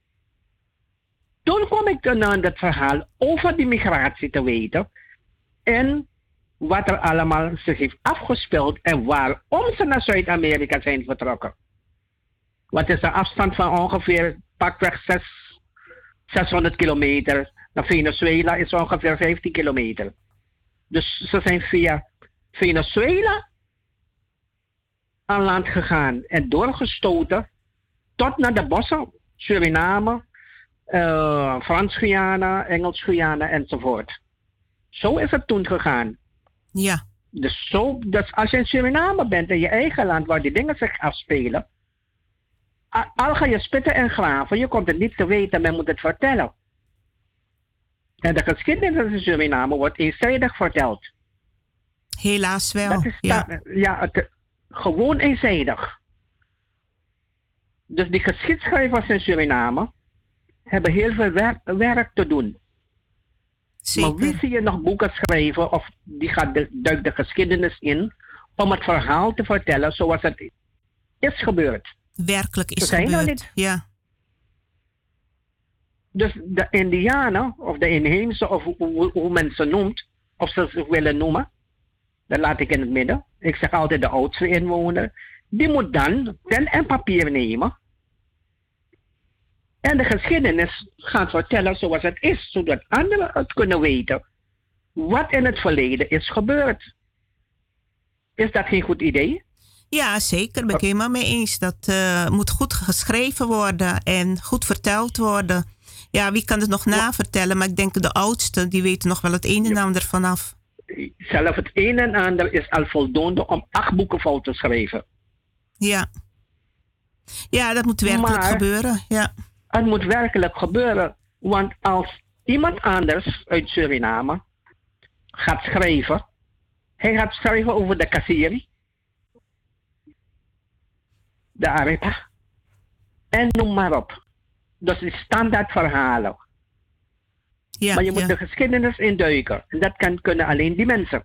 Toen kwam ik dan aan het verhaal over die migratie te weten. En wat er allemaal zich heeft afgespeeld en waarom ze naar Zuid-Amerika zijn vertrokken. Want het is een afstand van ongeveer pakweg zeshonderd kilometer. Naar Venezuela is ongeveer vijftien kilometer. Dus ze zijn via Venezuela aan land gegaan en doorgestoten tot naar de bossen. Suriname, uh, Frans-Guyana, Engels-Guyana enzovoort. Zo is het toen gegaan. Ja. Dus, zo, dus als je in Suriname bent, in je eigen land waar die dingen zich afspelen, al ga je spitten en graven, je komt het niet te weten, men moet het vertellen. En de geschiedenis in Suriname wordt eenzijdig verteld. Helaas wel. Dat is ja, ta- ja het, gewoon eenzijdig. Dus die geschiedschrijvers in Suriname hebben heel veel werk, werk te doen. zeker. Maar wie zie je nog boeken schrijven of die gaat de, duikt de geschiedenis in om het verhaal te vertellen zoals het is gebeurd? Werkelijk is Ze zijn er gebeurd. niet. Ja. Dus de Indianen of de inheemse of hoe, hoe, hoe men ze noemt, of ze ze willen noemen, dat laat ik in het midden. Ik zeg altijd de oudste inwoner. Die moet dan pen en papier nemen en de geschiedenis gaan vertellen zoals het is, zodat anderen het kunnen weten wat in het verleden is gebeurd. Is dat geen goed idee? Ja, zeker. Ben ik helemaal mee eens. Dat uh, moet goed geschreven worden en goed verteld worden. Ja, wie kan het nog navertellen? Maar ik denk de oudsten, die weten nog wel het een en ander vanaf. Zelf het een en ander is al voldoende om acht boeken vol te schrijven. Ja. Ja, dat moet werkelijk Maar gebeuren. Ja. Het moet werkelijk gebeuren. Want als iemand anders uit Suriname gaat schrijven, hij gaat schrijven over de Kassiri, de Arepa, en noem maar op. Dus die standaard verhalen. Ja, maar je moet ja. de geschiedenis induiken. En dat kan, kunnen alleen die mensen.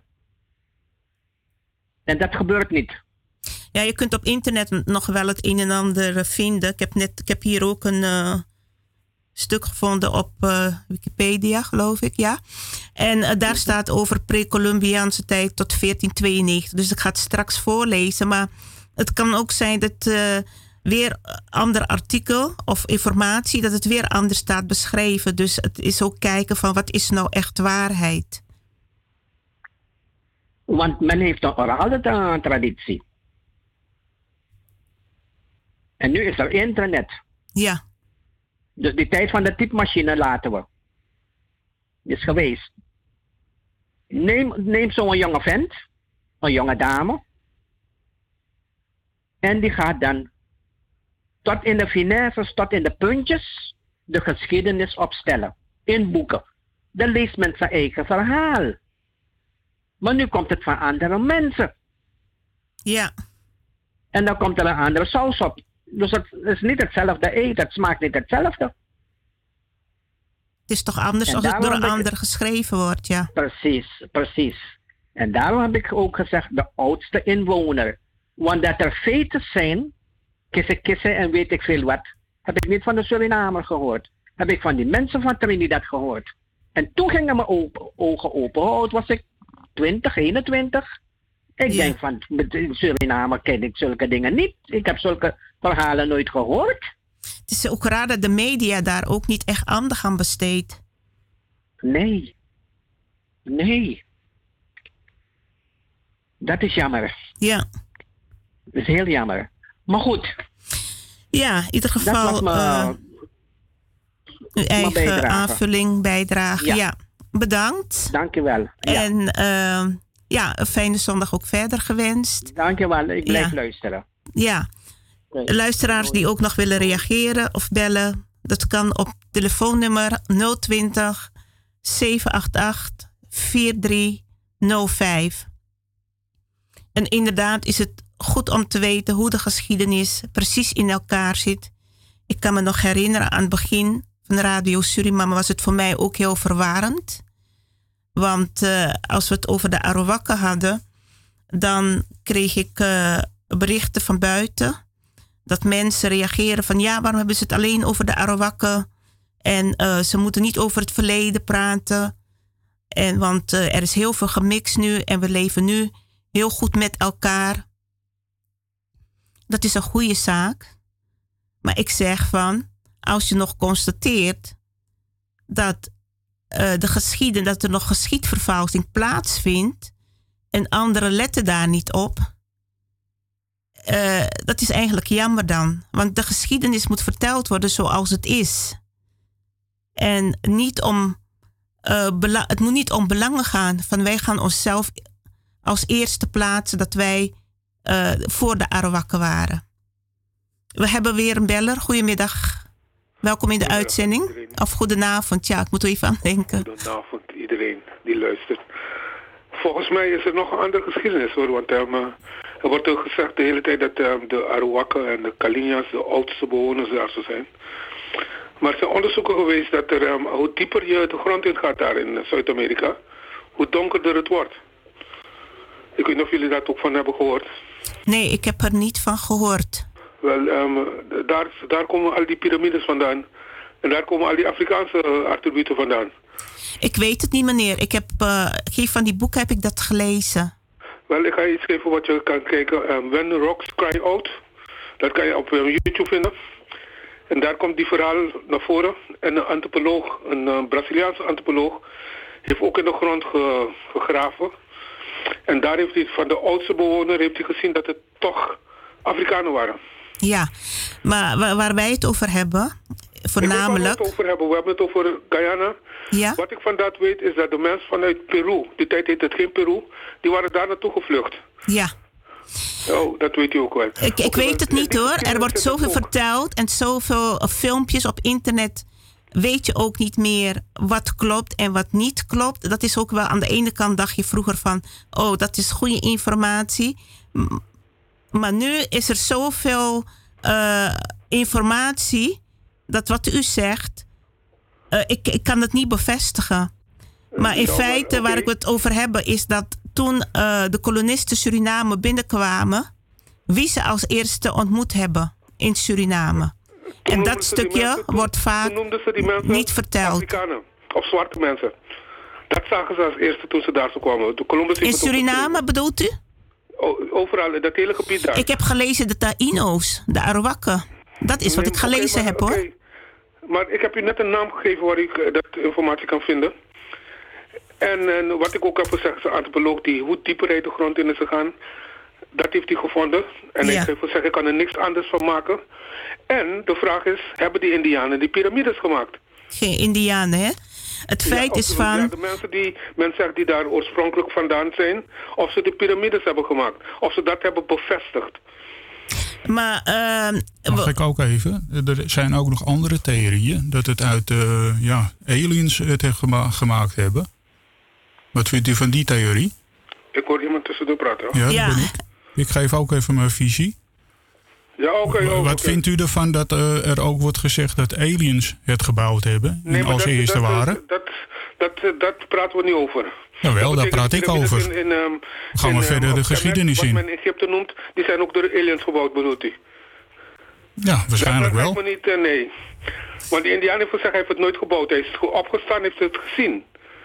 En dat gebeurt niet. Ja, je kunt op internet nog wel het een en ander vinden. Ik heb, net, ik heb hier ook een uh, stuk gevonden op uh, Wikipedia, geloof ik, ja. En uh, daar staat over pre-Columbiaanse tijd tot veertien tweeënnegentig. Dus ik ga het straks voorlezen. Maar het kan ook zijn dat uh, weer ander artikel of informatie, dat het weer anders staat beschreven. Dus het is ook kijken van wat is nou echt waarheid. Want men heeft een orale tra- traditie. En nu is er internet. Ja. Dus die tijd van de typemachine laten we. Is geweest. Neem, neem zo'n jonge vent, een jonge dame. En die gaat dan tot in de finesses, tot in de puntjes, de geschiedenis opstellen. In boeken. Dan leest men zijn eigen verhaal. Maar nu komt het van andere mensen. Ja. En dan komt er een andere saus op. Dus het is niet hetzelfde eten. Het smaakt niet hetzelfde. Het is toch anders En als het door daarom een heb ik- ander geschreven wordt, ja. Precies, precies. En daarom heb ik ook gezegd de oudste inwoner. Want dat er feiten zijn, kissen kissen en weet ik veel wat, heb ik niet van de Surinamer gehoord. Heb ik van die mensen van Trinidad gehoord. En toen gingen mijn open, ogen open. Hoe oud was ik? twintig, eenentwintig. Ik Ja. denk van, met in Suriname ken ik zulke dingen niet. Ik heb zulke verhalen nooit gehoord. Het is ook raar dat de media daar ook niet echt aandacht aan besteedt. Nee. Nee. Dat is jammer. Ja. Dat is heel jammer. Maar goed. Ja, in ieder Dat geval was mijn, uh, uw eigen bijdrage. aanvulling, bijdrage. Ja. Ja. Bedankt. Dankjewel. Ja. En uh, ja, een fijne zondag ook verder gewenst. Dankjewel. Ik blijf Ja. luisteren. Ja. Oké. Luisteraars die ook nog willen reageren of bellen, dat kan op telefoonnummer nul twintig, zeven acht acht, vier drie nul vijf. En inderdaad is het goed om te weten hoe de geschiedenis precies in elkaar zit. Ik kan me nog herinneren aan het begin van Radio Suriname was het voor mij ook heel verwarrend. Want uh, als we het over de Arawakken hadden, dan kreeg ik uh, berichten van buiten dat mensen reageren van ja, waarom hebben ze het alleen over de Arawakken? En uh, ze moeten niet over het verleden praten. En, want uh, er is heel veel gemixt nu en we leven nu heel goed met elkaar. Dat is een goede zaak. Maar ik zeg van, als je nog constateert dat, uh, de geschieden, dat er nog geschiedvervalsing plaatsvindt en anderen letten daar niet op, uh, dat is eigenlijk jammer dan. Want de geschiedenis moet verteld worden zoals het is. En niet om, uh, bela- het moet niet om belangen gaan van wij gaan onszelf als eerste plaatsen dat wij uh, voor de Arawakken waren. We hebben weer een beller. Goedemiddag. Welkom in de uitzending. Iedereen. Of goedenavond, ja, ik moet er even aan denken. Goedenavond iedereen die luistert. Volgens mij is er nog een andere geschiedenis hoor, want um, er wordt ook gezegd de hele tijd dat um, de Arawakken en de Kalinja's de oudste bewoners daar zo zijn. Maar er zijn onderzoeken geweest dat er, um, hoe dieper je de grond in gaat daar in Zuid-Amerika, hoe donkerder het wordt. Ik weet niet of jullie daar ook van hebben gehoord. Nee, ik heb er niet van gehoord. Wel, um, daar, daar komen al die piramides vandaan. En daar komen al die Afrikaanse uh, attributen vandaan. Ik weet het niet, meneer. Ik heb, uh, geen van die boeken heb ik dat gelezen. Wel, ik ga je iets geven wat je kan kijken. Um, When Rocks Cry Out. Dat kan je op um, YouTube vinden. En daar komt die verhaal naar voren. En een antropoloog, een uh, Braziliaanse antropoloog, heeft ook in de grond ge, gegraven. En daar heeft hij van de oudste bewoner heeft hij gezien dat het toch Afrikanen waren. Ja, maar waar, waar wij het over hebben, voornamelijk... Ik weet waar we het over hebben. We hebben het over Guyana. Ja? Wat ik van dat weet is dat de mensen vanuit Peru, die tijd heet het geen Peru, die waren daar naartoe gevlucht. Ja. Oh, dat weet u ook wel. Ik, ik weet het niet hoor. Er wordt zoveel verteld en zoveel filmpjes op internet. Weet je ook niet meer wat klopt en wat niet klopt. Dat is ook wel aan de ene kant dacht je vroeger van, oh, dat is goede informatie. Maar nu is er zoveel uh, informatie dat wat u zegt, uh, ik, ik kan het niet bevestigen. Maar in feite, okay. Waar ik het over heb, is dat toen uh, de kolonisten Suriname binnenkwamen, wie ze als eerste ontmoet hebben in Suriname. Toen en dat stukje mensen, toen, wordt vaak niet verteld. Afrikanen of zwarte mensen. Dat zagen ze als eerste toen ze daar zo kwamen. De Columbus in Suriname bedoelt u? O, overal, in dat hele gebied daar. Ik heb gelezen de Taíno's, de Arawakken. Dat is wat nee, ik gelezen okay, maar, heb hoor. Okay. Maar ik heb u net een naam gegeven waar ik uh, dat informatie kan vinden. En, en wat ik ook heb gezegd, de antropoloog die hoe dieper hij de grond in is gegaan, dat heeft hij gevonden. En ja. Ik geef zeggen, ik kan er niks anders van maken. En de vraag is, hebben die Indianen die piramides gemaakt? Geen Indianen, hè? Het feit ja, is van... Ja, de mensen die, men zegt die daar oorspronkelijk vandaan zijn, of ze de piramides hebben gemaakt. Of ze dat hebben bevestigd. Maar... Uh, Mag ik ook even? Er zijn ook nog andere theorieën dat het uit uh, ja, aliens het gema- gemaakt hebben. Wat vindt u van die theorie? Ik hoor iemand tussendoor praten. Hoor. Ja, dat ja. ben ik. Ik geef ook even mijn visie. Ja, oké. Okay, oh, Wat okay. vindt u ervan dat uh, er ook wordt gezegd dat aliens het gebouwd hebben nee, en als dat, eerste dat, waren? Dat, dat, dat, dat praten we niet over. Jawel, daar praat ik over. In, in, um, Gaan we in, verder um, de geschiedenis in. Wat men Egypte noemt, die zijn ook door de aliens gebouwd, bedoelt u? Ja, waarschijnlijk dat wel. Dat niet, uh, nee. Want de Indiaan heeft gezegd, hij heeft het nooit gebouwd. Hij is opgestaan, heeft het gezien.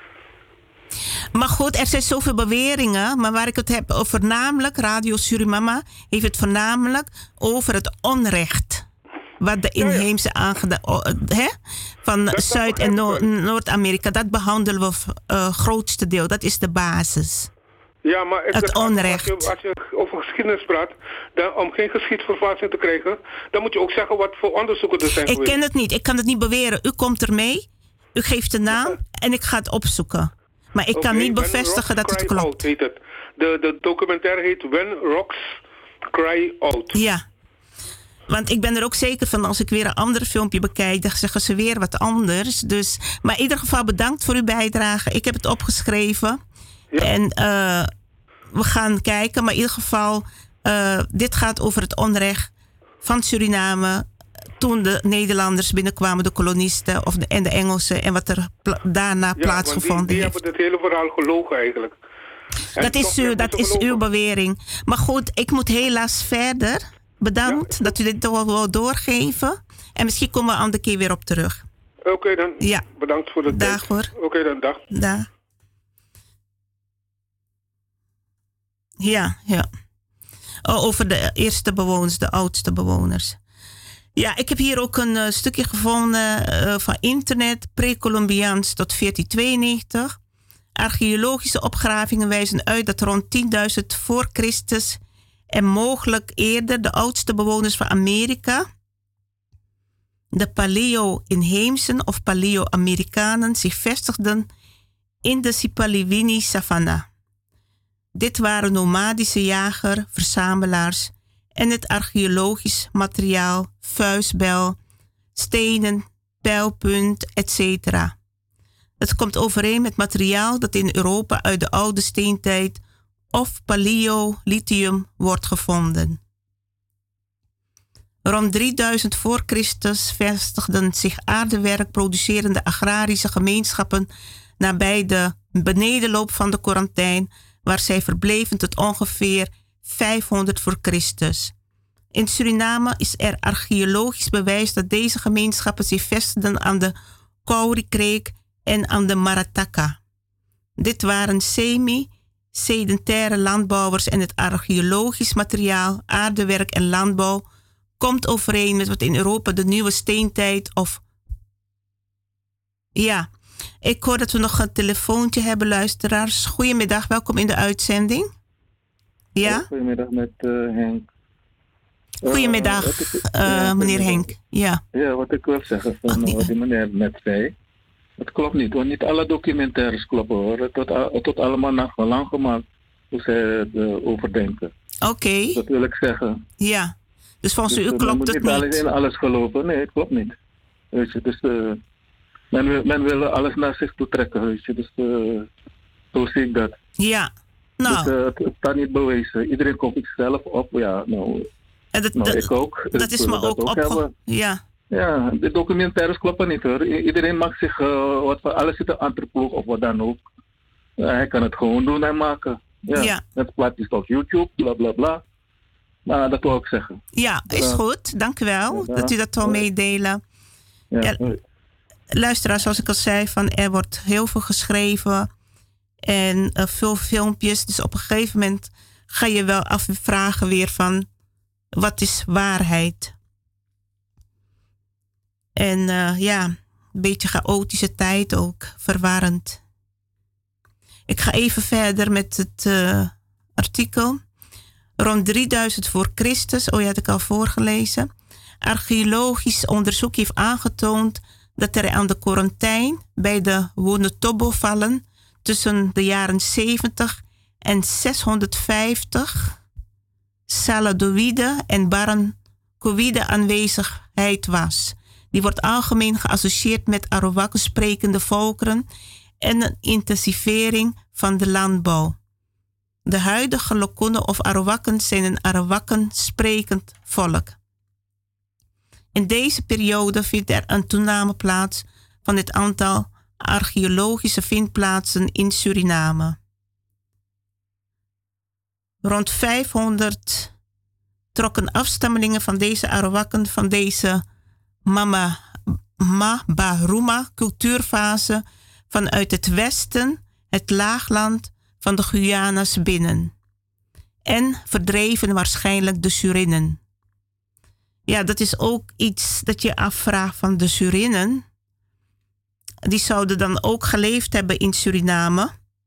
Maar goed, er zijn zoveel beweringen. Maar waar ik het heb over namelijk, Radio Surimama heeft het voornamelijk over het onrecht. Wat de inheemse ja, ja. aangedaan hè? Van dat Zuid- en no- Noord-Amerika. Dat behandelen we het uh, grootste deel. Dat is de basis. Ja, maar het, het onrecht. Als je, als je over geschiedenis praat, dan, om geen geschiedvervalsing te krijgen, dan moet je ook zeggen wat voor onderzoeken er zijn ik geweest. Ik ken het niet. Ik kan het niet beweren. U komt ermee, u geeft de naam ja. en ik ga het opzoeken. Maar ik okay, kan niet bevestigen dat het klopt. Out, heet het. De, de documentaire heet When Rocks Cry Out. Ja. Want ik ben er ook zeker van, als ik weer een ander filmpje bekijk, dan zeggen ze weer wat anders. Dus, maar in ieder geval bedankt voor uw bijdrage. Ik heb het opgeschreven. Ja. En uh, we gaan kijken. Maar in ieder geval, uh, dit gaat over het onrecht van Suriname. Toen de Nederlanders binnenkwamen, de kolonisten of de, en de Engelsen. En wat er pla- daarna ja, plaatsgevonden die, die heeft. Die hebben het hele verhaal gelogen eigenlijk. Dat is, u, dat is uw bewering. Maar goed, ik moet helaas verder. Bedankt ja, dat u dit toch wil doorgeven. En misschien komen we een andere keer weer op terug. Oké okay, dan. Ja. Bedankt voor de dag hoor. Oké okay, dan, dag. Dag. Ja, ja. Oh, over de eerste bewoners, de oudste bewoners. Ja, ik heb hier ook een uh, stukje gevonden uh, van internet. Pre-Columbiaans tot veertien tweeënnegentig. Archeologische opgravingen wijzen uit dat rond tienduizend voor Christus en mogelijk eerder de oudste bewoners van Amerika, de Paleo-inheemsen of Paleo-Amerikanen, zich vestigden in de Sipaliwini-savanna. Dit waren nomadische jager, verzamelaars en het archeologisch materiaal, vuistbel, stenen, pijlpunt, et cetera. Het komt overeen met materiaal dat in Europa uit de oude steentijd of paleolithium wordt gevonden. Rond drieduizend voor Christus vestigden zich aardewerk producerende agrarische gemeenschappen nabij de benedenloop van de Korantijn, waar zij verbleven tot ongeveer vijfhonderd voor Christus. In Suriname is er archeologisch bewijs dat deze gemeenschappen zich vestigden aan de Kauri-kreek en aan de Marataka. Dit waren semi-sedentaire landbouwers en het archeologisch materiaal, aardewerk en landbouw komt overeen met wat in Europa de nieuwe steentijd of... Ja, ik hoor dat we nog een telefoontje hebben, luisteraars. Goedemiddag, welkom in de uitzending. Ja? Goedemiddag met uh, Henk. Goedemiddag, uh, ik, uh, ja, meneer Henk. Ja. Ja, wat ik wil zeggen van oh, wat die meneer net zei. Het klopt niet hoor, niet alle documentaires kloppen hoor. Tot, tot allemaal naar gelang gemaakt hoe ze het uh, overdenken. Oké. Okay. Dat wil ik zeggen. Ja, dus volgens dus, u klopt moet het niet. niet? Alles in alles gelopen, nee het klopt niet. Weet je, dus uh, men, wil, men wil alles naar zich toe trekken, weet je. Dus uh, zo zie ik dat. Ja, nou. Dus uh, het, het staat niet bewezen. Iedereen komt zichzelf op, ja, nou... En dat, nou, dat, ik ook. Dat is me ook opgevallen. Ja. Ja, de documentaires kloppen niet hoor. I- iedereen maakt zich uh, wat van alles zit een antropoloog of wat dan ook. Uh, hij kan het gewoon doen en maken. Ja. ja. Het plaatje is op YouTube, bla bla bla. Maar dat wil ik zeggen. Ja, is uh, goed. Dank u wel ja, dat u dat wil meedelen. Ja, ja, luisteraars, zoals ik al zei, van er wordt heel veel geschreven en uh, veel filmpjes. Dus op een gegeven moment ga je wel afvragen weer van wat is waarheid? En uh, ja, een beetje chaotische tijd ook, verwarrend. Ik ga even verder met het uh, artikel. Rond drieduizend voor Christus, oh ja, had ik al voorgelezen. Archeologisch onderzoek heeft aangetoond dat er aan de Korantijn bij de Wonotobo-vallen tussen de jaren zeventig en zeshonderdvijftig Saladoïde en Barrancoïde aanwezigheid was. Die wordt algemeen geassocieerd met Arawakan sprekende volkeren en een intensivering van de landbouw. De huidige Lokonnen of Arawakan zijn een Arawakan sprekend volk. In deze periode vindt er een toename plaats van het aantal archeologische vindplaatsen in Suriname. Rond vijfhonderd trokken afstammelingen van deze Arawakan van deze Mama Mabaruma cultuurfase vanuit het westen, het laagland van de Guyana's binnen. En verdreven waarschijnlijk de Surinnen. Ja, dat is ook iets dat je afvraagt van de Surinnen. Die zouden dan ook geleefd hebben in Suriname.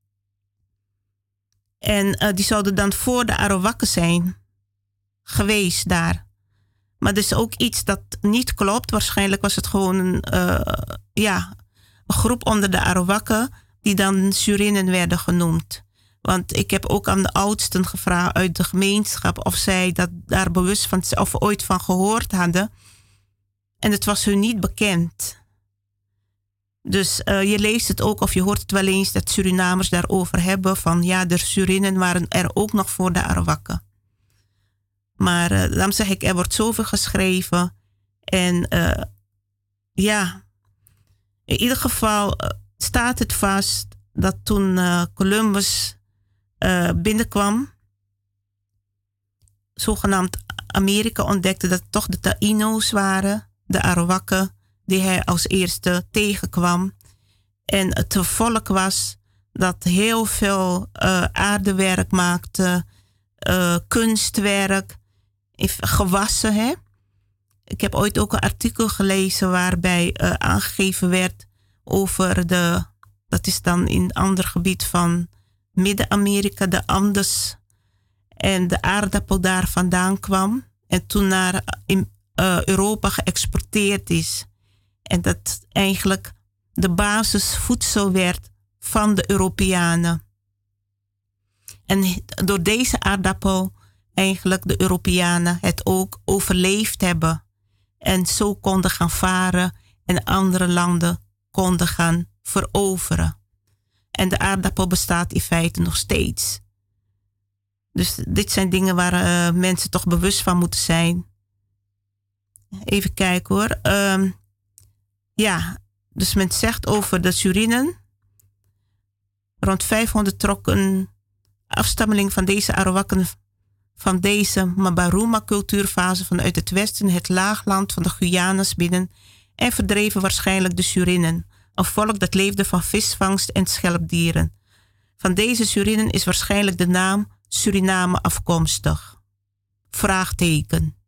En uh, die zouden dan voor de Arawakan zijn geweest daar. Maar dat is ook iets dat niet klopt. Waarschijnlijk was het gewoon een, uh, ja, een groep onder de Arawakan die dan Surinnen werden genoemd. Want ik heb ook aan de oudsten gevraagd uit de gemeenschap of zij dat daar bewust van of ooit van gehoord hadden. En het was hun niet bekend. Dus uh, je leest het ook of je hoort het wel eens dat Surinamers daarover hebben van ja, de Surinnen waren er ook nog voor de Arawakan. Maar uh, dan zeg ik, er wordt zoveel geschreven. En uh, ja, in ieder geval uh, staat het vast dat toen uh, Columbus uh, binnenkwam, zogenaamd Amerika ontdekte dat het toch de Taíno's waren, de Arawakan, die hij als eerste tegenkwam. En het volk was dat heel veel uh, aardewerk maakte, uh, kunstwerk, gewassen. Hè? Ik heb ooit ook een artikel gelezen waarbij uh, aangegeven werd over de, dat is dan in een ander gebied van Midden-Amerika, de Andes. En de aardappel daar vandaan kwam en toen naar in, uh, Europa geëxporteerd is. En dat eigenlijk de basisvoedsel werd van de Europeanen. En door deze aardappel eigenlijk de Europeanen het ook overleefd hebben. En zo konden gaan varen en andere landen konden gaan veroveren. En de aardappel bestaat in feite nog steeds. Dus dit zijn dingen waar uh, mensen toch bewust van moeten zijn. Even kijken hoor. Um, ja, dus men zegt over de Surinen. Rond vijfhonderd trok een afstammeling van deze Arawakken van deze Mabaruma-cultuurfase vanuit het westen het laagland van de Guyanas binnen en verdreven waarschijnlijk de Surinen, een volk dat leefde van visvangst en schelpdieren. Van deze Surinen is waarschijnlijk de naam Suriname afkomstig. Vraagteken.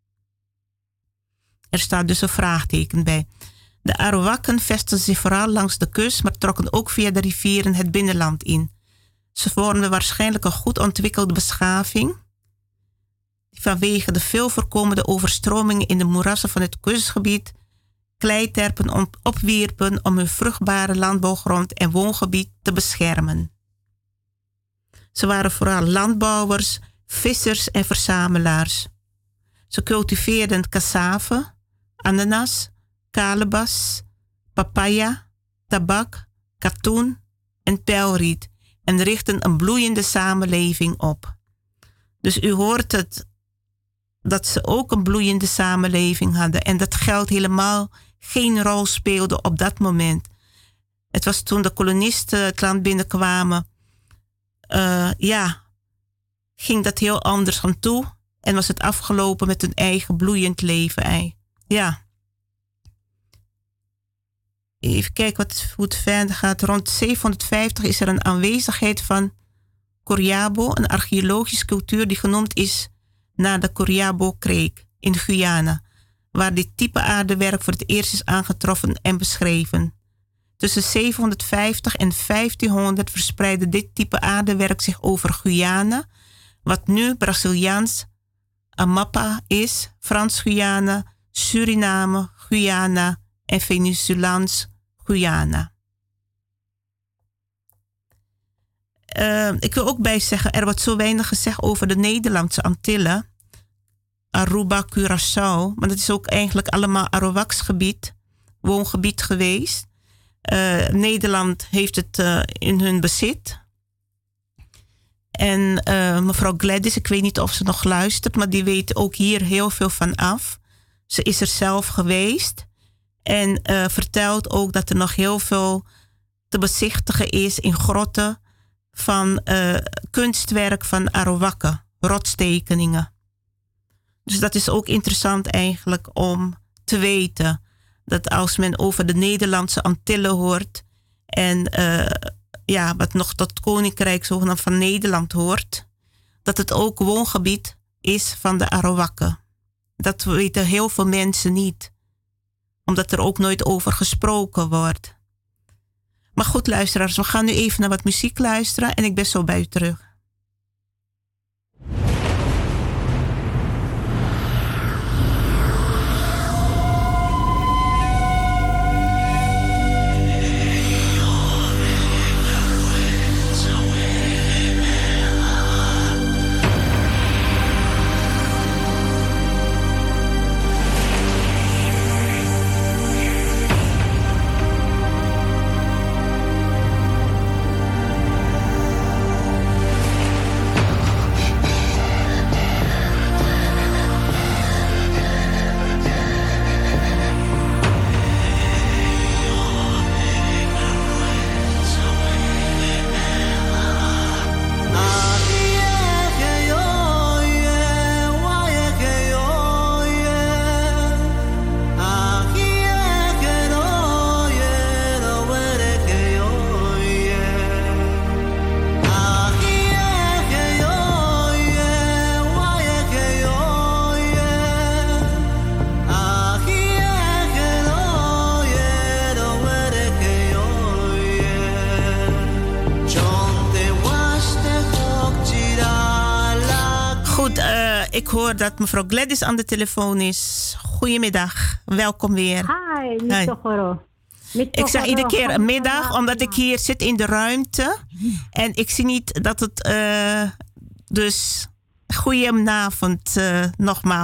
Er staat dus een vraagteken bij. De Arawakken vestigden zich vooral langs de kust, maar trokken ook via de rivieren het binnenland in. Ze vormden waarschijnlijk een goed ontwikkelde beschaving, die vanwege de veel voorkomende overstromingen in de moerassen van het kustgebied kleiterpen opwierpen om hun vruchtbare landbouwgrond en woongebied te beschermen. Ze waren vooral landbouwers, vissers en verzamelaars. Ze cultiveerden cassave, ananas, kalebas, papaya, tabak, katoen en pijlriet en richtten een bloeiende samenleving op. Dus u hoort het, dat ze ook een bloeiende samenleving hadden en dat geld helemaal geen rol speelde op dat moment. Het was toen de kolonisten het land binnenkwamen, uh, ja, ging dat heel anders aan toe en was het afgelopen met hun eigen bloeiend leven. Ei. Ja. Even kijken wat, hoe het verder gaat. Rond zevenhonderdvijftig is er een aanwezigheid van Coriabo, een archeologische cultuur die genoemd is naar de Coriabo-kreek in Guyana, waar dit type aardewerk voor het eerst is aangetroffen en beschreven. Tussen zevenhonderdvijftig en vijftienhonderd verspreidde dit type aardewerk zich over Guyana, wat nu Braziliaans Amapá is, Frans-Guyana, Suriname, Guyana en Venezolaans Guyana. Uh, ik wil ook bij zeggen, er wordt zo weinig gezegd over de Nederlandse Antillen, Aruba, Curaçao, maar dat is ook eigenlijk allemaal Arawaks gebied, woongebied geweest. Uh, Nederland heeft het uh, in hun bezit. En uh, mevrouw Gladys, ik weet niet of ze nog luistert, maar die weet ook hier heel veel van af. Ze is er zelf geweest en uh, vertelt ook dat er nog heel veel te bezichtigen is in grotten van uh, kunstwerk van Arawakken, rotstekeningen. Dus dat is ook interessant eigenlijk om te weten. Dat als men over de Nederlandse Antillen hoort en uh, ja, wat nog tot het Koninkrijk zogenaamd van Nederland hoort, dat het ook woongebied is van de Arawakken. Dat weten heel veel mensen niet, omdat er ook nooit over gesproken wordt. Maar goed, luisteraars, we gaan nu even naar wat muziek luisteren en ik ben zo bij u terug. Ik hoor dat mevrouw Gladys aan de telefoon is. Goedemiddag, welkom weer. Hi, Mitogoro. Ik zeg iedere keer een middag, omdat ik hier zit in de ruimte. En ik zie niet dat het... Uh, dus goedenavond uh, nogmaals.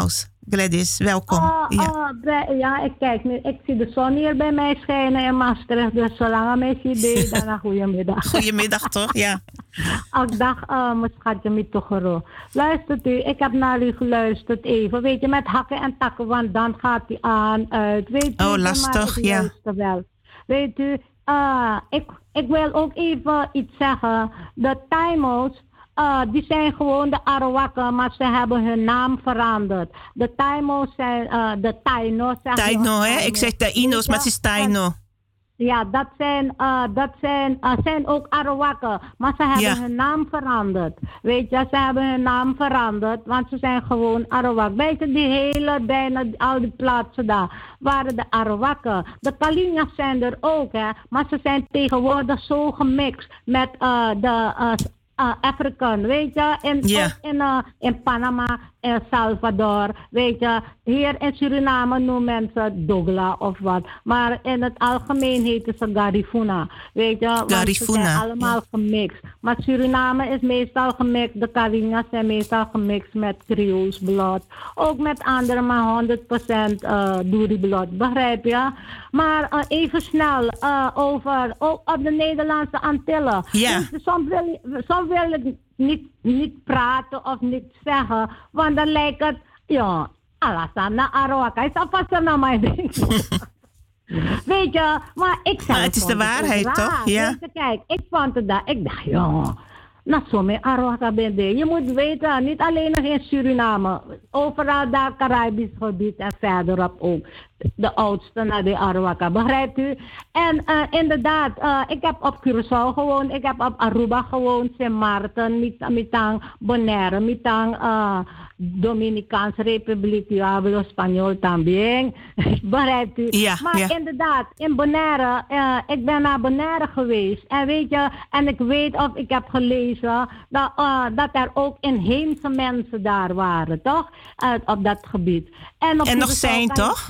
Gladys, welkom. Uh, ja. Uh, bij, ja, ik kijk nu. Ik zie de zon hier bij mij schijnen in Maastricht. Dus zolang mij zie, dan een goedemiddag. Goedemiddag toch, ja. Ach, dag, uh, mijn schatje, met Togero. Luistert u, ik heb naar u geluisterd even. Weet je, met hakken en takken, want dan gaat hij aan uit. Weet u, oh, lastig, ja. Wel. Weet u, uh, ik, ik wil ook even iets zeggen. De Taino's, uh, die zijn gewoon de Arawakken, maar ze hebben hun naam veranderd. De Taino's zijn uh, de Taino's. Taino, hè? Ik zeg Taino's, maar het is Taino. Ja, dat zijn, uh, dat zijn, uh, zijn ook Arawakken, maar ze hebben ja. hun naam veranderd. Weet je, ze hebben hun naam veranderd, want ze zijn gewoon Arawak. Weet je, die hele, bijna al die plaatsen daar waren de Arawakken. De Kalinjas zijn er ook, hè, maar ze zijn tegenwoordig zo gemixt met uh, de uh, uh, Afrikaan, weet je. En yeah. ook in, uh, in Panama, El Salvador, weet je. Hier in Suriname noemen mensen Dogla of wat. Maar in het algemeen heten ze Garifuna, weet je. Want Garifuna. ze zijn allemaal ja. gemixt. Maar Suriname is meestal gemixt. De Kalinjas zijn meestal gemixt met Creools bloed. Ook met andere, maar honderd procent uh, Duri bloed, begrijp je? Maar uh, even snel uh, over, ook op de Nederlandse Antillen. Ja. Dus soms wil, soms wil ik niet, niet praten of niet zeggen, want dan lijkt het, ja, alasan na Arawak. Hij zal vast naar mij denken. Weet je, maar ik zei. Maar het is de waarheid, het toch? Ja. Weet je, kijk, ik vond het dat, ik dacht, ja, nou zo met Arawak ben je. Je moet weten, niet alleen nog in Suriname, overal daar Caribisch gebied en verderop ook. De oudste naar de Arawaka, begrijpt u? En uh, inderdaad, uh, ik heb op Curaçao gewoond, ik heb op Aruba gewoond, Sint Maarten, Mitang, Bonaire, Mitang, uh, Dominicaanse Republiek, yo hablo español también, begrijpt u? Ja, maar ja. inderdaad, in Bonaire, uh, ik ben naar Bonaire geweest en weet je, en ik weet of ik heb gelezen dat, uh, dat er ook inheemse mensen daar waren, toch? Uh, op dat gebied. En, op en nog zijn, toch?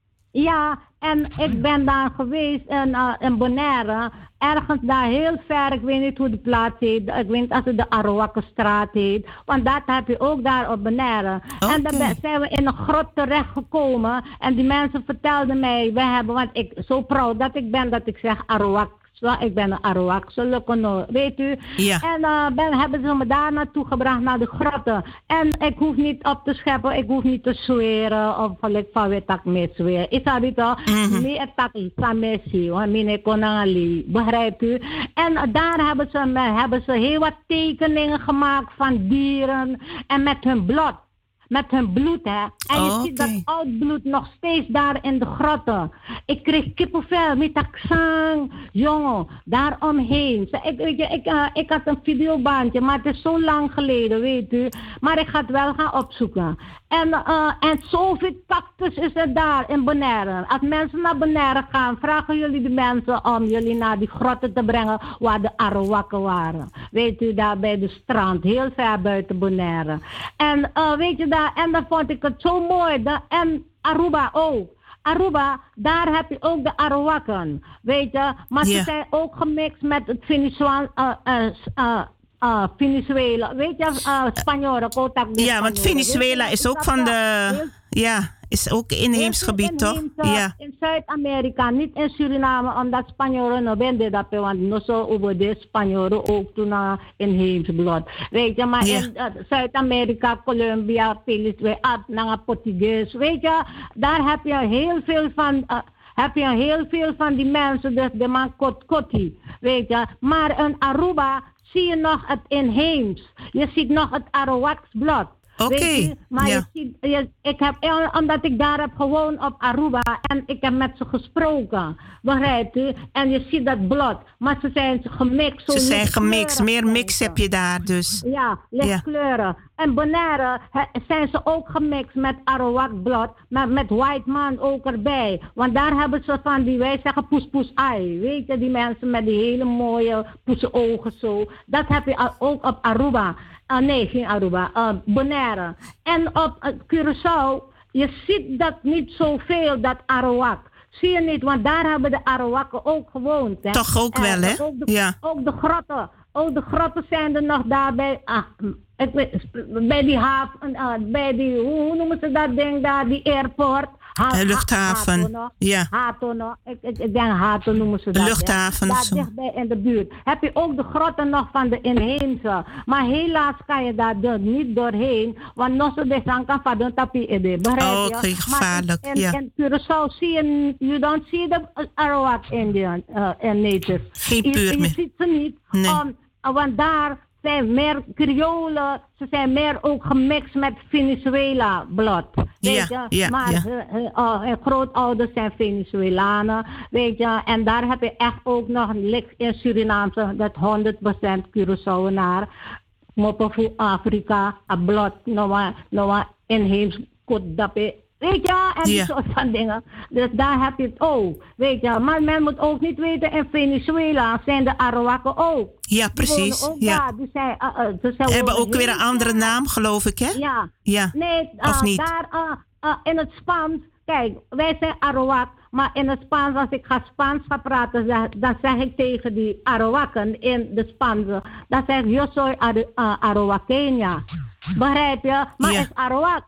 Ja, en ik ben daar geweest in, uh, in Bonaire, ergens daar heel ver, ik weet niet hoe de plaats heet, ik weet niet als het de Arawakkenstraat heet, want dat heb je ook daar op Bonaire. Okay. En dan zijn we in een grot terechtgekomen en die mensen vertelden mij, we hebben, want ik zo proud dat ik ben dat ik zeg Arawak. Zo, ik ben een Arawak, zo lukken, weet u. Ja. En uh, ben, hebben ze me daar naartoe gebracht, naar de grotten. En ik hoef niet op te scheppen, ik hoef niet te zweren of gelijk van weet ik mee zweren. Ik zou dit al, nee, ik tak van Messi, want mijn konangali, begrijpt u. En daar hebben ze, hebben ze heel wat tekeningen gemaakt van dieren en met hun bloed. Met hun bloed, hè. En je oh, ziet okay. dat oud bloed nog steeds daar in de grotten. Ik kreeg kippenvel met accent. Jongen, daaromheen. Ik, weet je, ik, uh, ik had een videobandje, maar het is zo lang geleden, weet u. Maar ik ga het wel gaan opzoeken. En, uh, en zoveel cactus is er daar in Bonaire. Als mensen naar Bonaire gaan, vragen jullie de mensen om jullie naar die grotten te brengen waar de Arawakken waren. Weet u, daar bij de strand, heel ver buiten Bonaire. En uh, weet je, daar, en dan vond ik het zo mooi. De, en Aruba ook. Aruba, daar heb je ook de Arawakken, weet je. Maar yeah. ze zijn ook gemixt met het Venezuela. Uh, uh, uh, Uh, Venezuela, weet je, uh, Spanjolen, Kotak. Ja, want Venezuela is ook van de, ja, is ook inheems gebied, toch? Ja. In Zuid-Amerika, niet in Suriname, omdat Spanjolen nog ben dat, want nog zo over de Spanjolen ook toen uh, inheems bloed. Weet je, maar ja. in uh, Zuid-Amerika, Colombia, Venezuela, naar Portugees, weet je, daar heb je heel veel van. Uh, heb je heel veel van die mensen, dus de man Kotkoti, weet je. Maar in Aruba zie je nog het inheems. Je ziet nog het Arawaks bloed. Oké. Okay. Maar ja. je ziet, je, ik heb, omdat ik daar heb gewoond op Aruba en ik heb met ze gesproken, begrijpt u? En je ziet dat bloed. Maar ze zijn gemixt. Ze zijn gemixt. Meer mix heb je daar dus. Ja, lichtkleuren. Ja. En Bonaire he, zijn ze ook gemixt met Arawak bloed, maar met white man ook erbij. Want daar hebben ze van die, wij zeggen poes poes ai. Weet je, die mensen met die hele mooie poese ogen zo. Dat heb je ook op Aruba. Uh, nee, geen Aruba. Uh, Bonaire. En op uh, Curaçao, je ziet dat niet zoveel, dat Arawak. Zie je niet, want daar hebben de Arawakken ook gewoond. Hè? Toch ook wel, hè? Ook de, ja. ook de grotten. ook de grotten zijn er nog daar bij, ah, ik weet, bij die haven, uh, bij die, hoe, hoe noemen ze dat ding daar, die airport. Ha, luchthaven. Hato, ja. Hato, ik, ik, ik denk Hato noemen ze dat. Luchthaven. Daar dichtbij in de buurt. Heb je ook de grotten nog van de inheemse. Maar helaas kan je daar dus niet doorheen. Want nog zo de zanka van de tapie ede. Begrijp je? Oh, okay, gevaarlijk. Maar in, ja. in Curaçao zie je, you don't see the Arawak Indian uh, and natives. Geen puur je, je meer. ziet ze niet. Nee. Um, want daar zijn meer Creolen, ze zijn meer ook gemixt met Venezuela bloed. Weet ja, je? Ja, maar ja. hun, hun, uh, hun grootouders zijn Venezuelanen, weet je. En daar heb je echt ook nog in Surinaamse, dat honderd procent Curaçaoenaar. Moppen voor Afrika, a bloed, nou nou inheems kutdappe. Weet je, en die ja. soort van dingen. Dus daar heb je het ook. Weet je, maar men moet ook niet weten, in Venezuela zijn de Arawakken ook. Ja, precies. Ook ja. daar. Die zijn, uh, uh, dus ze hebben ook weer een andere ver. naam, geloof ik, hè? Ja. ja. Nee, uh, of niet? Daar, uh, uh, in het Spaans, kijk, wij zijn Arawak, maar in het Spaans, als ik ga Spaans ga praten, dan, dan zeg ik tegen die Arawakken in de Spaanse, dan zeg ik, yo soy uh, Arawakeña. Begrijp je? Maar ja. is Arawak.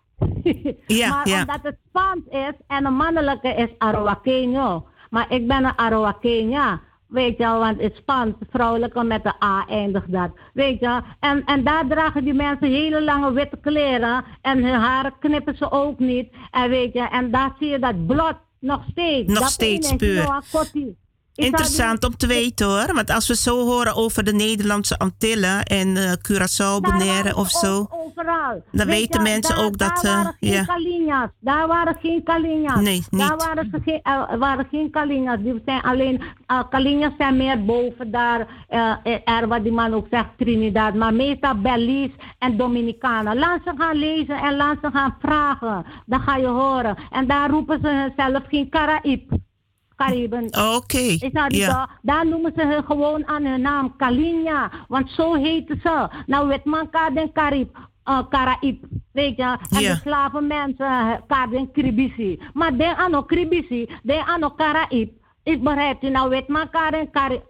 ja, maar ja. omdat het Spaans is en een mannelijke is Arawakeño. Maar ik ben een Arawakeña. Weet je, want het Spaans, vrouwelijke met de A eindigt dat. Weet je, en, en daar dragen die mensen hele lange witte kleren. En hun haren knippen ze ook niet. En weet je, en daar zie je dat bloed nog steeds. Nog dat steeds puur. Interessant om te weten hoor. Want als we zo horen over de Nederlandse Antillen en uh, Curaçao, Bonaire of zo. Overal. Dan Weet weten je, mensen daar, ook dat. Daar uh, waren geen ja. Kalinja's. Daar waren geen Kalinja's. Nee, niet. Daar waren, ze geen, uh, waren geen Kalinja's. Die zijn alleen. Uh, Kalinja's zijn meer boven daar. Uh, er wat die man ook zegt, Trinidad. Maar meestal Belize en Dominicana. Laat ze gaan lezen en laat ze gaan vragen. Dan ga je horen. En daar roepen ze zelf geen Caraïb. Cariben. Oké. Okay. Ja. Daar noemen ze hun gewoon aan hun naam Kalinja. Want zo heten ze. Nou weet man Kaden Carib. Uh, Caraïb. Weet je. En ja. de slavenmensen Kaden Kribisi. Maar de ano Kribisi. De ano Caraïb. Ik begrijp je, nou weet maar Karen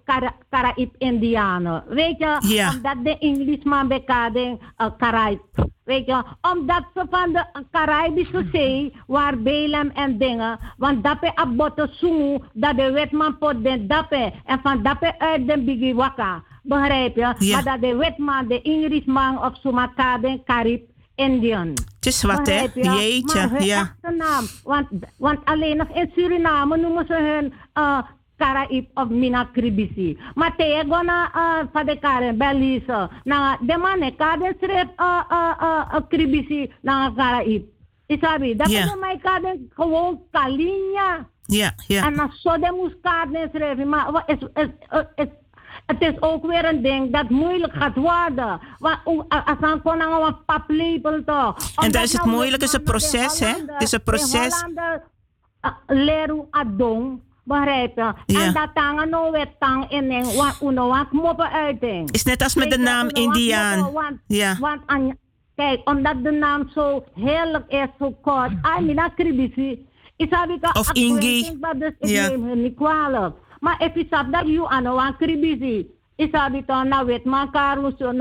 Caraïb-Indianen. Weet je, ja. omdat de Englishman bij Karen uh, Caraïb. Weet je, omdat ze van de Caribische Zee, waar Belem en dingen, want dape abotte sungu, dat de wetman pot den dape, en van dape uit den bigi waka. Begrijp je? Ja. Maar dat de wetman, de Englishman of Sumakaden Carib Indian. Het is wat, hè? Je? Jeetje, maar hun ja. echte naam. Want, want alleen nog in Suriname noemen ze hun uh, Caraïb of Mina Kribisi. Maar tegen na uh, van de Karen Belize. Nou, de mannen kaden schreef uh, uh, uh, Kribisi naar Caraïb. Isabi, dat is mij kaden gewoon Kalinja. Ja, ja. En als zo de moest kaden schrijven. Maar het is, is, is, het is ook weer een ding dat moeilijk gaat worden. Want als dan kon dan een paplepel toch. En dat is het moeilijk, het is een proces, hè? Het is een proces. In Hollande leren adong, begrijp je? Ja. En dat tangen nou weer tang in en wat uno wat moppen uiting. Is net als met de naam Indiaan. Ja. Want kijk, omdat de naam zo heerlijk is, zo kort. Ah, mina kribisi. Of Ingi. Ik neem hem niet kwalijk. Maar if je zegt dat je aan een kribisi, is dat dan nou weet elkaar,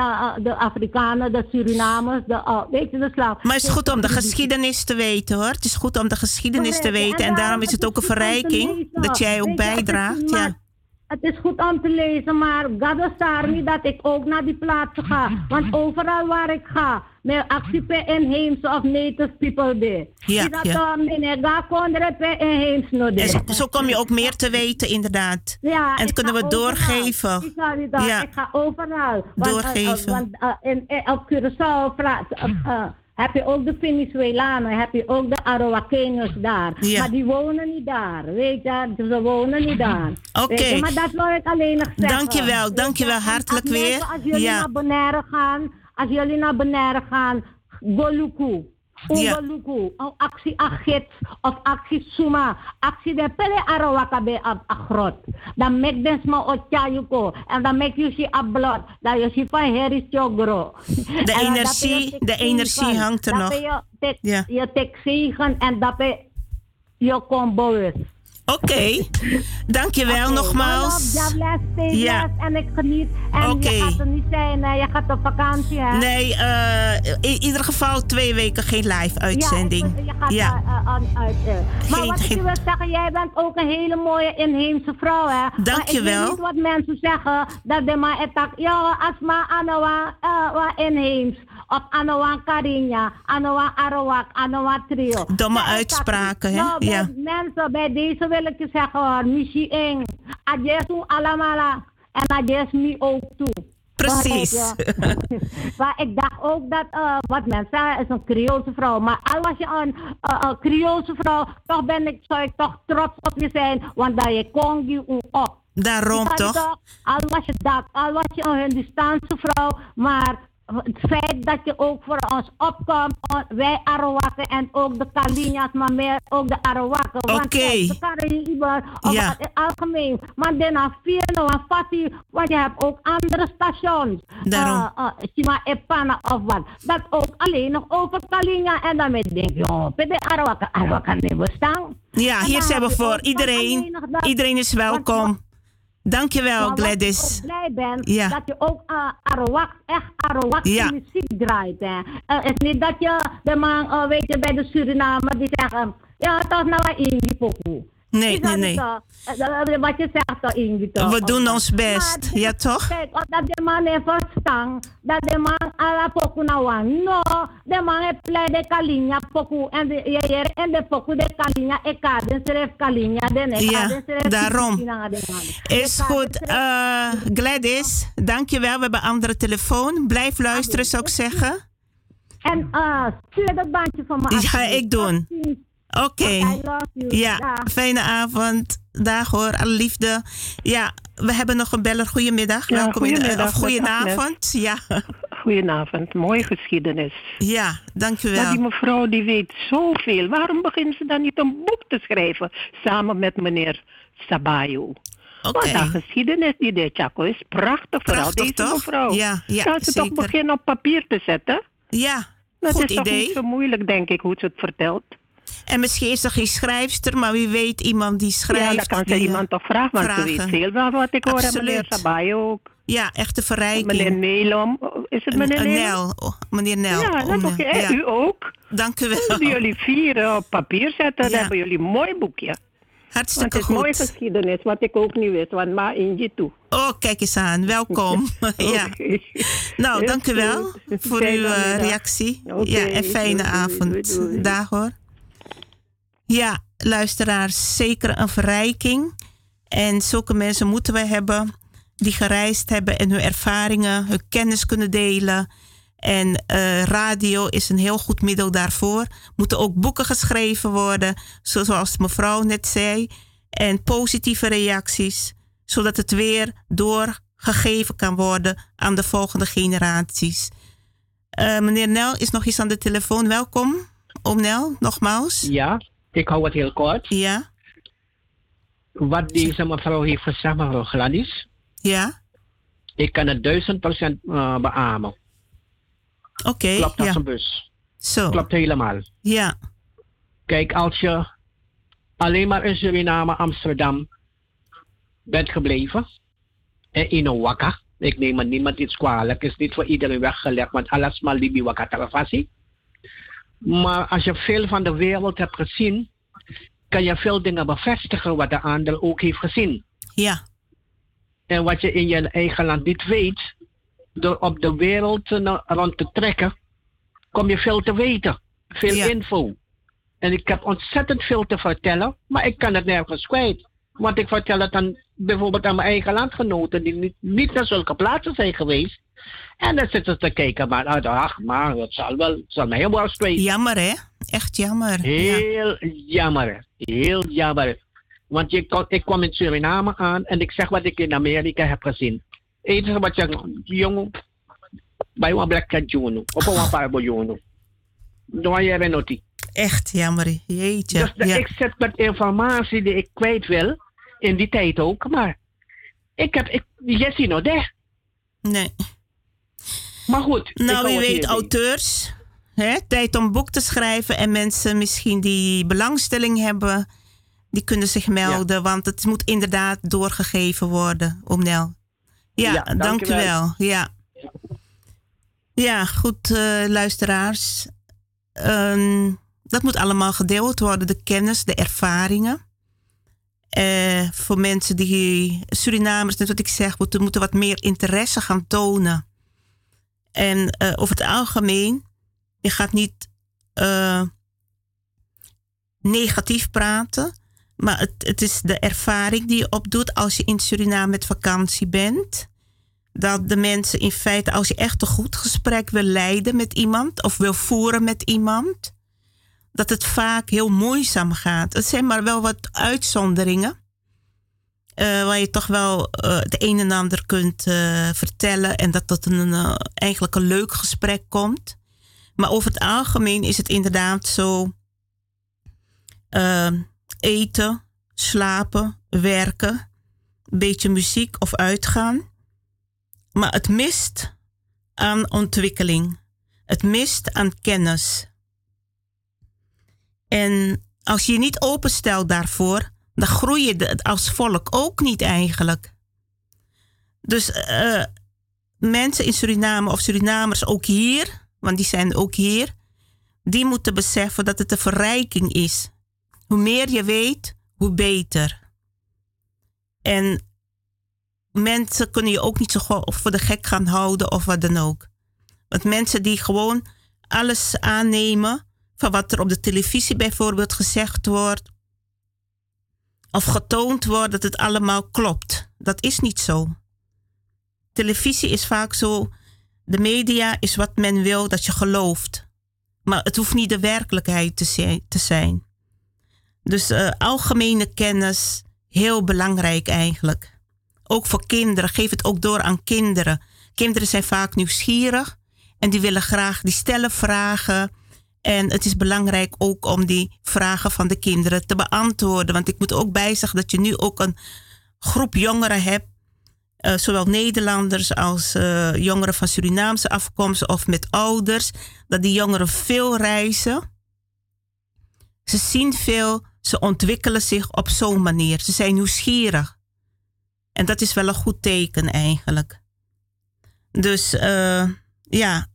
de Afrikanen, de Surinamers, de, uh, weet je, de slaaf. Maar het is goed om de geschiedenis te weten hoor. Het is goed om de geschiedenis te weten en daarom is het ook een verrijking dat jij ook bijdraagt. Ja. Het is goed om te lezen, maar God is niet dat ik ook naar die plaatsen ga. Want overal waar ik ga, met actie per inheemse of native people there. Ja, is dat ja. dan meneer Gakondre per inheemse no En zo, zo kom je ook meer te weten, inderdaad. Ja, en dat kunnen we doorgeven. Ik ga, dat, ja. ik ga overal. Want, doorgeven. Uh, want uh, in, in, op Curaçao praat, uh, uh, heb je ook de Venezuelanen, heb je ook de Arawakeños daar. Ja. Maar die wonen niet daar, weet je. Ze wonen niet daar. Oké. Okay. Maar dat wil ik alleen nog zeggen. Dankjewel, dankjewel. Hartelijk als weer. Mensen, als jullie ja. naar Bonaire gaan, als jullie naar Bonaire gaan, Goluku. Ungoluku, ja. actie agit of actie suma, actie de pele arawaka be agrot. Dan make them small otjayuko en dan make you see a blood. Dan je ziet van heris jogro. De energie, de energie hangt er dat nog. Je, te, ja. je tek zegen en dat je combo is. Oké, okay. Dankjewel okay, nogmaals. God bless, stay ja. blessed en ik geniet. En okay. je gaat er niet zijn, uh, je gaat op vakantie, hè? Nee, uh, in ieder geval twee weken geen live uitzending. Ja, ik, je gaat ja. uh, uh, uit. Uh. Maar geen, wat geen... ik wil zeggen, jij bent ook een hele mooie inheemse vrouw, hè? Dankjewel. Maar ik weet niet wat mensen zeggen, dat de ma etak, ja, asma anawa, uh, inheems. Of Anowan Karinja, Anowan Arawak, Anowan Trio. Domme ja, uitspraken, hè? Nou, ja. Mensen, bij deze wil ik je zeggen hoor, Michi Eng, Adjesu Alamala en Adjes ook toe. Precies. Maar ik dacht ook dat, uh, wat mensen zeggen, is een Creoolse vrouw. Maar al was je een uh, uh, Creoolse vrouw, toch ben ik, zou ik toch trots op je zijn, want dat je kon je op. Daarom toch? toch? Al was je dat, al was je een Hindustaanse vrouw, maar het feit dat je ook voor ons opkomt, wij Arawakken en ook de Kalinja's, maar meer ook de Arawakken. Oké. Okay. Want kan je liever ja. in het algemeen. Maar daarna vier nou Fati, want je hebt ook andere stations. Daarom. Sima uh, uh, Epana of wat. Dat ook alleen nog over Kalinja. En dan denk je, oh, bij de Arawakken, Arawakken niet bestaan. Ja, hier zijn we voor iedereen. Iedereen is welkom. Want, dankjewel, maar Gladys. Ik ook blij ben ja. dat je ook uh, Arawak, echt Arawak ja. muziek draait. Hè. Uh, het is niet dat je de man, uh, weet je, bij de Suriname die zeggen, ja, dat is nou wat in die pokoe. Nee, nee, nee. Wat je zegt toch in toch? We doen ons best, maar, ja toch? Kijk, dat de man heeft verstaan, dat de man ala pokoe nou no, de man heeft pleit de Kalinja pokoe en de en de pokoe de Kalinja, ik kan de schrijf Kalinja, de ne. Ja, daarom. Is goed, uh, Gladys, dankjewel. We hebben een andere telefoon. Blijf luisteren, zou ik zeggen. En uh, stuur dat bandje van me. Ja, ik doen. Oké. Okay. Ja, ja, fijne avond. Dag hoor, alle liefde. Ja, we hebben nog een beller. Goedemiddag. Ja, Welkom goedemiddag, in de, of goedenavond. Ja. Goedenavond, mooie geschiedenis. Ja, dankjewel. Maar die mevrouw die weet zoveel. Waarom begint ze dan niet een boek te schrijven samen met meneer Sabayo? Okay. Want de geschiedenis die de Chaco is prachtig, vooral prachtig, deze toch? mevrouw. Ja, ja, kan ze zeker. toch beginnen op papier te zetten? Ja, dat goed is idee. toch niet zo moeilijk, denk ik, hoe ze het vertelt. En misschien is er geen schrijfster, maar wie weet iemand die schrijft. Ja, dan kan ze die, iemand toch vragen, want vragen. ze weet veel wel wat ik hoor. Absoluut. En meneer Sabayo ook. Ja, echte verrijking. Meneer Nelom, is het meneer Nelom? Nel, oh, meneer Nel. Ja, dat oh, ook, ja. U ook. Dank u wel. Moeten jullie vier op papier zetten, ja. dan hebben jullie een mooi boekje. Hartstikke goed. Het is goed. mooie geschiedenis, wat ik ook niet wist, want ma in je toe. Oh, kijk eens aan. Welkom. ja. Okay. Nou, Heel dank u wel voor uw uh, reactie. Okay. Ja, en fijne doei, avond. Doei, doei. Dag hoor. Ja, luisteraars, zeker een verrijking. En zulke mensen moeten we hebben die gereisd hebben en hun ervaringen, hun kennis kunnen delen. En uh, radio is een heel goed middel daarvoor. Moeten ook boeken geschreven worden, zoals mevrouw net zei. En positieve reacties, zodat het weer doorgegeven kan worden aan de volgende generaties. Uh, meneer Nel is nog eens aan de telefoon. Welkom, oom Nel, nogmaals. Ja, ik hou het heel kort. Ja. Wat deze mevrouw heeft gezegd, mevrouw Gladys. Ja. Ik kan het duizend procent uh, beamen. Oké. Okay, Klopt als ja. een bus. Zo. Klopt helemaal. Ja. Kijk, als je alleen maar in Suriname, Amsterdam bent gebleven. En in een wakka. Ik neem er niemand iets kwalijk. Het is niet voor iedereen weggelegd. Want alles maar libi wakka taravasi. Maar als je veel van de wereld hebt gezien, kan je veel dingen bevestigen wat de ander ook heeft gezien. Ja. En wat je in je eigen land niet weet, door op de wereld rond te trekken, kom je veel te weten. Veel ja. info. En ik heb ontzettend veel te vertellen, maar ik kan het nergens kwijt. Want ik vertel het dan bijvoorbeeld aan mijn eigen landgenoten die niet, niet naar zulke plaatsen zijn geweest. En dan zitten ze te kijken, maar ach, maar het zal wel, het zal mij helemaal spreken. Jammer hè? Echt jammer. Heel ja. jammer. Heel jammer. Want je, ik kwam in Suriname aan en ik zeg wat ik in Amerika heb gezien. Het enige wat je, jongen, bij een black cat jono, op een parbo jono. Doe je er nog niet. Echt jammer, jeetje. Dus de, ja. ik zet met informatie die ik kwijt wil, in die tijd ook, maar ik heb, ik, je ziet nog daar. Nee. Maar goed. Nou, wie weet, auteurs, hè, tijd om een boek te schrijven en mensen misschien die belangstelling hebben, die kunnen zich melden. Ja. Want het moet inderdaad doorgegeven worden, oom Nel. Ja, ja dank, dank u wel. Ja, ja goed, uh, luisteraars. Um, dat moet allemaal gedeeld worden. De kennis, de ervaringen. Uh, voor mensen die Surinamers, net wat ik zeg, moeten, moeten wat meer interesse gaan tonen. En uh, over het algemeen, je gaat niet uh, negatief praten, maar het, het is de ervaring die je opdoet als je in Suriname met vakantie bent. Dat de mensen in feite, als je echt een goed gesprek wil leiden met iemand of wil voeren met iemand, dat het vaak heel moeizaam gaat. Het zijn maar wel wat uitzonderingen. Uh, waar je toch wel uh, het een en ander kunt uh, vertellen. En dat dat een, uh, eigenlijk een leuk gesprek komt. Maar over het algemeen is het inderdaad zo. Uh, eten, slapen, werken. Een beetje muziek of uitgaan. Maar het mist aan ontwikkeling. Het mist aan kennis. En als je je niet openstelt daarvoor, dan groei je als volk ook niet eigenlijk. Dus uh, mensen in Suriname of Surinamers ook hier, want die zijn ook hier, die moeten beseffen dat het een verrijking is. Hoe meer je weet, hoe beter. En mensen kunnen je ook niet zo voor de gek gaan houden of wat dan ook. Want mensen die gewoon alles aannemen van wat er op de televisie bijvoorbeeld gezegd wordt of getoond wordt, dat het allemaal klopt. Dat is niet zo. Televisie is vaak zo, de media is wat men wil dat je gelooft. Maar het hoeft niet de werkelijkheid te zijn. Dus uh, algemene kennis, heel belangrijk eigenlijk. Ook voor kinderen, geef het ook door aan kinderen. Kinderen zijn vaak nieuwsgierig en die willen graag, die stellen vragen. En het is belangrijk ook om die vragen van de kinderen te beantwoorden. Want ik moet ook bijzeggen dat je nu ook een groep jongeren hebt. Uh, zowel Nederlanders als uh, jongeren van Surinaamse afkomst of met ouders. Dat die jongeren veel reizen. Ze zien veel, ze ontwikkelen zich op zo'n manier. Ze zijn nieuwsgierig. En dat is wel een goed teken eigenlijk. Dus uh, ja...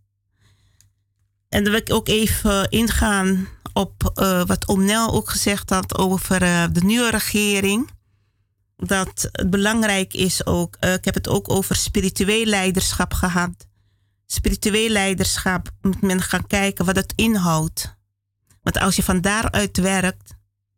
En dan wil ik ook even ingaan op uh, wat oom Nel ook gezegd had over uh, de nieuwe regering. Dat het belangrijk is ook, uh, ik heb het ook over spiritueel leiderschap gehad. Spiritueel leiderschap moet men gaan kijken wat het inhoudt. Want als je van daaruit werkt,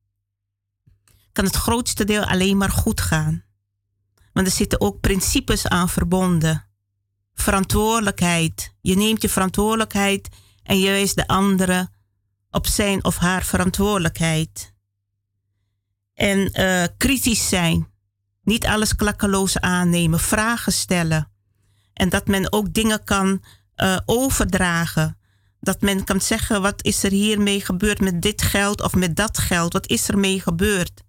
kan het grootste deel alleen maar goed gaan. Want er zitten ook principes aan verbonden. Verantwoordelijkheid. Je neemt je verantwoordelijkheid en je wijst de andere op zijn of haar verantwoordelijkheid. En uh, kritisch zijn. Niet alles klakkeloos aannemen. Vragen stellen. En dat men ook dingen kan uh, overdragen. Dat men kan zeggen, wat is er hiermee gebeurd met dit geld of met dat geld? Wat is er mee gebeurd?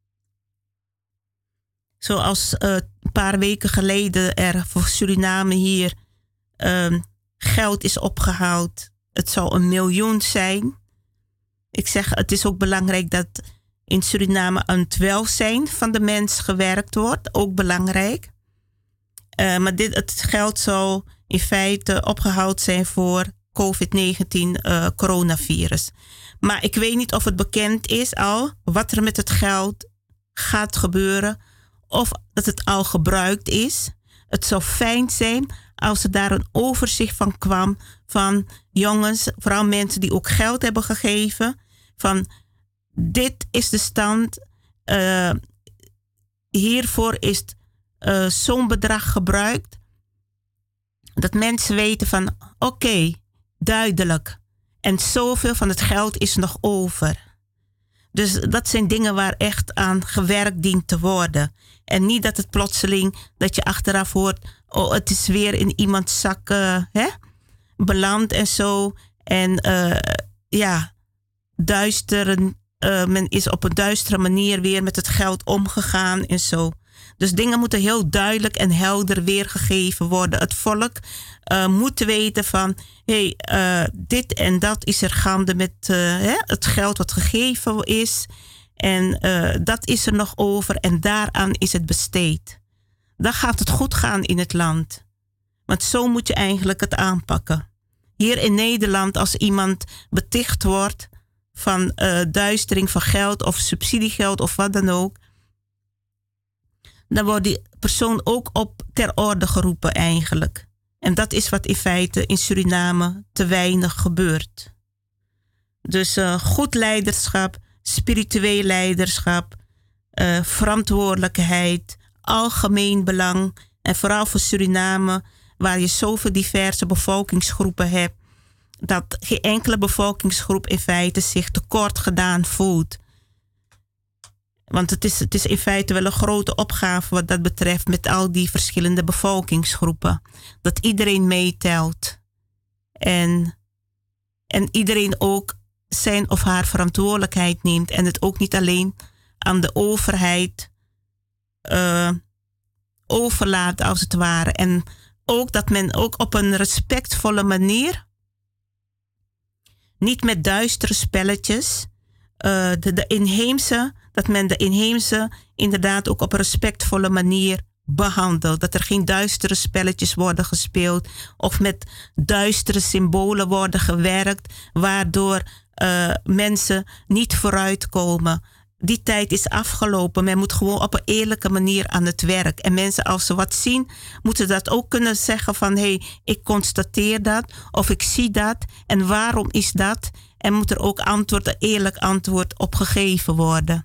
Zoals uh, een paar weken geleden er voor Suriname hier uh, geld is opgehaald. Het zou een miljoen zijn. Ik zeg, het is ook belangrijk dat in Suriname aan het welzijn van de mens gewerkt wordt. Ook belangrijk. Uh, maar dit, het geld zou in feite opgehaald zijn voor covid negentien uh, coronavirus. Maar ik weet niet of het bekend is al wat er met het geld gaat gebeuren. Of dat het al gebruikt is. Het zou fijn zijn als er daar een overzicht van kwam. Van jongens, vooral mensen die ook geld hebben gegeven. Van dit is de stand. Uh, hiervoor is uh, zo'n bedrag gebruikt. Dat mensen weten van oké, okay, duidelijk. En zoveel van het geld is nog over. Dus dat zijn dingen waar echt aan gewerkt dient te worden. En niet dat het plotseling, dat je achteraf hoort, oh, het is weer in iemands zak uh, hè, beland en zo. En uh, ja, duisteren, uh, men is op een duistere manier weer met het geld omgegaan en zo. Dus dingen moeten heel duidelijk en helder weergegeven worden. Het volk uh, moet weten van, hé, hey, uh, dit en dat is er gaande met uh, hè, het geld wat gegeven is. En uh, dat is er nog over en daaraan is het besteed. Dan gaat het goed gaan in het land. Want zo moet je eigenlijk het aanpakken. Hier in Nederland, als iemand beticht wordt van uh, duistering van geld of subsidiegeld of wat dan ook, dan wordt die persoon ook op ter orde geroepen eigenlijk. En dat is wat in feite in Suriname te weinig gebeurt. Dus uh, goed leiderschap, spiritueel leiderschap, uh, verantwoordelijkheid, algemeen belang. En vooral voor Suriname, waar je zoveel diverse bevolkingsgroepen hebt, dat geen enkele bevolkingsgroep in feite zich tekort gedaan voelt. Want het is, het is in feite wel een grote opgave wat dat betreft met al die verschillende bevolkingsgroepen. Dat iedereen meetelt. En, en iedereen ook zijn of haar verantwoordelijkheid neemt. En het ook niet alleen aan de overheid uh, overlaat als het ware. En ook dat men ook op een respectvolle manier, niet met duistere spelletjes, uh, de, de inheemse, dat men de inheemse inderdaad ook op een respectvolle manier behandelt. Dat er geen duistere spelletjes worden gespeeld of met duistere symbolen worden gewerkt, waardoor uh, mensen niet vooruitkomen. Die tijd is afgelopen. Men moet gewoon op een eerlijke manier aan het werk. En mensen, als ze wat zien, moeten dat ook kunnen zeggen van hé, hey, ik constateer dat of ik zie dat en waarom is dat? En moet er ook antwoord, een eerlijk antwoord op gegeven worden.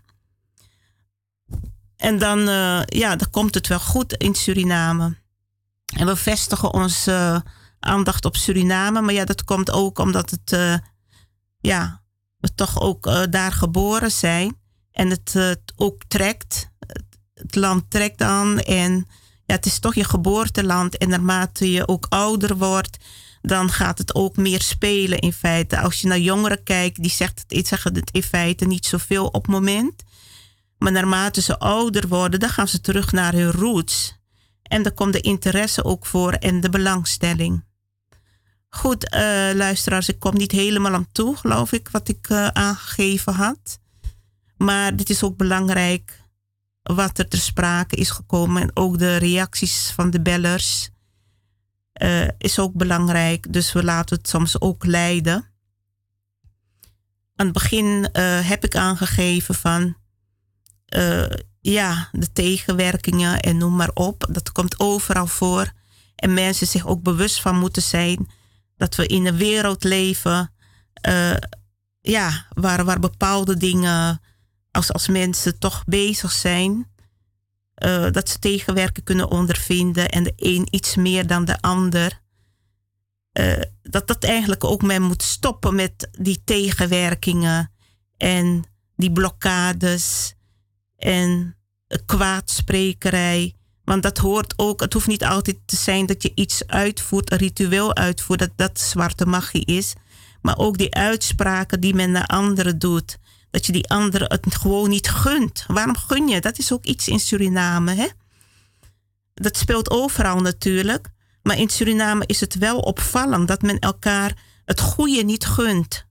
En dan, uh, ja, dan komt het wel goed in Suriname. En we vestigen onze uh, aandacht op Suriname. Maar ja, dat komt ook omdat het, uh, ja, we toch ook uh, daar geboren zijn. En het, uh, het ook trekt. Het land trekt aan. En ja, het is toch je geboorteland. En naarmate je ook ouder wordt, dan gaat het ook meer spelen in feite. Als je naar jongeren kijkt, die zegt het, zeggen het in feite niet zoveel op het moment. Maar naarmate ze ouder worden, dan gaan ze terug naar hun roots. En dan komt de interesse ook voor en de belangstelling. Goed, uh, luisteraars, ik kom niet helemaal aan toe, geloof ik, wat ik uh, aangegeven had. Maar dit is ook belangrijk wat er ter sprake is gekomen. En ook de reacties van de bellers uh, is ook belangrijk. Dus we laten het soms ook leiden. Aan het begin uh, heb ik aangegeven van Uh, ja, de tegenwerkingen en noem maar op. Dat komt overal voor. En mensen zich ook bewust van moeten zijn dat we in een wereld leven uh, ja, waar, waar bepaalde dingen als, als mensen toch bezig zijn, uh, dat ze tegenwerken kunnen ondervinden en de een iets meer dan de ander. Uh, dat dat eigenlijk ook men moet stoppen met die tegenwerkingen en die blokkades en kwaadsprekerij. Want dat hoort ook, het hoeft niet altijd te zijn dat je iets uitvoert, een ritueel uitvoert, dat dat zwarte magie is. Maar ook die uitspraken die men naar anderen doet. Dat je die anderen het gewoon niet gunt. Waarom gun je? Dat is ook iets in Suriname, hè? Dat speelt overal natuurlijk. Maar in Suriname is het wel opvallend dat men elkaar het goede niet gunt.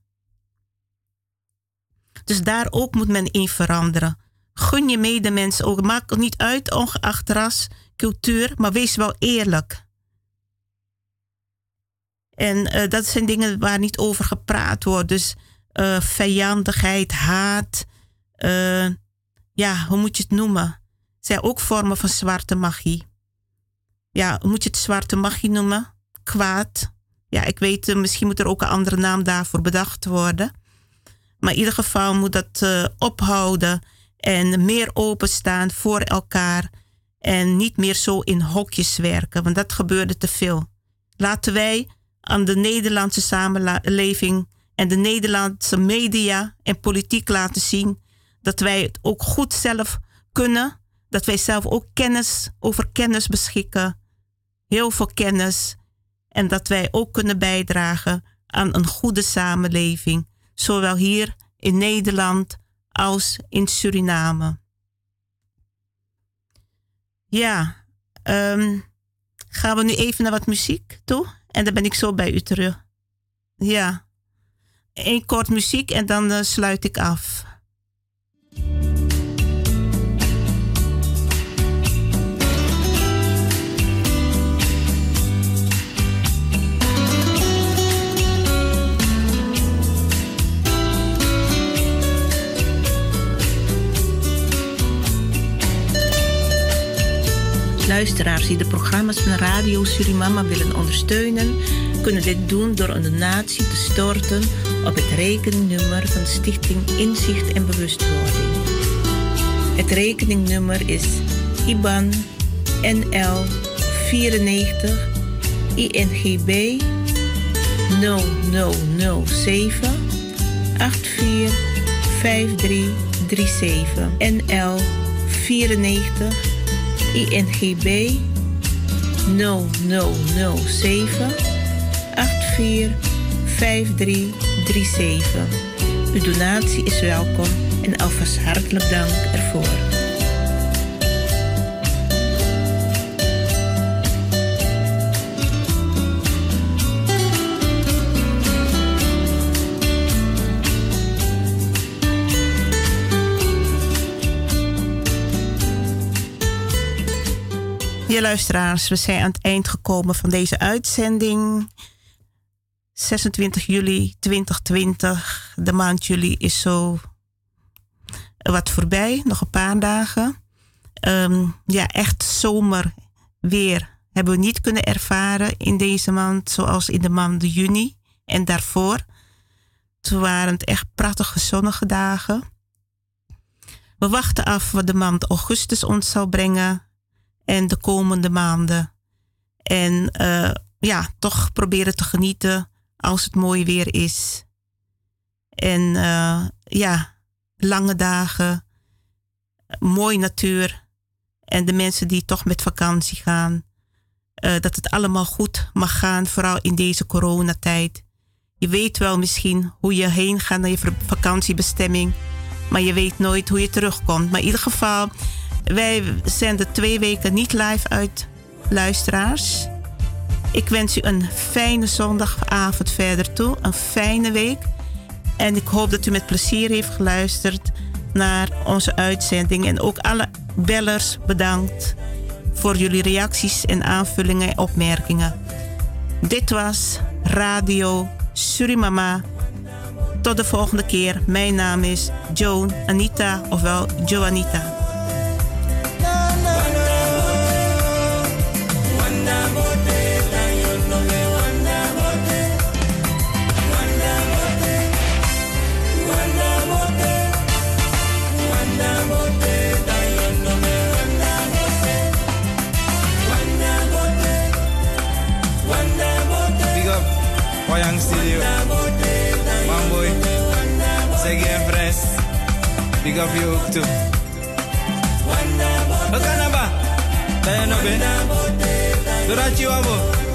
Dus daar ook moet men in veranderen. Gun je medemens ook. Maak het niet uit, ongeacht ras, cultuur, maar wees wel eerlijk. En uh, dat zijn dingen waar niet over gepraat wordt. Dus uh, vijandigheid, haat, uh, ja, hoe moet je het noemen? Het zijn ook vormen van zwarte magie. Ja, hoe moet je het zwarte magie noemen? Kwaad. Ja, ik weet, uh, misschien moet er ook een andere naam daarvoor bedacht worden. Maar in ieder geval moet dat uh, ophouden en meer openstaan voor elkaar en niet meer zo in hokjes werken, want dat gebeurde te veel. Laten wij aan de Nederlandse samenleving en de Nederlandse media en politiek laten zien dat wij het ook goed zelf kunnen, dat wij zelf ook kennis over kennis beschikken, heel veel kennis, en dat wij ook kunnen bijdragen aan een goede samenleving, zowel hier in Nederland als in Suriname. Ja, um, gaan we nu even naar wat muziek toe? En dan ben ik zo bij u terug. Ja, één kort muziek en dan uh, sluit ik af. Luisteraars die de programma's van Radio Surimama willen ondersteunen, kunnen dit doen door een donatie te storten op het rekeningnummer van Stichting Inzicht en Bewustwording. Het rekeningnummer is I B A N N L vierennegentig I N G B nul nul nul zeven acht vier vijf drie drie zeven N L vierennegentig I N G B nul nul nul zeven acht vier vijf drie drie zeven. Uw donatie is welkom en alvast hartelijk dank ervoor. Ja, luisteraars, we zijn aan het eind gekomen van deze uitzending. zesentwintig juli tweeduizend twintig. De maand juli is zo wat voorbij. Nog een paar dagen. Um, ja, echt zomerweer hebben we niet kunnen ervaren in deze maand. Zoals in de maand juni en daarvoor. Toen waren het echt prachtige zonnige dagen. We wachten af wat de maand augustus ons zal brengen. En de komende maanden. En uh, ja, toch proberen te genieten als het mooi weer is. En uh, ja, lange dagen. Mooi natuur. En de mensen die toch met vakantie gaan. Uh, dat het allemaal goed mag gaan. Vooral in deze coronatijd. Je weet wel misschien hoe je heen gaat naar je vakantiebestemming. Maar je weet nooit hoe je terugkomt. Maar in ieder geval... Wij zenden twee weken niet live uit, luisteraars. Ik wens u een fijne zondagavond verder toe. Een fijne week. En ik hoop dat u met plezier heeft geluisterd naar onze uitzending. En ook alle bellers bedankt voor jullie reacties en aanvullingen en opmerkingen. Dit was Radio Surimama. Tot de volgende keer. Mijn naam is Joan Anita, ofwel Joanita. Wayang Studio, Mamboy, Segi en Fres, big up you ook toe. Wat kan dat ba? Dat je nog bent? Doordat je wabo.